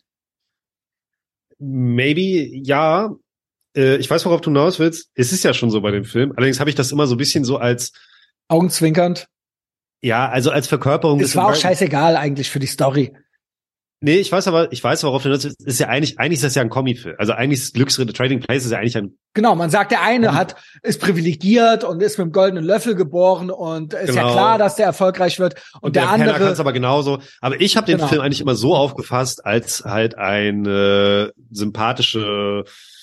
Maybe, ja. Ich weiß, worauf du hinaus willst. Es ist ja schon so bei dem Film. Allerdings habe ich das immer so ein bisschen so als augenzwinkernd. Ja, also als Verkörperung. Es war auch scheißegal eigentlich für die Story. Nee, ich weiß, worauf du hinaus willst. Ist ja eigentlich ist das ja ein Kommi-Film. Also eigentlich ist Glücksritter Trading Place ist ja eigentlich ein. Genau, man sagt, der eine ist privilegiert und ist mit dem goldenen Löffel geboren und ist ja klar, dass der erfolgreich wird. Und der andere kann es aber genauso. Aber ich habe den Film eigentlich immer so aufgefasst, als halt eine sympathische.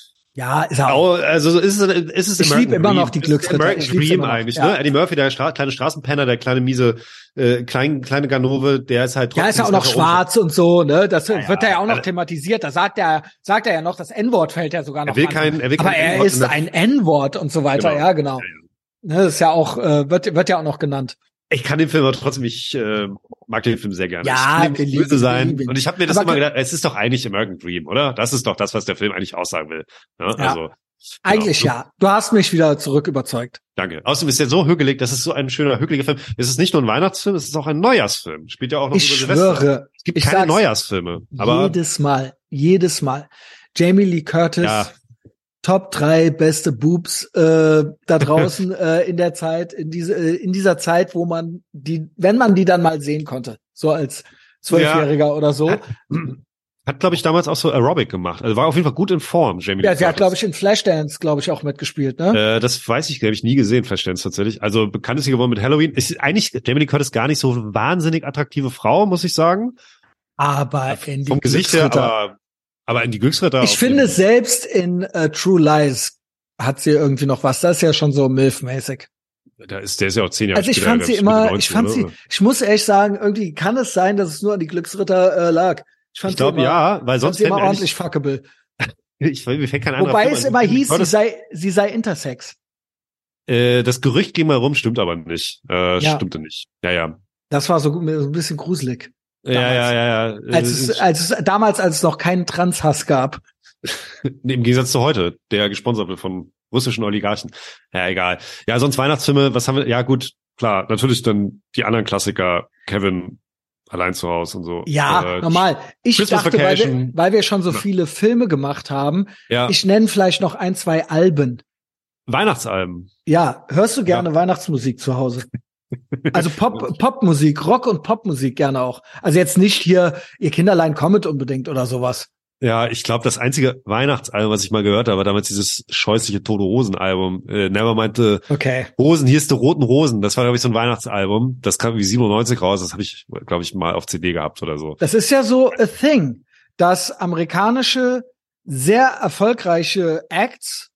Ja, ist auch. Also ist es ich liebe immer noch die Glücksritter. American Dream eigentlich, ne? Eddie Murphy, der kleine Straßenpenner, der kleine miese, kleine Ganove, der ist halt trotzdem. Ja, ist ja auch noch schwarz und so, ne? Das wird ja auch noch thematisiert. Da sagt er ja noch, das N-Wort fällt ja sogar noch an. Aber er ist ein N-Wort und so weiter, genau. Ja, genau. Ja. Das ist ja auch, wird ja auch noch genannt. Ich kann den Film aber trotzdem, ich mag den Film sehr gerne. Ja, ich will nicht böse sein. Und ich habe mir das immer gedacht, es ist doch eigentlich American Dream, oder? Das ist doch das, was der Film eigentlich aussagen will. Ja, ja. Also eigentlich ja. Du hast mich wieder zurück überzeugt. Danke. Außerdem ist der so hügelig, das ist so ein schöner, hügeliger Film. Es ist nicht nur ein Weihnachtsfilm, es ist auch ein Neujahrsfilm. Spielt ja auch noch über Silvester. Schwöre, es gibt keine Neujahrsfilme. Aber jedes Mal. Jamie Lee Curtis. Ja. Top 3 beste Boobs da draußen in der Zeit, in dieser Zeit, wo man wenn man die dann mal sehen konnte, so als 12-Jähriger oder so. Hat, glaube ich, damals auch so Aerobic gemacht. Also war auf jeden Fall gut in Form, Jamie Lee Curtis. Sie hat, glaube ich, in Flashdance, auch mitgespielt, ne? Das weiß ich, glaube ich, nie gesehen, Flashdance tatsächlich. Also bekannt ist sie geworden mit Halloween. Ist eigentlich Jamie Lee Curtis gar nicht so wahnsinnig attraktive Frau, muss ich sagen. Aber vom Gesicht her, aber in die Glücksritter. Ich finde, selbst in True Lies hat sie irgendwie noch was. Das ist ja schon so MILF-mäßig. Der ist ja auch 10 Jahre alt. Also ich fand sie immer, ich muss ehrlich sagen, irgendwie kann es sein, dass es nur an die Glücksritter lag. Ich glaube, ja, weil sonst immer ordentlich fuckable. Mir fällt kein anderer Wobei es immer hieß, sie sei intersex. Das Gerücht ging mal rum, stimmt aber nicht. Stimmte nicht. Ja. Das war so ein bisschen gruselig. Ja. Damals, als es noch keinen Transhass gab. Im Gegensatz zu heute, der gesponsert wird von russischen Oligarchen. Ja, egal. Ja, sonst Weihnachtsfilme, was haben wir? Ja, gut, klar, natürlich dann die anderen Klassiker, Kevin allein zu Hause und so. Ja, normal. Ich dachte, weil wir schon so viele Filme gemacht haben, ich nenne vielleicht noch 1, 2 Alben. Weihnachtsalben. Ja, hörst du gerne Weihnachtsmusik zu Hause? Also Popmusik, Rock- und Popmusik gerne auch. Also jetzt nicht hier, ihr Kinderlein kommet unbedingt oder sowas. Ja, ich glaube, das einzige Weihnachtsalbum, was ich mal gehört habe, war damals dieses scheußliche Tote Hosen-Album. Nevermind the Rosen, hier ist die roten Rosen. Das war, glaube ich, so ein Weihnachtsalbum. Das kam wie 97 raus. Das habe ich, glaube ich, mal auf CD gehabt oder so. Das ist ja so a thing, dass amerikanische, sehr erfolgreiche Acts,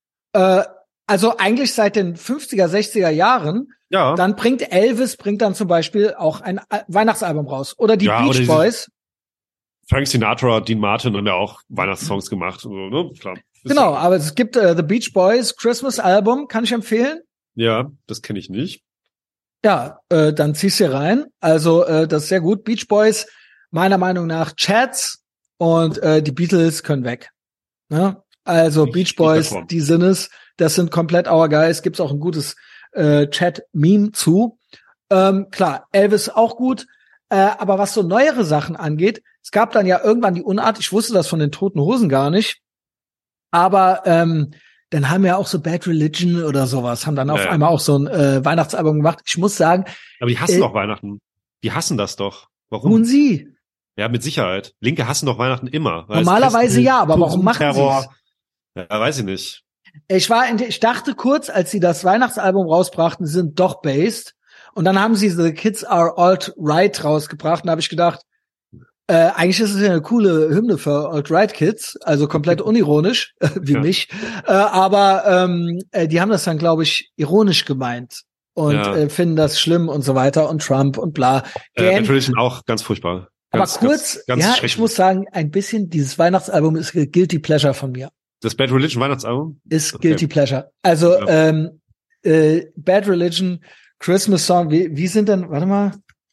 also eigentlich seit den 50er, 60er Jahren, dann bringt Elvis dann zum Beispiel auch ein Weihnachtsalbum raus. Oder die Beach Boys. Frank Sinatra, Dean Martin haben ja auch Weihnachtssongs gemacht. Und so, ne? Klar. Genau, aber es gibt The Beach Boys Christmas Album, kann ich empfehlen. Ja, das kenne ich nicht. Ja, dann zieh's hier rein. Also das ist sehr gut. Beach Boys, meiner Meinung nach Chads, und die Beatles können weg. Ne? Also Beach Boys, die sind es. Das sind komplett our guys. Gibt's auch ein gutes Chat-Meme zu. Klar, Elvis auch gut. Aber was so neuere Sachen angeht, es gab dann ja irgendwann die Unart, ich wusste das von den Toten Hosen gar nicht, aber dann haben ja auch so Bad Religion oder sowas, haben dann auf einmal auch so ein Weihnachtsalbum gemacht. Ich muss sagen. Aber die hassen doch Weihnachten. Die hassen das doch. Warum? Tun sie? Ja, mit Sicherheit. Linke hassen doch Weihnachten immer. Normalerweise ja, aber warum machen sie es? Ja, weiß ich nicht. Ich dachte kurz, als sie das Weihnachtsalbum rausbrachten, sie sind doch based. Und dann haben sie The Kids Are Alt-Right rausgebracht. Und da habe ich gedacht, eigentlich ist es ja eine coole Hymne für Alt-Right-Kids, also komplett unironisch, wie mich. Aber die haben das dann, glaube ich, ironisch gemeint und finden das schlimm und so weiter und Trump und bla. Natürlich auch ganz furchtbar. Ganz, aber kurz, ganz ich muss sagen, ein bisschen, dieses Weihnachtsalbum ist Guilty Pleasure von mir. Das Bad Religion Weihnachtsalbum? Ist Guilty Pleasure. Also Bad Religion, Christmas Song, wie sind denn, warte mal.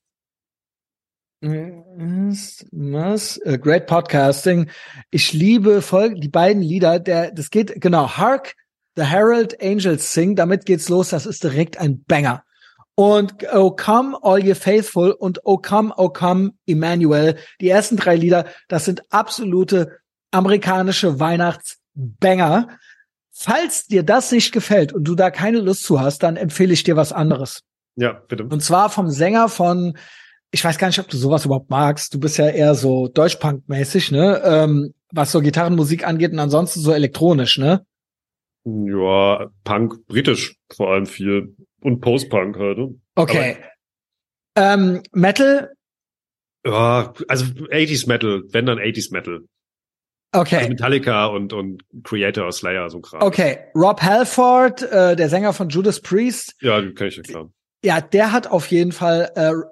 Great Podcasting. Ich liebe die beiden Lieder, das geht, genau, Hark the Herald Angels Sing, damit geht's los, das ist direkt ein Banger. Und Oh Come All Ye Faithful und Oh Come Emmanuel, die ersten 3 Lieder, das sind absolute amerikanische Weihnachtsbanger. Falls dir das nicht gefällt und du da keine Lust zu hast, dann empfehle ich dir was anderes. Ja, bitte. Und zwar vom Sänger von, ich weiß gar nicht, ob du sowas überhaupt magst. Du bist ja eher so Deutschpunk-mäßig, ne? Was so Gitarrenmusik angeht und ansonsten so elektronisch, ne? Ja, Punk, britisch vor allem viel. Und Post-Punk halt. Ne? Okay. Metal? Ja, also 80s Metal, wenn dann 80s Metal. Okay. Also Metallica und Creator, Slayer, so Kram. Okay. Rob Halford, der Sänger von Judas Priest. Ja, den kenn ich ja klar. Ja, der hat auf jeden Fall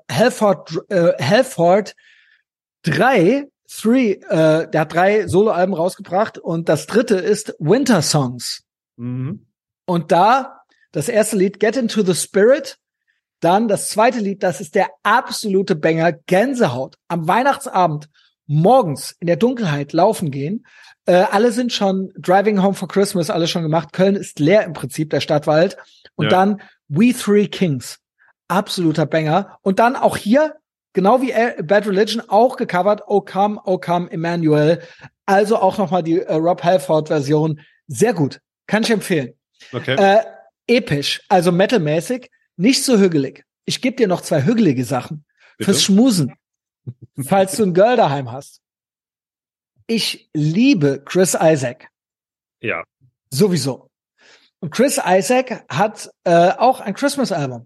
Halford 3, der hat 3 Soloalben rausgebracht und das 3. ist Winter Songs. Mhm. Und das erste Lied Get Into the Spirit, dann das zweite Lied, das ist der absolute Banger, Gänsehaut. Am Weihnachtsabend morgens in der Dunkelheit laufen gehen. Alle sind schon Driving Home for Christmas, alles schon gemacht. Köln ist leer im Prinzip, der Stadtwald. Und dann We Three Kings. Absoluter Banger. Und dann auch hier, genau wie Bad Religion, auch gecovert, Oh Come Emmanuel. Also auch nochmal die Rob Halford-Version. Sehr gut. Kann ich empfehlen. Okay. Episch, also metalmäßig, nicht so hügelig. Ich gebe dir noch 2 hügelige Sachen. Bitte? Fürs Schmusen. Falls du ein Girl daheim hast. Ich liebe Chris Isaak. Ja. Sowieso. Und Chris Isaak hat auch ein Christmas-Album.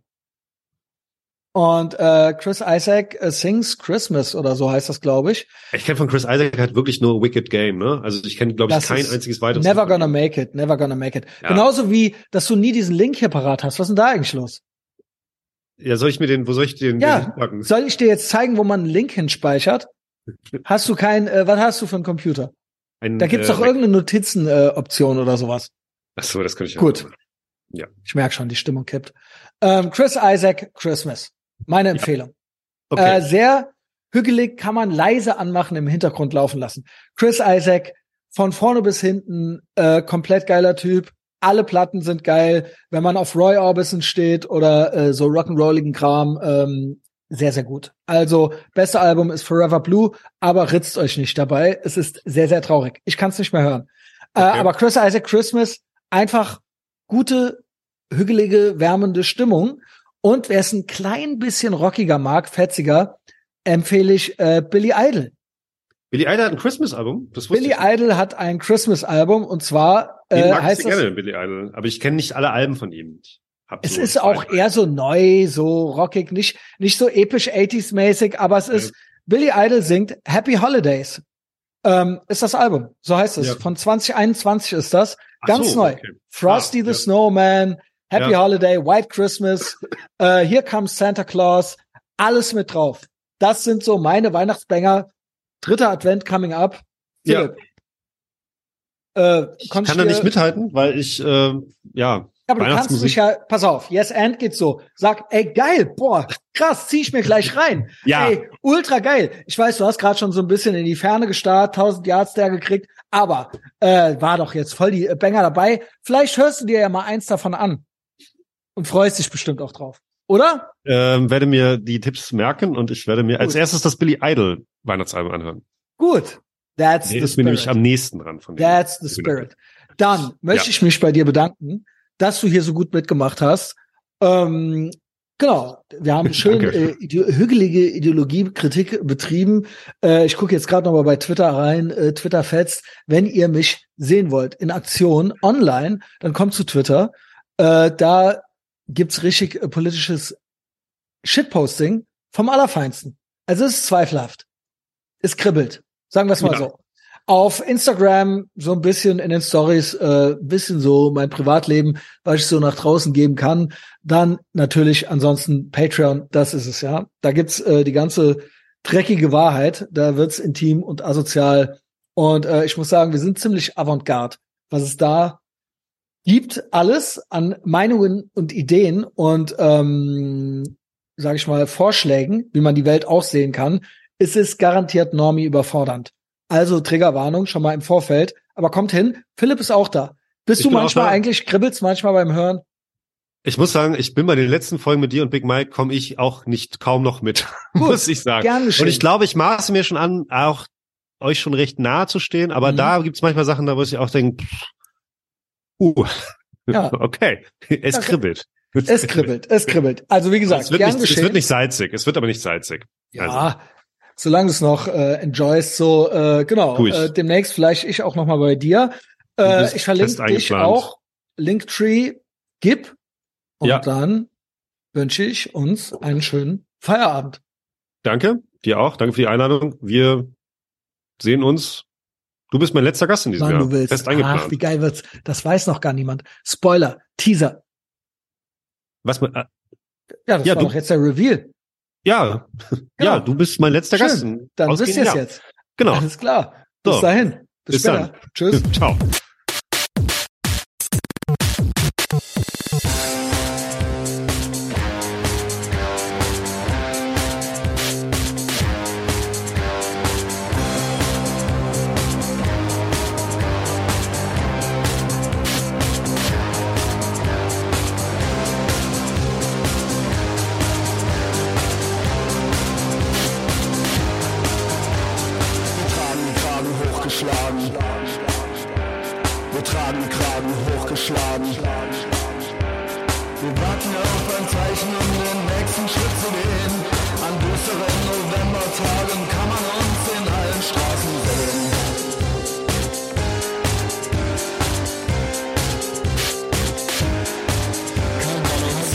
Und Chris Isaak Sings Christmas oder so heißt das, glaube ich. Ich kenne von Chris Isaak halt wirklich nur Wicked Game, ne? Also ich kenne, glaube ich, kein einziges weiteres. Never Gonna Make It. Ja. Genauso wie, dass du nie diesen Link hier parat hast. Was ist denn da eigentlich los? Ja, wo soll ich den packen? Soll ich dir jetzt zeigen, wo man einen Link hinspeichert? Hast du was hast du für einen Computer? Da gibt's doch irgendeine Notizen-Option oder sowas. Ach so, das könnte ich Gut. Machen. Ja. Ich merke schon, die Stimmung kippt. Chris Isaak, Christmas. Meine Empfehlung. Okay. Sehr hügelig, kann man leise anmachen, im Hintergrund laufen lassen. Chris Isaak, von vorne bis hinten, komplett geiler Typ. Alle Platten sind geil. Wenn man auf Roy Orbison steht oder so rock'n'rolligen Kram, sehr, sehr gut. Also, beste Album ist Forever Blue, aber ritzt euch nicht dabei. Es ist sehr, sehr traurig. Ich kann es nicht mehr hören. Okay. Aber Chris Isaak, Christmas, einfach gute, hügelige, wärmende Stimmung. Und wer es ein klein bisschen rockiger mag, fetziger, empfehle ich Billy Idol. Billy Idol hat ein Christmas-Album? Billy Idol hat ein Christmas-Album und zwar heißt es gerne Billy Idol, aber ich kenne nicht alle Alben von ihm. Es ist auch eher so neu, so rockig, nicht so episch 80s-mäßig, aber es ist, Billy Idol singt Happy Holidays. Ist das Album, so heißt es. Ja. Von 2021 ist das. Ganz neu. Okay. Frosty the Snowman, Happy Holiday, White Christmas, Here Comes Santa Claus, alles mit drauf. Das sind so meine Weihnachtsbanger. 3. Advent coming up. Philipp. Ich kann da nicht mithalten, weil ich, aber du kannst mich ja, pass auf, Yes and geht so. Sag, ey, geil, boah, krass, zieh ich mir gleich rein. Ja. Ey, ultra geil. Ich weiß, du hast gerade schon so ein bisschen in die Ferne gestarrt, 1000 Yards der gekriegt, aber war doch jetzt voll die Banger dabei. Vielleicht hörst du dir ja mal eins davon an und freust dich bestimmt auch drauf, oder? Werde mir die Tipps merken und ich werde mir als erstes das Billy Idol Weihnachtsalbum anhören. Gut. That's the spirit. Ist mir nämlich am nächsten dran von dem. That's the spirit. Dann möchte ich mich bei dir bedanken, dass du hier so gut mitgemacht hast. Genau, wir haben schön hügelige Ideologiekritik betrieben. Ich gucke jetzt gerade noch mal bei Twitter rein. Twitter fetzt. Wenn ihr mich sehen wollt in Aktion online, dann kommt zu Twitter. Da gibt's richtig politisches Shitposting vom Allerfeinsten. Also es ist zweifelhaft. Es kribbelt. Sagen wir es mal so. Auf Instagram so ein bisschen in den Stories, bisschen so mein Privatleben, was ich so nach draußen geben kann. Dann natürlich ansonsten Patreon, das ist es, ja. Da gibt's die ganze dreckige Wahrheit. Da wird's intim und asozial. Und ich muss sagen, wir sind ziemlich avantgarde, was es da gibt. Alles an Meinungen und Ideen und, sage ich mal, Vorschlägen, wie man die Welt auch sehen kann. Es ist garantiert Normie überfordernd. Also Triggerwarnung schon mal im Vorfeld. Aber kommt hin, Philipp ist auch da. Bist du manchmal eigentlich, kribbelst manchmal beim Hören? Ich muss sagen, ich bin bei den letzten Folgen mit dir und Big Mike komme ich auch nicht kaum noch mit, Gut, muss ich sagen. Gern geschehen. Und ich glaube, ich maße mir schon an, auch euch schon recht nahe zu stehen, aber da gibt's manchmal Sachen, da wo ich auch denke, okay, es kribbelt. Es kribbelt. Also wie gesagt, es wird nicht salzig, es wird aber nicht salzig. Ja, also. Solange du es noch enjoyst, so genau. Demnächst vielleicht ich auch noch mal bei dir. Ich verlinke dich auch. Linktree, gib. Und dann wünsche ich uns einen schönen Feierabend. Danke, dir auch. Danke für die Einladung. Wir sehen uns. Du bist mein letzter Gast in diesem Jahr. Du willst. Fest eingeplant. Ach, wie geil wird's. Das weiß noch gar niemand. Spoiler, Teaser. Was man? Ja, das war doch jetzt der Reveal. Ja, ja, du bist mein letzter Gast. Dann wisst ihr es jetzt. Genau. Alles klar. Bis dahin. Bis später. Dann. Tschüss. Ciao. Wir tragen den Kragen hochgeschlagen. Wir warten auf ein Zeichen, um den nächsten Schritt zu gehen. An düsteren Novembertagen kann man uns in allen Straßen sehen. Kann man uns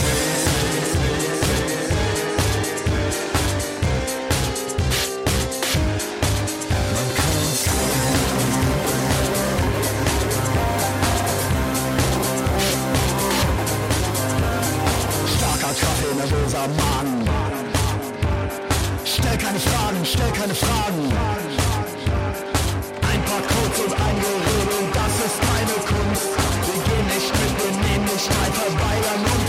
Kaffee, nervöser Mann. Stell keine Fragen. Ein paar Codes und ein Gerede, das ist keine Kunst. Wir gehen nicht mit, wir nehmen nicht teil, verweigern uns.